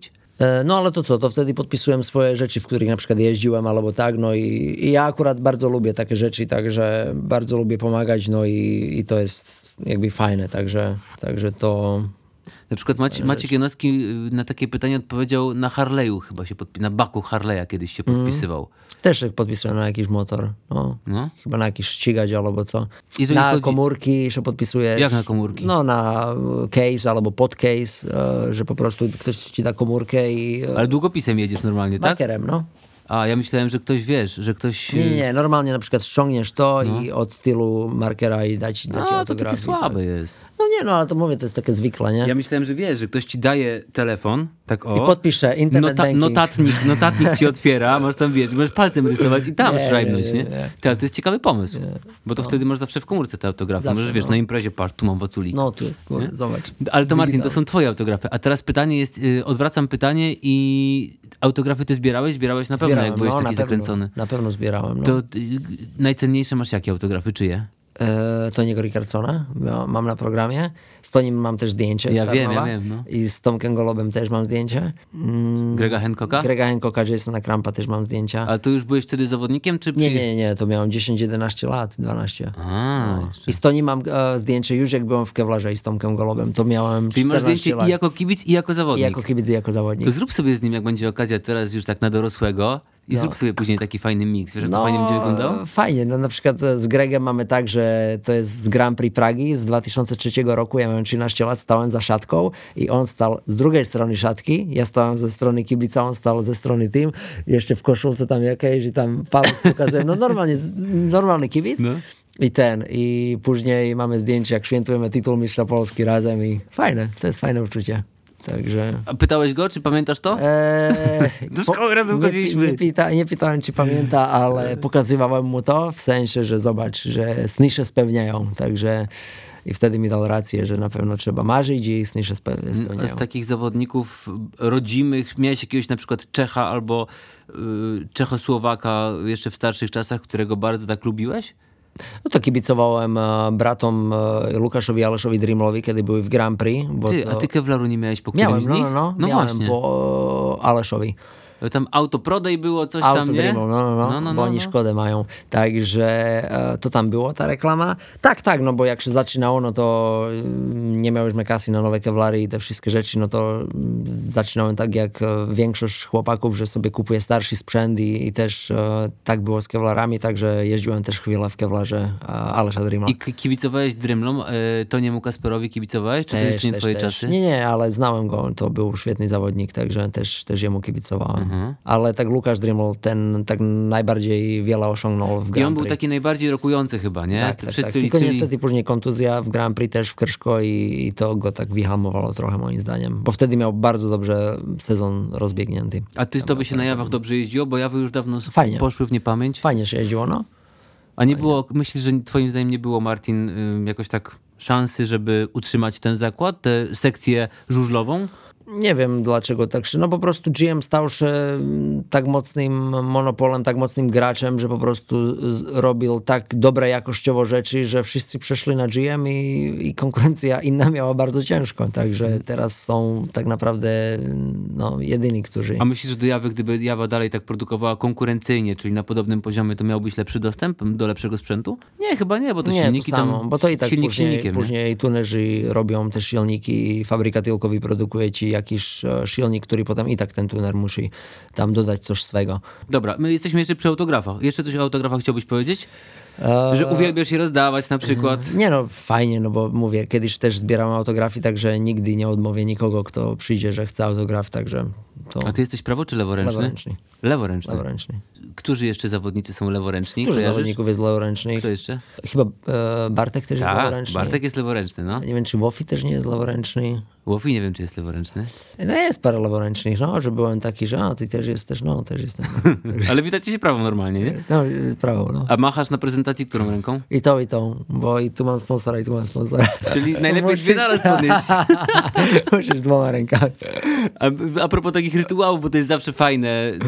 E, No ale to co, to wtedy podpisułem swoje rzeczy, w których na przykład jeździłem albo tak, no i, i ja akurat bardzo lubię takie rzeczy, także bardzo lubię pomagać, no i, i to jest jakby fajne, także, także to...
Na przykład Maci- Maciek Janowski na takie pytanie odpowiedział na Harley'u chyba się podpi- na baku Harley'a kiedyś się podpisywał.
Też się podpisuję na jakiś motor, no.
No.
Chyba na jakiś ścigać albo co.
Jeżeli
na
chodzi-
komórki się podpisujesz.
Jak na komórki?
No na case albo pod case, e, że po prostu ktoś ci da komórkę i... e,
Ale długopisem jedziesz normalnie, tak?
Markerem, no.
A ja myślałem, że ktoś, wiesz, że ktoś...
Nie, nie, nie, normalnie na przykład ściągniesz to i od tylu markera i da ci, da ci
A, to
autograf.
takie
i
słabe
tak.
jest.
No nie, no ale to mówię, to jest takie zwykle, nie?
Ja myślałem, że wiesz, że ktoś ci daje telefon, tak o...
I podpisze internet banking.
Notatnik, notatnik ci otwiera, masz tam, wiesz, możesz palcem rysować i tam
Nie,
szrajbnąć,
nie,
nie?
nie, nie.
Ty, ale to jest ciekawy pomysł, bo to wtedy masz zawsze w komórce te autografy.
Zawsze,
Możesz, wiesz,
no.
na imprezie, patrz, tu mam waculik.
No tu jest, kurde, zobacz.
Ale to Martin, to
Digital.
są twoje autografy. A teraz pytanie jest, y, odwracam pytanie i autografy ty zbierałeś? Zbierałeś na pewno,
Zbierałem,
jak byłeś
no,
taki
na pewno,
zakręcony.
Na pewno zbierałem, no.
To y, najcenniejsze masz jakie autografy? Czyje?
E, Tony'ego Rickardsona ja mam na programie. Z Tonim mam też zdjęcie.
Ja
z
wiem,
Tarnowa.
ja wiem, no.
I z Tomkiem Golobem też mam zdjęcie. Mm,
Grega Hancocka?
Grega Hancocka, Jasona Krampa też mam zdjęcia.
A to już byłeś wtedy zawodnikiem, czy...
Nie,
przy-
nie, nie, to miałem dziesięć jedenaście lat, dwanaście.
A, jeszcze.
I z Tonim mam e, zdjęcie już jak byłem w Kevlarze i z Tomkiem Golobem. To miałem
Czyli masz
czternaście
zdjęcie
lat.
i jako kibic, i jako
I
zawodnik.
jako kibic, i jako zawodnik.
To zrób sobie z nim, jak będzie okazja teraz już tak na dorosłego i
No.
zrób sobie później taki fajny miks. Wiesz, jak to fajnie będzie wyglądało?
Fajnie, no na przykład z Gregem mamy tak, że to jest z Grand Prix Pragi z dwa tysiące trzeciego roku, ja miałem trzynaście lat, stałem za szatką i on stał z drugiej strony szatki, ja stałem ze strony kibica, on stał ze strony team, jeszcze w koszulce tam jakiejś i tam palec pokazuje, no normalnie, z- normalny kibic.
No.
I ten, i później mamy zdjęcie, jak świętujemy tytuł mistrza Polski razem i fajne, to jest fajne uczucie. Także...
A pytałeś go, czy pamiętasz to?
Eee,
Do szkoły razem
nie,
chodziliśmy.
Nie, pyta, nie pytałem, czy pamięta, ale pokazywałem mu to w sensie, że zobacz, że sny się spełniają. Także i wtedy mi dał rację, że na pewno trzeba marzyć i sny się spe,
A
spełniają.
z takich zawodników rodzimych miałeś jakiegoś na przykład Czecha albo y, Czechosłowaka jeszcze w starszych czasach, którego bardzo tak lubiłeś?
No to kibicowałem e, bratom e, Łukaszowi Aleszowi Dreamlowi, kiedy były w Grand Prix. Bo
Ty,
to...
a ty Kevlaru nie miałeś po którymś
Miałem,
z
no,
nich?
no, no,
no
miałem
właśnie.
po e, Aleszowi.
Tam Autoprodej było coś tam,
Auto
nie?
Dreamlow, no, no, no,
no, no,
bo oni
no.
Szkodę mają. Także e, to tam było ta reklama. Tak, tak, no bo jak się zaczynało, no to mm, nie miałyśmy kasy na nowe kewlary i te wszystkie rzeczy, no to mm, zaczynałem tak jak e, większość chłopaków, że sobie kupuję starszy sprzęt i, i też e, tak było z kewlarami, także jeździłem też chwilę w kewlarze e, Alesza Dreamla.
I k- kibicowałeś Drymlom, y, Toniemu Kasperowi kibicowałeś? Czy to jeszcze nie twoje czasy?
Nie, nie, ale znałem go, to był świetny zawodnik, także też, też jemu kibicowałem.
Mhm.
Ale tak Łukasz Dryml, ten tak najbardziej wiele osiągnął w
I
Grand
on był
Prix.
taki najbardziej rokujący chyba, nie?
Tak,
To
tak,
wszyscy
tak. Tylko
liczyli...
niestety później kontuzja w Grand Prix też w Krszko i, i to go tak wyhamowało trochę moim zdaniem, bo wtedy miał bardzo dobrze sezon rozbiegnięty.
A ty to by się na Jawach dobrze jeździło, bo Jawy już dawno s-
Fajnie.
poszły w niepamięć.
Fajnie się jeździło, no.
A nie było, myślisz, że twoim zdaniem nie było, Martin, ym, jakoś tak szansy, żeby utrzymać ten zakład, tę sekcję żużlową?
Nie wiem dlaczego tak, no po prostu G M stał się mm, tak mocnym monopolem, tak mocnym graczem, że po prostu z- robił tak dobre jakościowo rzeczy, że wszyscy przeszli na G M i, i konkurencja inna miała bardzo ciężko, także teraz są tak naprawdę no, jedyni, którzy...
A myślisz, że do Jawy, gdyby Jawa dalej tak produkowała konkurencyjnie, czyli na podobnym poziomie, to miałbyś lepszy dostęp do lepszego sprzętu? Nie, chyba nie, bo to
Nie,
silniki
to samo,
tam...
bo to i tak
silnik
później,
silnikiem, nie?
później tunerzy robią też silniki i fabryka tylko wyprodukuje ci jakiś e, silnik, który potem i tak ten tuner musi tam dodać coś swego.
Dobra, my jesteśmy jeszcze przy autografach. Jeszcze coś o autografach chciałbyś powiedzieć?
E,
Że uwielbiasz je rozdawać na przykład?
Nie no, fajnie, no bo mówię, kiedyś też zbierałem autografii, także nigdy nie odmówię nikogo, kto przyjdzie, że chce autograf, także to
A ty jesteś prawo czy leworęczny?
leworęczny.
Leworęczny.
leworęczny.
Którzy jeszcze zawodnicy są leworęczni?
Dużo
Kojarzysz?
zawodników jest leworęcznych.
Kto jeszcze?
Chyba e, Bartek też jest
Tak,
leworęczny.
Bartek jest leworęczny, no.
Nie wiem, czy Wofi też nie jest leworęczny.
Łofi nie wiem, czy jest leworęczny.
No jest parę leworęcznych, no, że byłem taki, że a, ty też jesteś, no, też jestem. No,
Ale witacie się prawą normalnie, nie?
no prawo, no.
A machasz na prezentacji którą ręką?
I to, i to, bo i tu mam sponsora, i tu mam sponsora.
Czyli najlepiej
Musisz-
dwie naraz podnieść.
Musisz dwoma rękami.
A, a propos takich rytuałów, bo to jest zawsze fajne.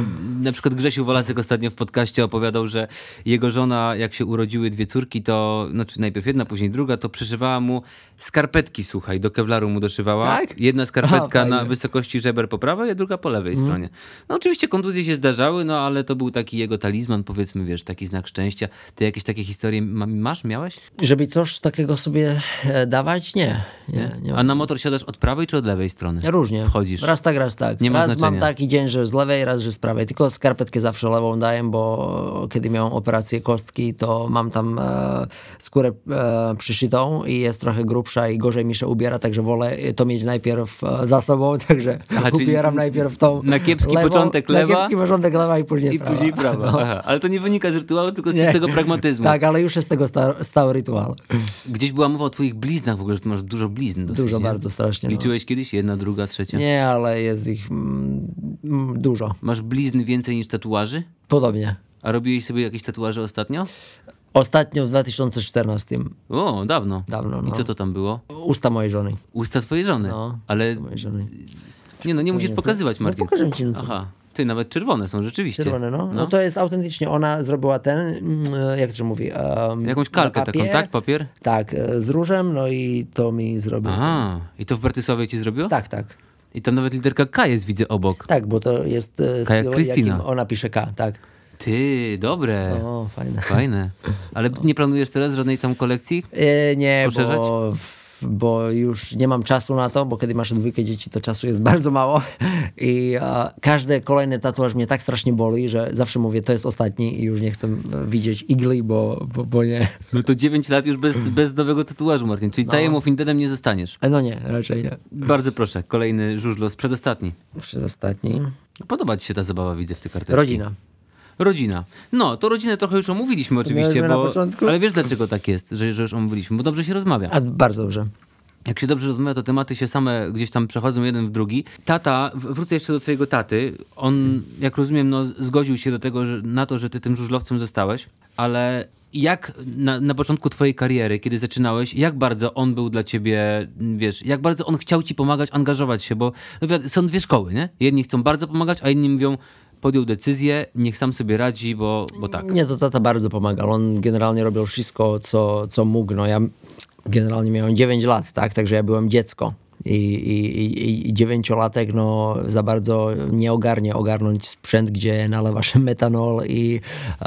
na przykład Grzesiu Wolasek ostatnio w podcaście opowiadał, że jego żona, jak się urodziły dwie córki, to, znaczy najpierw jedna, później druga, to przyszywała mu skarpetki, słuchaj, do kewlaru mu doszywała.
Tak?
Jedna skarpetka
Aha,
na
fajnie.
wysokości żeber po prawej, a druga po lewej stronie. No oczywiście kontuzje się zdarzały, no ale to był taki jego talizman, powiedzmy, wiesz, taki znak szczęścia. Ty jakieś takie historie ma- masz, miałeś?
Żeby coś takiego sobie e, dawać? Nie. nie, nie
A
mam.
na motor siadasz od prawej czy od lewej strony?
Różnie.
Wchodzisz.
Raz tak, raz tak.
Nie ma
raz
znaczenia.
mam taki dzień, że z lewej, raz, że z prawej. Tylko skarpetkę zawsze lewą daję, bo kiedy miałem operację kostki, to mam tam e, skórę e, przyszytą i jest trochę grubsza i gorzej mi się ubiera, także wolę to mieć najpierw e, za sobą, także
Aha, czyli
ubieram najpierw tą
na kiepski
lewą,
początek lewa,
na kiepski początek lewa i później
i
prawa.
później prawa.
No.
Aha, ale to nie wynika z rytuału, tylko z
Nie.
czystego pragmatyzmu.
Tak, ale już jest z tego sta, stały rytuał.
Gdzieś była mowa o twoich bliznach w ogóle, że ty masz dużo blizn. Dosyć,
Dużo,
nie?
bardzo strasznie. No.
Liczyłeś kiedyś? Jedna, druga, trzecia?
Nie, ale jest ich mm, mm, dużo.
Masz blizn więcej niż tatuaży?
Podobnie.
A robiłeś sobie jakieś tatuaże ostatnio?
Ostatnio w dwa tysiące czternastym.
O, dawno.
Dawno,
I
no.
co to tam było?
Usta mojej żony.
Usta twojej żony.
No,
Ale
usta mojej żony.
nie, no nie musisz pokazywać,
No
Martin.
pokażę ci, no co.
Aha. Ty, nawet czerwone są rzeczywiście.
Czerwone, no. no. to jest autentycznie. Ona zrobiła ten, mm, jak to się mówi? Um,
Jakąś kalkę
na papier.
taką, tak? Papier?
Tak, e, z różem, no i to mi zrobił.
Aha. I to w Bratysławie ci zrobiło?
Tak, tak.
I tam nawet literka K jest, widzę, obok.
Tak, bo to jest e,
K jak
styl,
Krystyna.
jakim ona pisze K, tak.
Ty, dobre.
O, fajne.
Fajne. Ale nie planujesz teraz żadnej tam kolekcji?
E, nie,
Poszerzać?
bo, bo już nie mam czasu na to, bo kiedy masz dwójkę dzieci, to czasu jest bardzo mało i a, każdy kolejny tatuaż mnie tak strasznie boli, że zawsze mówię, to jest ostatni i już nie chcę widzieć igli, bo, bo, bo nie.
No to dziewięć lat już bez, bez nowego tatuażu, Martin. Czyli tajem of Indedem nie zostaniesz.
E, No nie, raczej nie.
Bardzo proszę, kolejny żużlos, przedostatni.
Przez ostatni.
Podoba ci się ta zabawa, widzę w tej karteczce.
Rodzina.
Rodzina. No, to rodzinę trochę już omówiliśmy oczywiście,
Mieliśmy na
bo...
początku?
Ale wiesz dlaczego tak jest, że, że już omówiliśmy? Bo dobrze się rozmawia.
A bardzo dobrze.
Jak się dobrze rozmawia, to tematy się same gdzieś tam przechodzą jeden w drugi. Tata, w- wrócę jeszcze do twojego taty. On, jak rozumiem, no, zgodził się do tego, że, na to, że ty tym żużlowcem zostałeś, ale jak na, na początku twojej kariery, kiedy zaczynałeś, jak bardzo on był dla ciebie, wiesz, jak bardzo on chciał ci pomagać, angażować się, bo no, wi- są dwie szkoły, nie? Jedni chcą bardzo pomagać, a inni mówią, podjął decyzję, niech sam sobie radzi, bo, bo tak.
Nie, to tata bardzo pomagał. On generalnie robił wszystko, co, co mógł. No ja generalnie miałem dziewięć lat, tak? Także ja byłem dziecko. I, i, i, i dziewięciolatek no, za bardzo nie ogarnie ogarnąć sprzęt, gdzie nalewa się metanol i e,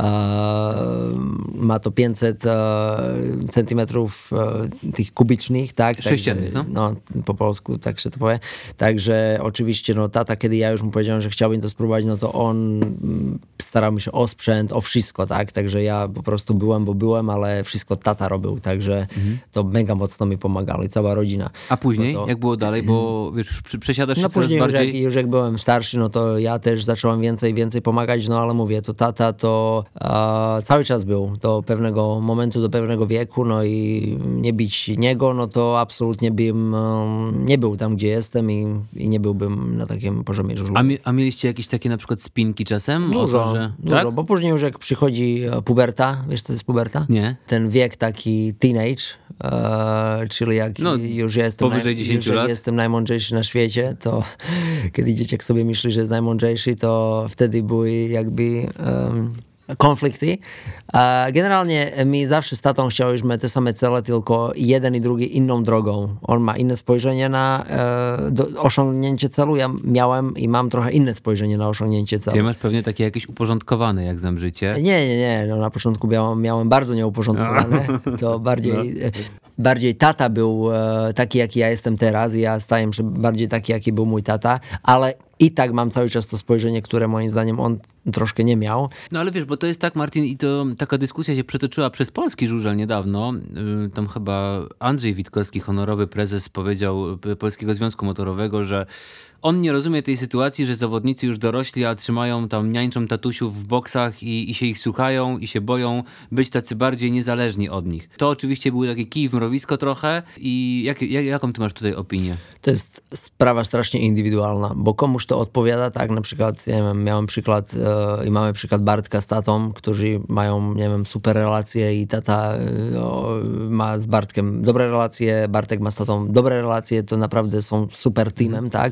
ma to pięćset e, centymetrów e, tych kubicznych, tak?
Sześciennych, no.
No, po polsku tak się to powie. Także oczywiście no, tata, kiedy ja już mu powiedziałem, że chciałbym to spróbować, no to on mm, starał mi się o sprzęt, o wszystko, tak? Także ja po prostu byłem, bo byłem, ale wszystko tata robił, także
Mhm.
to mega mocno mi pomagało i cała rodzina.
A później,
No to-
jak było dalej, bo wiesz, już przy- przesiadasz się
No
coraz
później już
bardziej...
jak, już jak byłem starszy, no to ja też zacząłem więcej, więcej pomagać, no ale mówię, to tata to e, cały czas był do pewnego momentu, do pewnego wieku, no i nie bić niego, no to absolutnie bym e, nie był tam, gdzie jestem i, i nie byłbym na takim poziomie żużlu.
A, mi, a mieliście jakieś takie na przykład spinki czasem?
Dużo,
o to, że...
dużo,
Tak?
bo później już jak przychodzi e, puberta, wiesz co to jest puberta?
Nie.
Ten wiek taki teenage, e, czyli jak
No,
już jestem,
powyżej
naj,
dziesięciu
już jak
lat.
jestem najmądrzejszy na świecie, to kiedy dzieciak sobie myśli, że jest najmądrzejszy, to wtedy były jakby um, konflikty. A generalnie my zawsze z tatą chcieliśmy te same cele, tylko jeden i drugi inną drogą. On ma inne spojrzenie na e, do, osiągnięcie celu, ja miałem i mam trochę inne spojrzenie na osiągnięcie celu.
Ty masz pewnie takie jakieś uporządkowane, jak znam życie.
Nie, nie, nie. No, na początku miałem, miałem bardzo nieuporządkowane. To bardziej, bardziej tata był e, taki, jaki ja jestem teraz. I ja stałem się bardziej taki, jaki był mój tata. Ale i tak mam cały czas to spojrzenie, które moim zdaniem on troszkę nie miał.
No ale wiesz, bo to jest tak, Martin, i to taka dyskusja się przetoczyła przez polski żużel niedawno. Yy, Tam chyba Andrzej Witkowski, honorowy prezes, powiedział y, Polskiego Związku Motorowego, że on nie rozumie tej sytuacji, że zawodnicy już dorośli, a trzymają tam, niańczą tatusiów w boksach i, i się ich słuchają i się boją być tacy bardziej niezależni od nich. To oczywiście był taki kij w mrowisko trochę i jak, jak, jaką ty masz tutaj opinię?
To jest sprawa strasznie indywidualna, bo komuś to odpowiada, tak, na przykład, nie wiem, miałem przykład e, i mamy przykład Bartka z tatą, którzy mają, nie wiem, super relacje i tata e, o, ma z Bartkiem dobre relacje, Bartek ma z tatą dobre relacje, to naprawdę są super teamem, tak.
Ale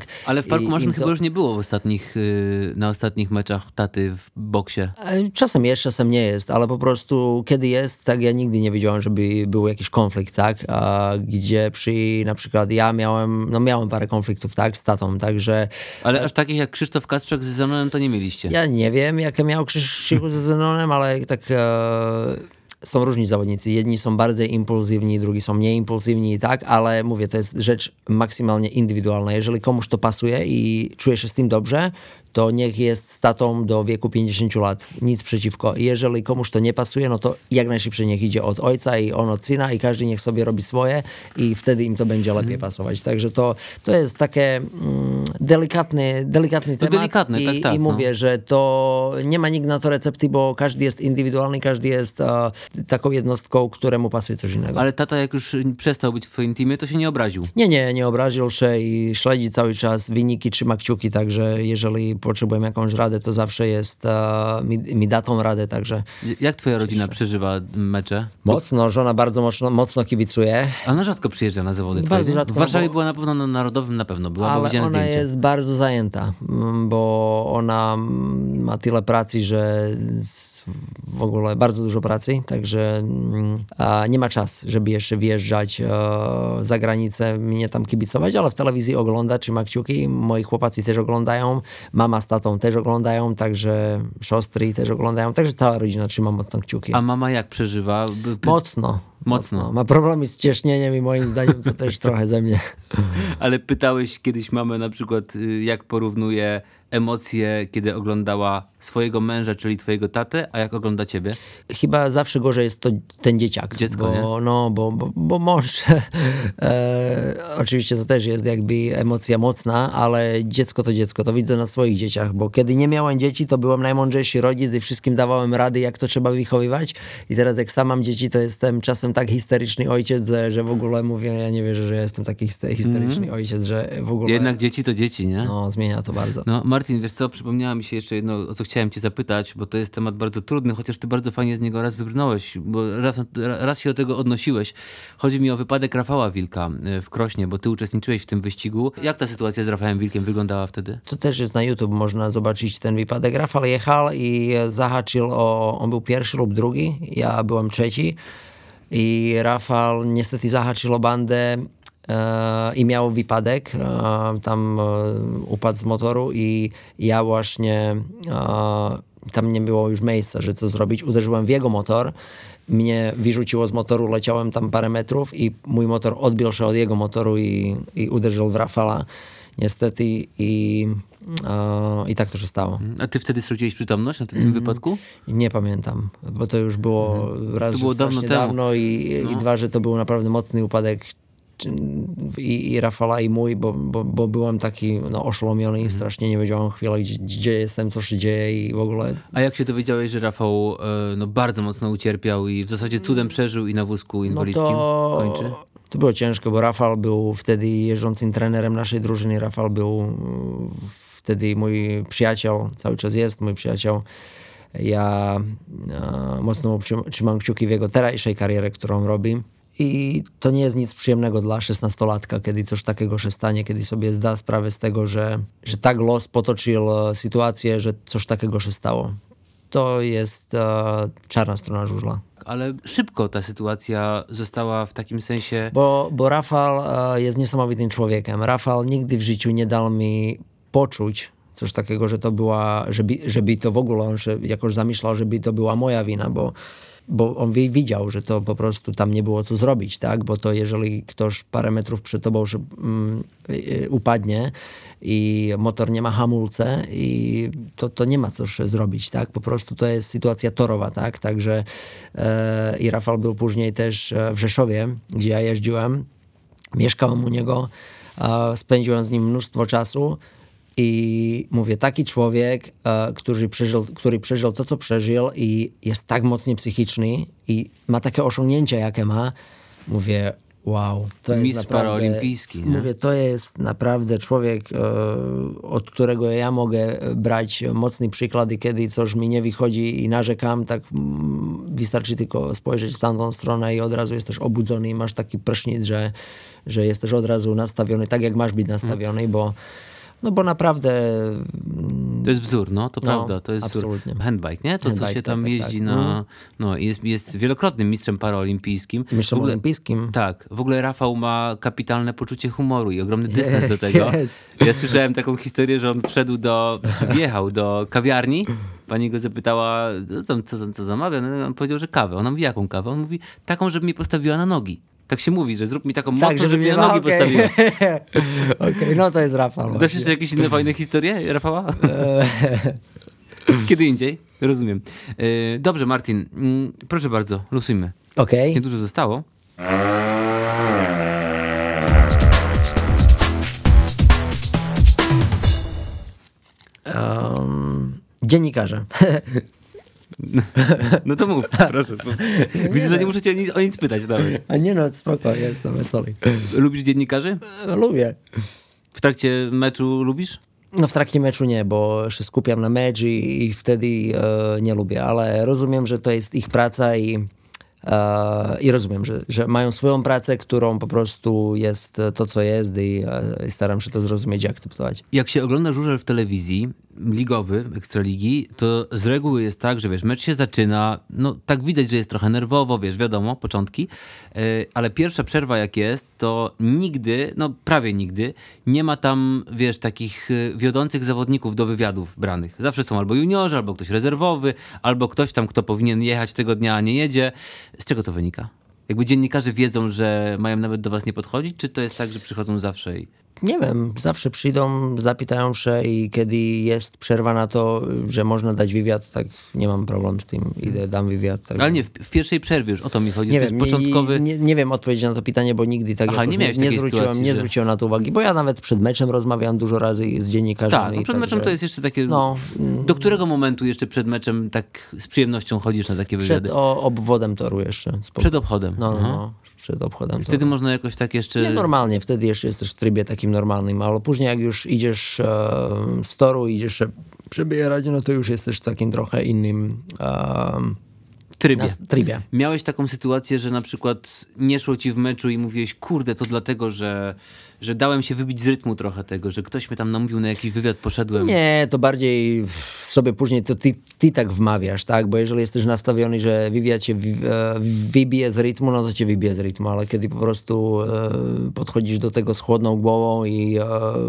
w parku
I-
maszyn
im to-
chyba już nie było w ostatnich, yy, na ostatnich meczach taty w boksie.
E, Czasem jest, czasem nie jest, ale po prostu kiedy jest, tak ja nigdy nie wiedziałem, żeby był jakiś konflikt, tak? A gdzie przy, na przykład ja miałem, no miałem parę konfliktów, tak, z tatą, także
Ale aż takich jak Krzysztof Kasprzak z Zenonem to nie mieliście.
ja nie wiem, jakie miał Krzyż- Krzychu ze Zenonem, ale tak e, są różni zawodnicy. Jedni są bardziej impulsywni, drugi są mniej impulsywni, tak, ale mówię, to jest rzecz maksymalnie indywidualna. Jeżeli komuś to pasuje i czuje się z tym dobrze, to niech jest z tatą do wieku pięćdziesięciu lat. Nic przeciwko. Jeżeli komuś to nie pasuje, no to jak najszybciej niech idzie od ojca i on od syna i każdy niech sobie robi swoje i wtedy im to będzie lepiej pasować. Także to, to jest takie mm, delikatny, delikatny temat.
delikatne,
I,
tak, tak,
i
no.
mówię, że to nie ma nikt na to recepty, bo każdy jest indywidualny, każdy jest e, taką jednostką, któremu pasuje coś innego.
Ale tata jak już przestał być w twoim teamie, to się nie obraził.
Nie, nie, nie obraził się i śledzi cały czas wyniki, trzyma kciuki, także jeżeli potrzebuję jakąś radę, to zawsze jest, e, mi, mi da tą radę, także
Jak twoja rodzina przeżywa mecze?
mocno, żona bardzo mocno, mocno kibicuje,
Ona rzadko przyjeżdża na zawody
Bardzo
twoje.
rzadko,
W Warszawie
bo-
była na pewno na Narodowym, na pewno była, bo
ale
widziałem
ona
zdjęcie.
jest bardzo zajęta, mm, bo ona mm, ma tyle pracy, że z- w ogóle bardzo dużo pracy, także mm, a nie ma czasu, żeby jeszcze wyjeżdżać e, za granicę, mnie tam kibicować, ale w telewizji ogląda, trzyma kciuki, moi chłopacy też oglądają, mama z tatą też oglądają, także siostry też oglądają, także cała rodzina trzyma mocno kciuki.
A mama jak przeżywa? B- p-
Mocno.
Mocno.
Ma problemy z ciśnieniem i moim zdaniem to też trochę ze mnie.
Ale pytałeś kiedyś mamę na przykład, y, jak porównuje emocje, kiedy oglądała swojego męża, czyli twojego tatę, a jak ogląda ciebie?
Chyba zawsze gorzej jest to ten dzieciak.
Dziecko,
bo, no, bo, bo, bo mąż, e, oczywiście to też jest jakby emocja mocna, ale dziecko to dziecko, to widzę na swoich dzieciach, bo kiedy nie miałem dzieci, to byłem najmądrzejszy rodzic i wszystkim dawałem rady, jak to trzeba wychowywać i teraz jak sam mam dzieci, to jestem czasem tak histeryczny ojciec, że, że w ogóle mówię, ja nie wierzę, że jestem taki hyste- histeryczny
Mm.
ojciec, że w ogóle
Jednak dzieci to dzieci, nie?
no, zmienia to bardzo.
No Martin, wiesz co, przypomniała mi się jeszcze jedno, o co chciałem cię zapytać, bo to jest temat bardzo trudny, chociaż ty bardzo fajnie z niego raz wybrnąłeś, bo raz, raz się do tego odnosiłeś. Chodzi mi o wypadek Rafała Wilka y, w Krośnie, bo ty uczestniczyłeś w tym wyścigu. Jak ta sytuacja z Rafałem Wilkiem wyglądała wtedy?
To też jest na YouTube, można zobaczyć ten wypadek. Rafał jechał i zahaczył o, on był pierwszy lub drugi, ja byłem trzeci i Rafał niestety zahaczył o bandę e, i miał wypadek, e, tam e, upadł z motoru i ja właśnie e, tam nie było już miejsca, że co zrobić. Uderzyłem w jego motor, mnie wyrzuciło z motoru, leciałem tam parę metrów i mój motor odbił się od jego motoru i, i uderzył w Rafała. Niestety i, e, i tak to się stało.
A ty wtedy straciłeś przytomność na tym
Mhm.
wypadku?
Nie pamiętam, bo to już było raz,
To
że
było dawno
strasznie
temu.
dawno i,
No.
i dwa, że to był naprawdę mocny upadek czy- i, i Rafała i mój, bo, bo, bo byłem taki no, oszołomiony
Mhm.
i strasznie nie wiedziałem chwilę, gdzie, gdzie jestem, co się dzieje i w ogóle
A jak się dowiedziałeś, że Rafał e, no, bardzo mocno ucierpiał i w zasadzie cudem przeżył i na wózku
no
inwalidzkim
to,
kończy?
to było ciężko, bo Rafał był wtedy jeżdżącym trenerem naszej drużyny. Rafał był mm, wtedy mój przyjaciel, cały czas jest mój przyjaciel. Ja e, mocno trzym- trzymam kciuki w jego teraźniejszej karierze, którą robi. I to nie jest nic przyjemnego dla szesnastolatka, kiedy coś takiego się stanie, kiedy sobie zda sprawę z tego, że, że tak los potoczył e, sytuację, że coś takiego się stało. To jest e, czarna strona żużla.
Ale szybko ta sytuacja została w takim sensie...
Bo, bo Rafał e, jest niesamowitym człowiekiem. Rafał nigdy w życiu nie dał mi poczuć coś takiego, że to była, żeby, żeby to w ogóle on się jakoś zamyślał, żeby to była moja wina, bo, bo on wi- widział, że to po prostu tam nie było co zrobić, tak? Bo to jeżeli ktoś parę metrów przed tobą że, mm, y, upadnie i motor nie ma hamulce i to, to nie ma co się zrobić, tak? Po prostu to jest sytuacja torowa, tak? Także e, i Rafał był później też w Rzeszowie, gdzie ja jeździłem, mieszkałem u niego, e, spędziłem z nim mnóstwo czasu. I mówię, taki człowiek, e, który, przeżył, który przeżył to, co przeżył i jest tak mocnie psychiczny i ma takie osiągnięcia, jakie ma, mówię, wow. To jest
Mistrz
naprawdę,
paraolimpijski, nie?
Mówię, to jest naprawdę człowiek, e, od którego ja mogę brać mocny przykład i kiedy coś mi nie wychodzi i narzekam, tak mm, wystarczy tylko spojrzeć w tamtą stronę i od razu jesteś obudzony i masz taki prysznic, że, że jesteś od razu nastawiony tak, jak masz być nastawiony, bo No bo naprawdę...
To jest wzór, no, to
No,
prawda. To jest
absolutnie.
wzór. Handbike, nie? To,
Handbike,
co się
tak,
tam
tak,
jeździ
tak.
na...
Mm.
No, jest, jest wielokrotnym mistrzem paraolimpijskim.
Mistrzem
W ogóle-
olimpijskim.
Tak. W ogóle Rafał ma kapitalne poczucie humoru i ogromny dystans
Jest,
do tego.
jest.
Ja słyszałem taką historię, że on wszedł do... wjechał do kawiarni. Pani go zapytała, co, tam, co, co zamawia? No, on powiedział, że kawę. Ona mówi, jaką kawę? On mówi, taką, żeby mnie postawiła na nogi. Tak się mówi, że zrób mi taką mocną, żeby mnie na nogi
okej.
postawiła.
Okej, no to jest Rafał.
Znasz jeszcze jakieś inne fajne historie Rafała? Kiedy indziej, rozumiem. E, Dobrze, Martin, mm, proszę bardzo, losujmy.
Okej.
Niedużo zostało.
Um, dziennikarze.
No to mów, proszę. Widzę, że nie muszę cię o nic, o nic pytać nawet.
A nie no, spoko, jestem wesoły.
Lubisz dziennikarzy?
Lubię.
W trakcie meczu lubisz?
No w trakcie meczu nie, bo się skupiam na mecz i, i wtedy e, nie lubię, ale rozumiem, że to jest ich praca i, e, i rozumiem, że, że mają swoją pracę, którą po prostu jest to, co jest i, e, i staram się to zrozumieć i akceptować.
Jak się ogląda żużel w telewizji, ligowy, Ekstraligi, to z reguły jest tak, że wiesz, mecz się zaczyna, no tak widać, że jest trochę nerwowo, wiesz, wiadomo, początki, yy, ale pierwsza przerwa jak jest, to nigdy, no prawie nigdy, nie ma tam, wiesz, takich yy, wiodących zawodników do wywiadów branych. Zawsze są albo juniorzy, albo ktoś rezerwowy, albo ktoś tam, kto powinien jechać tego dnia, a nie jedzie. Z czego to wynika? Jakby dziennikarze wiedzą, że mają nawet do was nie podchodzić, czy to jest tak, że przychodzą zawsze i...
Nie wiem, zawsze przyjdą, zapytają się i kiedy jest przerwa na to, że można dać wywiad, tak nie mam problem z tym, idę, dam wywiad. Tak.
Ale nie, w, w pierwszej przerwie już o to mi chodzi.
Nie
to
wiem,
jest początkowy...
nie, nie wiem odpowiedzieć na to pytanie, bo nigdy tak
Aha,
jakoś
nie miałeś
nie,
takiej
zwróciłem,
sytuacji,
nie
że-
zwróciłem na to uwagi, bo ja nawet przed meczem rozmawiam dużo razy z dziennikarzami.
Tak, no przed meczem
także
to jest jeszcze takie...
No,
Do którego momentu jeszcze przed meczem tak z przyjemnością chodzisz na takie wywiady?
Przed o, obwodem toru jeszcze. Spoko.
Przed obchodem.
No, no,
Aha.
no, przed obchodem
Wtedy
toru.
można jakoś tak jeszcze...
Nie, normalnie, wtedy jeszcze jesteś w trybie takim normalnym, ale później jak już idziesz e, z toru, idziesz się przebierać, no to już jesteś w takim trochę innym e,
W trybie.
na trybie.
Miałeś taką sytuację, że na przykład nie szło ci w meczu i mówiłeś, kurde, to dlatego, że, że dałem się wybić z rytmu trochę tego, że ktoś mnie tam namówił na jakiś wywiad, poszedłem.
Nie, to bardziej sobie później to ty, ty tak wmawiasz, tak? Bo jeżeli jesteś nastawiony, że wywiad cię wi- e, wybije z rytmu, no to cię wybije z rytmu, ale kiedy po prostu e, podchodzisz do tego z chłodną głową i, e,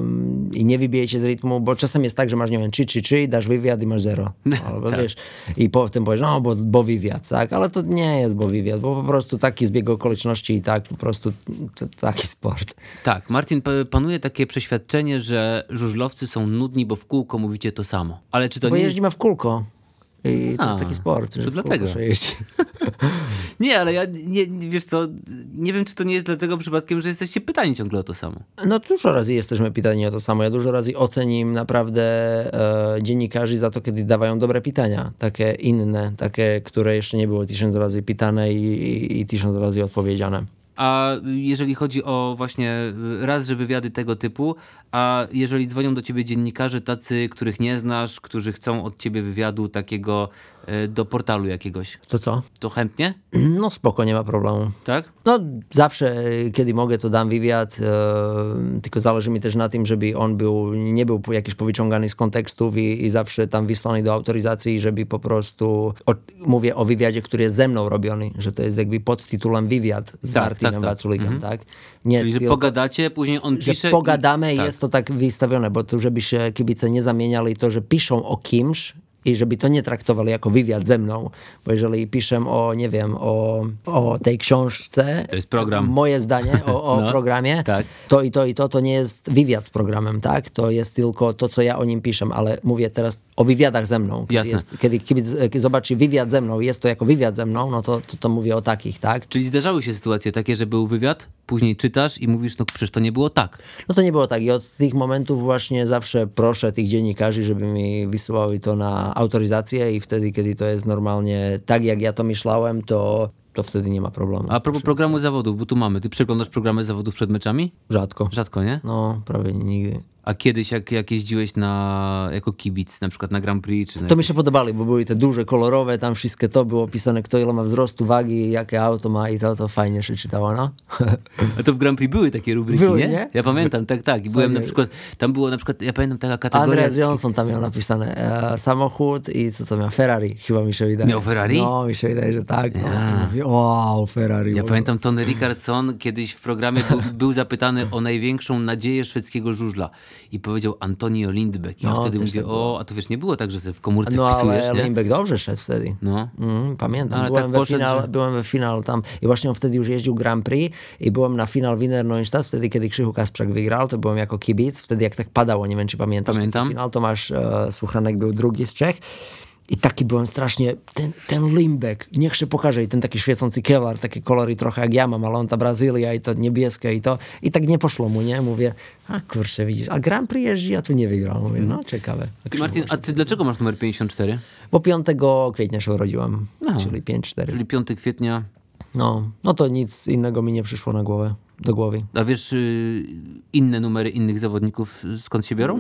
i nie wybije cię z rytmu, bo czasem jest tak, że masz, nie wiem, trzy, trzy, trzy, dasz wywiad i masz zero. Albo
Tak.
wiesz, i potem powiesz, no bo, bo wywiad, tak? Ale to nie jest bo wywiad, bo po prostu taki zbieg okoliczności i tak, po prostu t- taki sport.
Tak, Martin, pa- panuje takie przeświadczenie, że żużlowcy są nudni, bo w kółko mówicie to samo. Ale czy to
Bo
nie
jeździmy w kółko. I to
A,
jest taki sport, że
to
w
dlatego.
kółko się jeździ.
Nie, ale ja, nie, wiesz co, nie wiem, czy to nie jest dlatego przypadkiem, że jesteście pytani ciągle o to samo.
No dużo razy jesteśmy pytani o to samo. Ja dużo razy ocenim naprawdę e, dziennikarzy za to, kiedy dawają dobre pytania. Takie inne, takie, które jeszcze nie było tysiąc razy pytane i, i, i tysiąc razy odpowiedziane.
A jeżeli chodzi o właśnie raz, że wywiady tego typu, a jeżeli dzwonią do ciebie dziennikarze tacy, których nie znasz, którzy chcą od ciebie wywiadu takiego e, do portalu jakiegoś,
To co?
to chętnie,
No spoko, nie ma problemu.
tak?
No zawsze, e, kiedy mogę, to dam wywiad, e, tylko zależy mi też na tym, żeby on był, nie był jakiś powyciągany z kontekstów i, i zawsze tam wysłany do autoryzacji, żeby po prostu, o, mówię o wywiadzie, który jest ze mną robiony, że to jest jakby pod tytułem wywiad z
Tak,
Martinem
tak, tak.
Waculikiem,
Mhm.
tak? Nie
Czyli, że
tylko-
pogadacie, później on
że
pisze...
pogadamy i
tak.
jest to tak wystawione, bo to żeby się kibice nie zamieniali to, że piszą o kimś i żeby to nie traktowali jako wywiad ze mną, bo jeżeli piszę o, nie wiem, o, o tej książce,
To jest program.
moje zdanie o, o
No,
programie,
tak.
to i to i to, to nie jest wywiad z programem, tak? To jest tylko to, co ja o nim piszę, ale mówię teraz o wywiadach ze mną. Kiedy,
Jasne.
jest, kiedy kibic e, zobaczy wywiad ze mną i jest to jako wywiad ze mną, no to, to, to mówię o takich, tak?
Czyli zdarzały się sytuacje takie, że był wywiad, później czytasz i mówisz, no przecież to nie było tak.
No to nie było tak. I od tych momentów właśnie zawsze proszę tych dziennikarzy, żeby mi wysyłały to na autoryzację i wtedy, kiedy to jest normalnie tak, jak ja to myślałem, to, to wtedy nie ma problemu.
A propos programu zawodów, bo tu mamy, ty przeglądasz programy zawodów przed meczami?
Rzadko.
Rzadko, nie?
No, prawie nigdy.
A kiedyś, jak, jak jeździłeś na, jako kibic, na przykład na Grand Prix? Czy na
To mi się podobali, bo były te duże, kolorowe, tam wszystko to było pisane, kto ile ma wzrostu, wagi, jakie auto ma i to, to fajnie się czytało, no.
A to w Grand Prix były takie rubryki,
Były,
nie?
nie?
Ja pamiętam, tak, tak. I byłem na
Fajnie.
przykład, tam było na przykład, ja pamiętam taka kategoria...
Andreas Johnson tam miał napisane e, samochód i co to miał? Ferrari, chyba mi się wydaje.
Miał Ferrari?
No, mi się wydaje, że tak. No.
Ja.
Mówię, wow, Ferrari.
Ja
wow.
pamiętam, Tony Rickardsson kiedyś w programie był, był zapytany o największą nadzieję szwedzkiego żużla i powiedział Antonio Lindbeck. I ja
No,
wtedy
też
mówię,
tak było.
o, a to wiesz, nie było tak, że sobie w komórce
No,
wpisujesz,
ale
nie?
Lindbeck dobrze szedł wtedy.
No.
Mm, pamiętam,
Ale
byłem,
tak
we
poszedł,
final,
że-
byłem we final tam i właśnie on wtedy już jeździł Grand Prix i byłem na final Wiener Neustadt, wtedy kiedy Krzychu Kasprzak wygrał, to byłem jako kibic, wtedy jak tak padało, nie wiem czy pamiętasz,
Pamiętam.
taki final, Tomasz e, Słuchanek był drugi z Czech i taki byłem strasznie, ten, ten Lindbeck, niech się pokaże i ten taki świecący Kevlar, takie kolory trochę jak ja mam, ale on ta Brazylia i to niebieskie i to i tak nie poszło mu, nie? Mówię, a kurczę widzisz, a Grand Prix jeździ, a tu nie wygrał. Mówię, no ciekawe.
Ty, Martin, a ty dlaczego masz numer pięćdziesiąt cztery?
Bo piątego kwietnia się urodziłem,
Aha.
czyli pięć cztery.
Czyli piątego kwietnia.
No, no to nic innego mi nie przyszło na głowę, do głowy.
A wiesz y, inne numery innych zawodników skąd się biorą?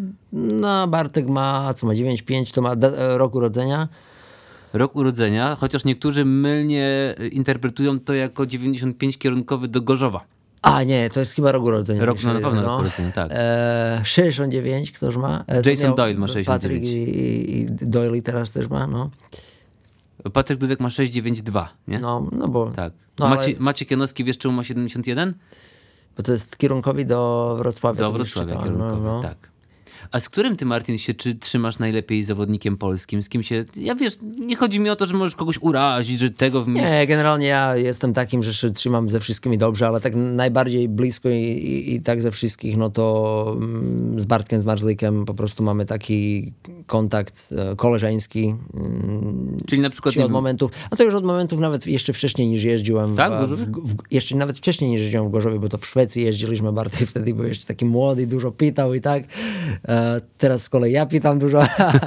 No, Bartek ma, co ma, dziewięć pięć, to ma da- rok urodzenia.
Rok urodzenia, chociaż niektórzy mylnie interpretują to jako dziewięćdziesiąt pięć kierunkowy do Gorzowa.
A nie, to jest chyba rok urodzenia.
Rok,
mi się
no na
wydaje,
pewno rok urodzenia, tak.
E, sześćdziesiąt dziewięć, ktoś ma? E, to
Jason
miał
Doyle ma sześćdziesiąt dziewięć.
Patryk i, i Doyle teraz też ma, no.
Patryk Dudek ma sześć dziewięć dwa, nie?
No, no bo...
Tak.
No, ale,
Macie, Maciek Janowski, wiesz czemu ma siedemdziesiąt jeden?
bo to jest kierunkowi do Wrocławia.
Do
to już
Wrocławia
czytałem,
kierunkowy,
no, no.
tak. A z którym ty, Martin, się czy trzymasz najlepiej zawodnikiem polskim? Z kim się... Ja wiesz, nie chodzi mi o to, że możesz kogoś urazić, że tego... W...
Nie, generalnie ja jestem takim, że się trzymam ze wszystkimi dobrze, ale tak najbardziej blisko i, i, i tak ze wszystkich, no to mm, z Bartkiem, z Marzlikiem po prostu mamy taki kontakt e, koleżeński. Mm,
Czyli na przykład...
Czy
nie
od
wiem,
momentów, a to już od momentów nawet jeszcze wcześniej niż jeździłem.
Tak, w
w,
Gorzowie?
w, w, jeszcze nawet wcześniej niż jeździłem w Gorzowie, bo to w Szwecji jeździliśmy, Bartek wtedy był jeszcze taki młody, dużo pitał i tak. E, teraz z kolei ja pitam dużo.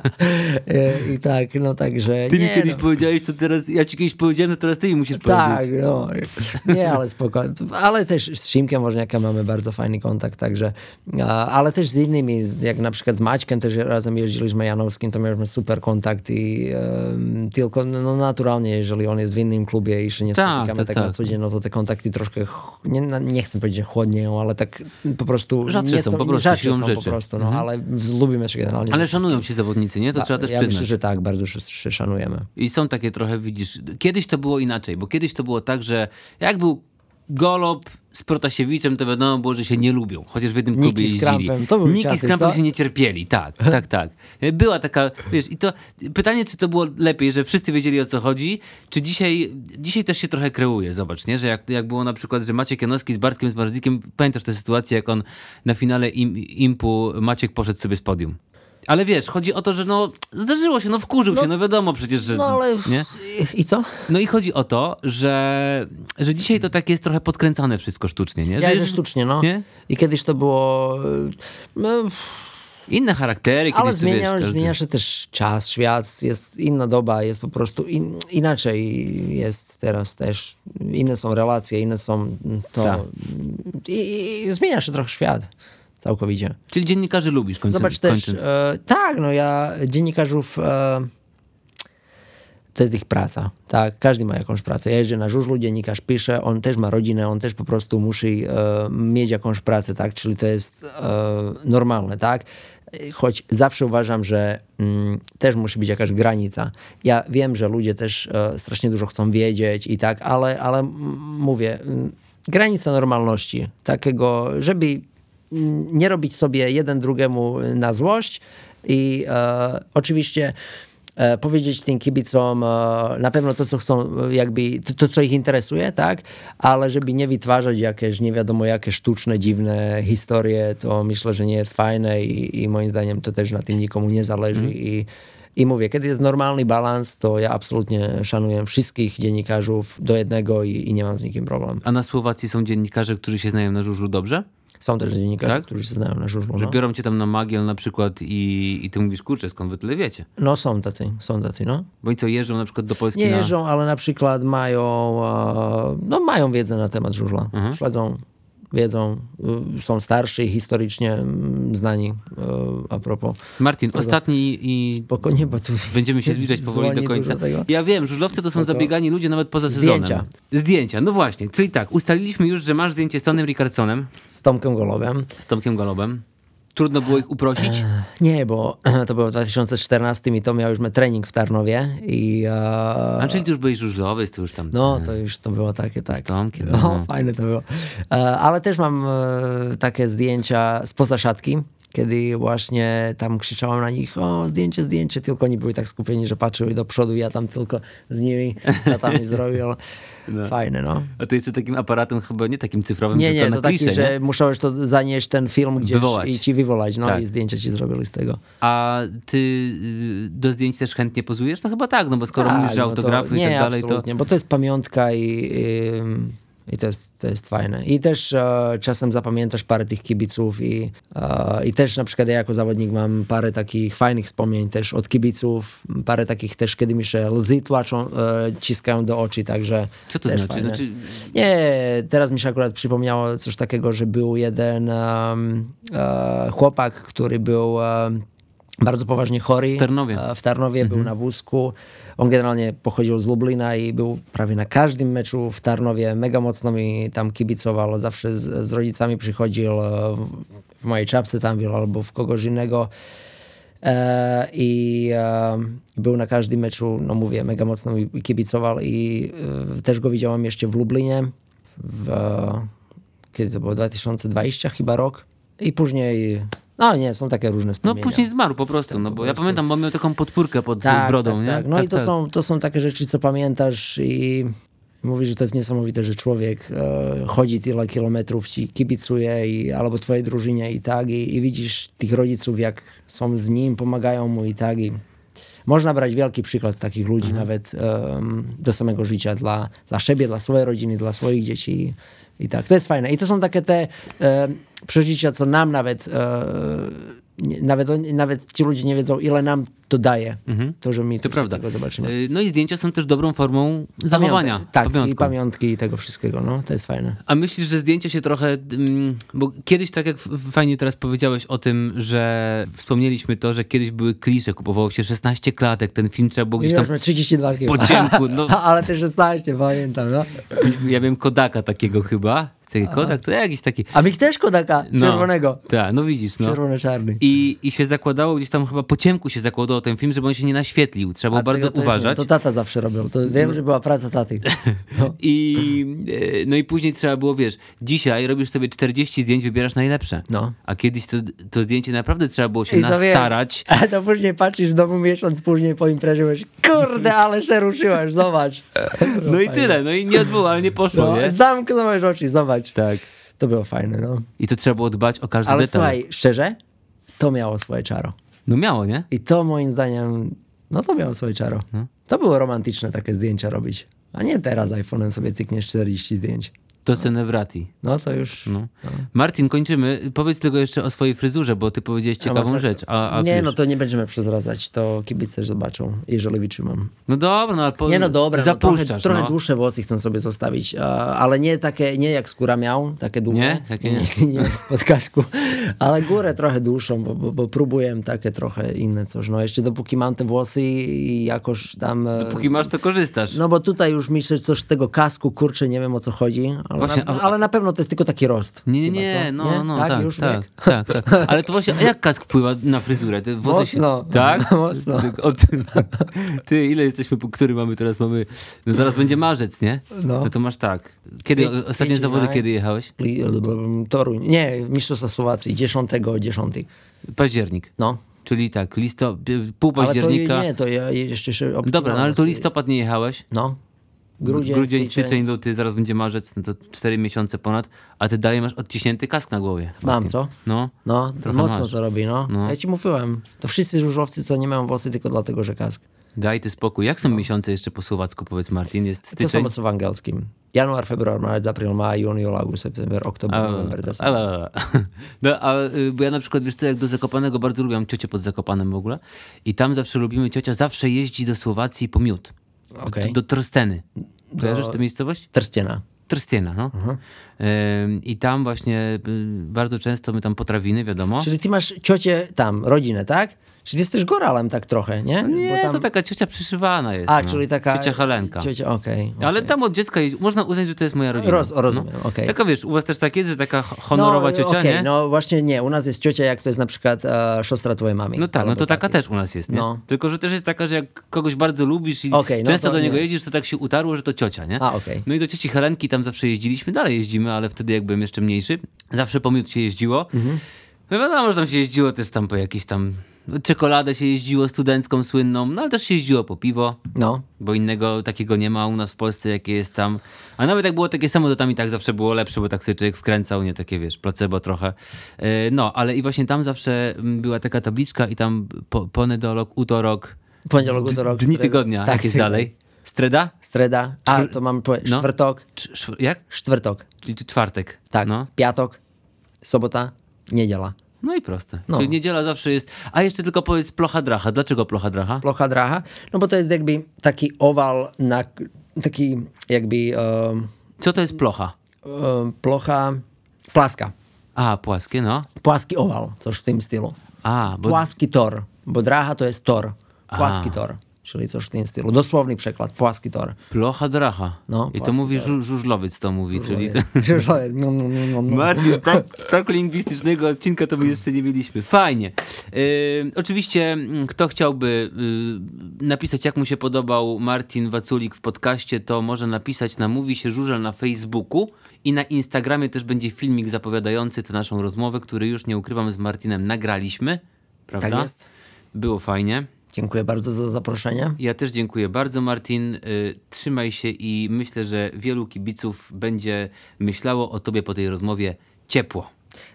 e, I tak, no także...
Ty mi
nie,
kiedyś
no.
powiedziałeś, to teraz... Ja ci kiedyś powiedziałem, to teraz ty mi musisz
Tak,
powiedzieć.
no. Nie, ale spokojnie. Ale też z Szymkiem Woźniakiem mamy bardzo fajny kontakt, także, a, ale też z innymi, z- jak na przykład z Maćkiem też razem jeździliśmy, Janowskim, to mieliśmy super kontakt i um, tylko no, naturalnie, jeżeli on jest w innym klubie i się nie
Tak,
spotykamy
tak,
tak,
tak.
na co dzień, no to te kontakty troszkę, ch- nie, no, nie chcę powiedzieć, że chłodnieją, ale tak po prostu
Rzadsze
nie
są, po prostu,
rzadsze
siłą
są po
rzeczy.
prostu, no,
Mhm.
ale w- lubimy się generalnie.
Ale
ze
szanują
wszystkim.
się zawodnicy, nie? To trzeba też
Ja
przyznać.
myślę, że tak, bardzo się, się szanujemy.
I są takie trochę, widzisz, kiedyś to było inaczej, bo kiedyś to było tak, że jak był Golob z Protasiewiczem, to wiadomo było, że się nie lubią, chociaż w jednym
Niki
klubie
z
jeździli.
Krampem, to były
Niki
czasy,
z Krampem
co?
się nie cierpieli, tak, tak, tak. Była taka, wiesz, i to pytanie, czy to było lepiej, że wszyscy wiedzieli, o co chodzi, czy dzisiaj, dzisiaj też się trochę kreuje, zobacz, nie, że jak, jak było na przykład, że Maciek Janowski z Bartkiem z Marzlikiem, pamiętasz tę sytuację, jak on na finale im, Impu Maciek poszedł sobie z podium. Ale wiesz, chodzi o to, że no zdarzyło się, no wkurzył się, no wiadomo przecież, że...
No ale
nie?
i, i co?
No i chodzi o to, że, że dzisiaj to takie jest trochę podkręcane wszystko sztucznie, nie?
Ja,
Że
że
jest
sztucznie, no.
nie?
I kiedyś to było... No,
inne charaktery, kiedyś
ale
to
zmienia,
wiesz, każdy...
zmienia się też czas, świat, jest inna doba, jest po prostu in, inaczej jest teraz też. Inne są relacje, inne są to...
Tak.
I, I zmienia się trochę świat. Całkowicie.
Czyli dziennikarzy lubisz, kończąc.
Zobacz też,
kończąc.
e, tak, no ja dziennikarzów, e, to jest ich praca, tak, każdy ma jakąś pracę. Ja jeżdżę na żużlu, dziennikarz pisze, on też ma rodzinę, on też po prostu musi e, mieć jakąś pracę, tak, czyli to jest e, normalne, tak. Choć zawsze uważam, że mm, też musi być jakaś granica. Ja wiem, że ludzie też e, strasznie dużo chcą wiedzieć i tak, ale, ale m, mówię, m, granica normalności, takiego, żeby nie robić sobie jeden drugiemu na złość i e, oczywiście e, powiedzieć tym kibicom e, na pewno to, co chcą, jakby to, to, co ich interesuje, tak, ale żeby nie wytwarzać jakieś nie wiadomo jakie sztuczne, dziwne historie, to myślę, że nie jest fajne i, i moim zdaniem to też na tym nikomu nie zależy mm. i I mówię, kiedy jest normalny balans, to ja absolutnie szanuję wszystkich dziennikarzów do jednego i, i nie mam z nikim problemu.
A na Słowacji są dziennikarze, którzy się znają na żużlu dobrze?
Są też dziennikarze,
Tak?
którzy się znają na żużlu.
Że
No.
biorą cię tam na Magiel na przykład i, i ty mówisz, kurczę, skąd wy tyle wiecie?
no są tacy, są tacy, no.
Bo oni co, jeżdżą na przykład do Polski
Nie
na...
jeżdżą, ale na przykład mają, e, no mają wiedzę na temat żużla.
Mhm.
Śledzą wiedzą, y, są starsi, historycznie y, znani y, a propos.
Martin, tego. Ostatni i
spokojnie, bo tu
będziemy się zbliżać powoli do końca. Ja wiem, żużlowcy to są zabiegani ludzie nawet poza sezonem.
Zdjęcia.
Zdjęcia, no właśnie. Czyli tak, ustaliliśmy już, że masz zdjęcie z Tonym Rickardsonem.
Z Tomkiem Golubem.
Z Tomkiem Golubem. Trudno było ich uprosić?
Nie, bo to było w dwa tysiące czternastym i to miał już trening w Tarnowie. I, e...
A czyli ty już byłeś żużlowy, to już tam...
No, to już to było takie, tak.
Z Tomkiem.
No,
No,
fajne to było. E, ale też mam e, takie zdjęcia spoza szatki, kiedy właśnie tam krzyczałem na nich, o, zdjęcie, zdjęcie, tylko oni byli tak skupieni, że patrzyli do przodu, ja tam tylko z nimi tatami zrobił. No. Fajne, no.
A to jeszcze takim aparatem chyba, nie takim cyfrowym,
nie,
tylko
nie,
na
to taki,
kliszę,
że
nie?
musiałeś to zanieść ten film gdzieś
Wywołać.
i ci wywołać, no
tak.
i zdjęcia ci zrobili z tego.
A ty y, do zdjęć też chętnie pozujesz? No chyba tak, no bo skoro
tak,
mówisz, że
no
autografy
to,
i
nie,
tak dalej,
absolutnie,
to...
bo to jest pamiątka i... i... I to jest, to jest fajne. I też e, czasem zapamiętasz parę tych kibiców i, e, i też na przykład ja jako zawodnik mam parę takich fajnych wspomnień też od kibiców, parę takich też, kiedy mi się łzy tłaczą, e, ciskają do oczy, także
Co to
też
znaczy?
fajne.
znaczy?
Nie, teraz mi się akurat przypomniało coś takiego, że był jeden um, e, chłopak, który był um, bardzo poważnie chory.
W Tarnowie.
W Tarnowie mhm. był na wózku. On generalnie pochodził z Lublina i był prawie na każdym meczu w Tarnowie. Mega mocno mi tam kibicował. Zawsze z, z rodzicami przychodził w, w mojej czapce tam był albo w kogoś innego. E, I e, był na każdym meczu, no mówię, mega mocno mi kibicował i e, też go widziałem jeszcze w Lublinie. W, kiedy to było? dwa tysiące dwudziesty chyba rok. I później... No nie, są takie różne
No
wspomnienia.
później zmarł po prostu,
tak,
no
po
bo
prostu.
ja pamiętam, bo miał taką podpórkę pod
tak,
brodą,
tak,
nie?
Tak. No
tak,
i to,
tak.
Są, to są takie rzeczy, co pamiętasz i mówisz, że to jest niesamowite, że człowiek e, chodzi tyle kilometrów, ci kibicuje i, albo twojej drużynie i tak i, i widzisz tych rodziców, jak są z nim, pomagają mu i tak i można brać wielki przykład z takich ludzi mhm. nawet um, do samego życia dla, dla siebie, dla swojej rodziny, dla swoich dzieci i tak. To jest fajne. I to są takie te e, przeżycia, co nam nawet e, nie, nawet, nawet ci ludzie nie wiedzą, ile nam to daje. Mhm. To, że my
to prawda.
Tego zobaczymy.
No i zdjęcia są też dobrą formą zachowania.
Pamiątek, tak,
pamiątką.
i pamiątki i tego wszystkiego. No, to jest fajne.
A myślisz, że zdjęcia się trochę... Bo kiedyś, tak jak fajnie teraz powiedziałeś o tym, że wspomnieliśmy to, że kiedyś były klisze, kupowało się szesnaście klatek, ten film trzeba było gdzieś tam...
trzydzieści dwa chyba.
Po ciemku. No.
Ale też szesnaście, pamiętam. No.
Ja wiem Kodaka takiego chyba. Taki Kodak to jakiś taki...
A mi też Kodaka,
no,
czerwonego.
Tak, no widzisz. No.
Czerwony-czarny.
I, I się zakładało gdzieś tam chyba po ciemku się zakładało ten film, żeby on się nie naświetlił. Trzeba było
A
bardzo
to
uważać.
To tata zawsze robił. To wiem, że była praca taty. No.
I, no i później trzeba było, wiesz, dzisiaj robisz sobie czterdzieści zdjęć, wybierasz najlepsze.
No.
A kiedyś to, to zdjęcie naprawdę trzeba było się
I to
nastarać.
Wiem. A to później patrzysz w domu miesiąc później po imprezie, mówisz, kurde, ale się ruszyłeś, zobacz.
No, no i tyle, no i nieodwołalnie poszło,
no,
nie?
Zamknąłeś oczy, zobacz.
Tak.
To było fajne, no.
I to trzeba było dbać o każdy
ale
detal.
Ale słuchaj, szczerze, to miało swoje czaro.
No miało, nie?
I to moim zdaniem, no to miało swoje czaro. Hmm. To było romantyczne takie zdjęcia robić. A nie teraz iPhone'em sobie cykniesz czterdzieści zdjęć.
To se ne wrati.
No to już...
No.
No.
Martin, kończymy. Powiedz tylko jeszcze o swojej fryzurze, bo ty powiedziałeś ciekawą
a
rzecz. A, a
nie,
wiesz...
no to nie będziemy przezradzać. To kibice zobaczą, jeżeli wytrzymam.
No dobra, no ale po...
Nie, no dobra,
zapuszczasz,
no, trochę, trochę
no.
dłuższe włosy chcę sobie zostawić, ale nie takie, nie jak skóra miał, takie długie.
Nie? Takie nie?
Nie, nie jak z podcastku, ale górę trochę dłuższą, bo, bo, bo próbuję takie trochę inne coś. No jeszcze dopóki mam te włosy i jakoś tam...
Dopóki masz, to korzystasz.
No bo tutaj już myślę coś z tego kasku, kurczę, nie wiem o co chodzi, ale,
Właśnie,
na,
a...
ale na pewno to jest tylko taki rost.
Nie,
chyba,
nie,
co?
no,
nie?
no,
tak,
tak,
już
tak, tak, tak, tak. Ale to właśnie, a jak kask wpływa na fryzurę? Te włosy
Mocno.
Się... Tak?
Mocno.
Od... Ty, ile jesteśmy, po który mamy teraz? Mamy, no zaraz będzie marzec, nie?
No.
No to masz tak. Kiedy,
Kwiec-
ostatnie
kwiecień,
zawody,
maj.
kiedy jechałeś?
Toruń. Nie, Mistrzostwa Słowacji, dziesiątego dziesiątego.
Październik.
No.
Czyli tak, listo... pół października.
Ale to nie, to ja jeszcze się
Dobra, no ale to listopad nie jechałeś.
No. Grudzień,
Grudzień,
styczeń,
styczeń, luty, zaraz będzie marzec, no to cztery miesiące ponad, a ty dalej masz odciśnięty kask na głowie.
Mam, co?
No.
No,
Trochę
mocno
masz.
to robi, no.
No.
Ja ci mówiłem, to wszyscy żużlowcy, co nie mają włosy, tylko dlatego, że kask.
Daj ty spokój. Jak są miesiące jeszcze po słowacku, powiedz Martin? Jest
To
styczeń?
samo co w angielskim. Januar, februar, marzec, april, maj, juni, juli, august, september, oktober, november, december.
Ale, no, a, bo ja na przykład, wiesz co, jak do Zakopanego bardzo lubię, mam ciocię pod Zakopanem w ogóle i tam zawsze lubimy, ciocia zawsze jeździ do Słowacji po miód.
Okay.
Do, do Trsteny. Kojarzysz tę miejscowość?
Trstiena.
Trstiena, no.
Uh-huh.
I tam właśnie bardzo często my tam potrawiny, wiadomo.
Czyli ty masz ciocię tam, rodzinę, tak? Czyli jesteś góralem tak trochę, nie?
No nie,
Bo tam...
to taka ciocia przyszywana jest.
A,
no.
czyli taka...
Ciocia Helenka.
Ciocia, okej. Okay,
Ale
okay.
tam od dziecka jest, można uznać, że to jest moja rodzina.
Roz, rozumiem,
no.
okej. Okay.
Taka wiesz, u was też tak jest, że taka honorowa
no,
ciocia,
okay,
nie?
No właśnie nie, u nas jest ciocia, jak to jest na przykład e, siostra twojej mamy.
No tak, no to taka też u nas jest, nie?
No.
Tylko, że też jest taka, że jak kogoś bardzo lubisz i
okay, no
często do niego
nie.
jedziesz, to tak się utarło, że to ciocia, nie?
A, okej. Okay.
No i do cioci Helenki tam zawsze jeździliśmy, dalej jeździmy, ale wtedy jak byłem jeszcze mniejszy. Zawsze po miód się jeździło. Mhm. No wiadomo, że tam się jeździło też tam po jakieś tam... Czekoladę się jeździło studencką, słynną, no ale też się jeździło po piwo,
no.
bo innego takiego nie ma u nas w Polsce, jakie jest tam. A nawet jak było takie samo, to tam i tak zawsze było lepsze, bo tak sobie człowiek wkręcał, nie takie, wiesz, placebo trochę. No, ale i właśnie tam zawsze była taka tabliczka i tam po, ponedolog, utorok,
Poniedziałek, utorok,
dni
streda.
tygodnia,
Tak,
jak jest dalej? Streda?
Streda. A,
Czwr-
to mamy powiedzieć,
no.
czwartok.
Cz- jak?
Czwartok.
Czyli czwartek.
Tak,
No.
piatok, sobota, niedziela.
No i proste.
No.
Czyli niedziela zawsze jest... A jeszcze tylko powiedz plocha dracha. Dlaczego plocha dracha?
Plocha draha, no bo to jest jakby taki owal, na, taki jakby um,
Co to jest plocha?
um, plocha płaska.
A, płaskie, no.
Płaski owal, coś w tym stylu.
A, bo...
Płaski tor, bo draha to jest tor. Płaski
A.
tor, czyli coś w tym stylu. Dosłowny przekład, płaski tor.
Plocha dracha.
No,
I to
płaski
mówi
tor.
żu- żużlowiec, to mówi, czyli...
Żużlowiec. No, no, no, no.
Martin, tak, tak lingwistycznego odcinka to my jeszcze nie mieliśmy. Fajnie. Yy, oczywiście, mm, kto chciałby yy, napisać, jak mu się podobał Martin Waculik w podcaście, to może napisać na Mówi się Żużel na Facebooku i na Instagramie też będzie filmik zapowiadający tę naszą rozmowę, który już, nie ukrywam, z Martinem nagraliśmy. Prawda?
Tak jest.
Było fajnie.
Dziękuję bardzo za zaproszenie.
Ja też dziękuję bardzo, Martin. Y, trzymaj się i myślę, że wielu kibiców będzie myślało o tobie po tej rozmowie ciepło.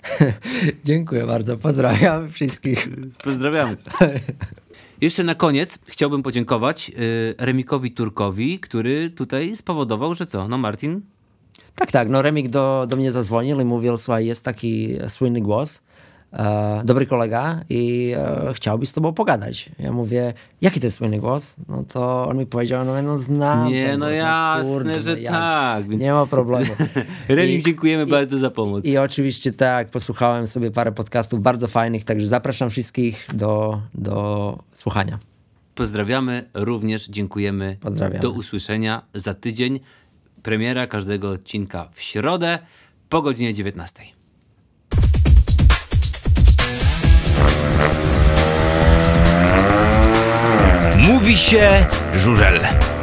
Dziękuję bardzo, pozdrawiam wszystkich.
Pozdrawiamy. Jeszcze na koniec chciałbym podziękować y, Remikowi Turkowi, który tutaj spowodował, że co? No Martin?
Tak, tak, no Remik do, do mnie zadzwonił i mówił, słuchaj, jest taki słynny głos, e, dobry kolega i e, chciałby z tobą pogadać. Ja mówię, jaki to jest słynny głos? No to on mi powiedział, no, no znam
Nie,
ten
no
głos,
jasne,
kurde,
że
no jak?
tak. Więc...
Nie ma problemu.
Remik,
I-
dziękujemy
i-
bardzo za pomoc.
I oczywiście tak, posłuchałem sobie parę podcastów bardzo fajnych, także zapraszam wszystkich do, do słuchania.
Pozdrawiamy, również dziękujemy.
Pozdrawiamy.
Do usłyszenia za tydzień. Premiera każdego odcinka w środę po godzinie dziewiętnastej.
Mówi się Żużel.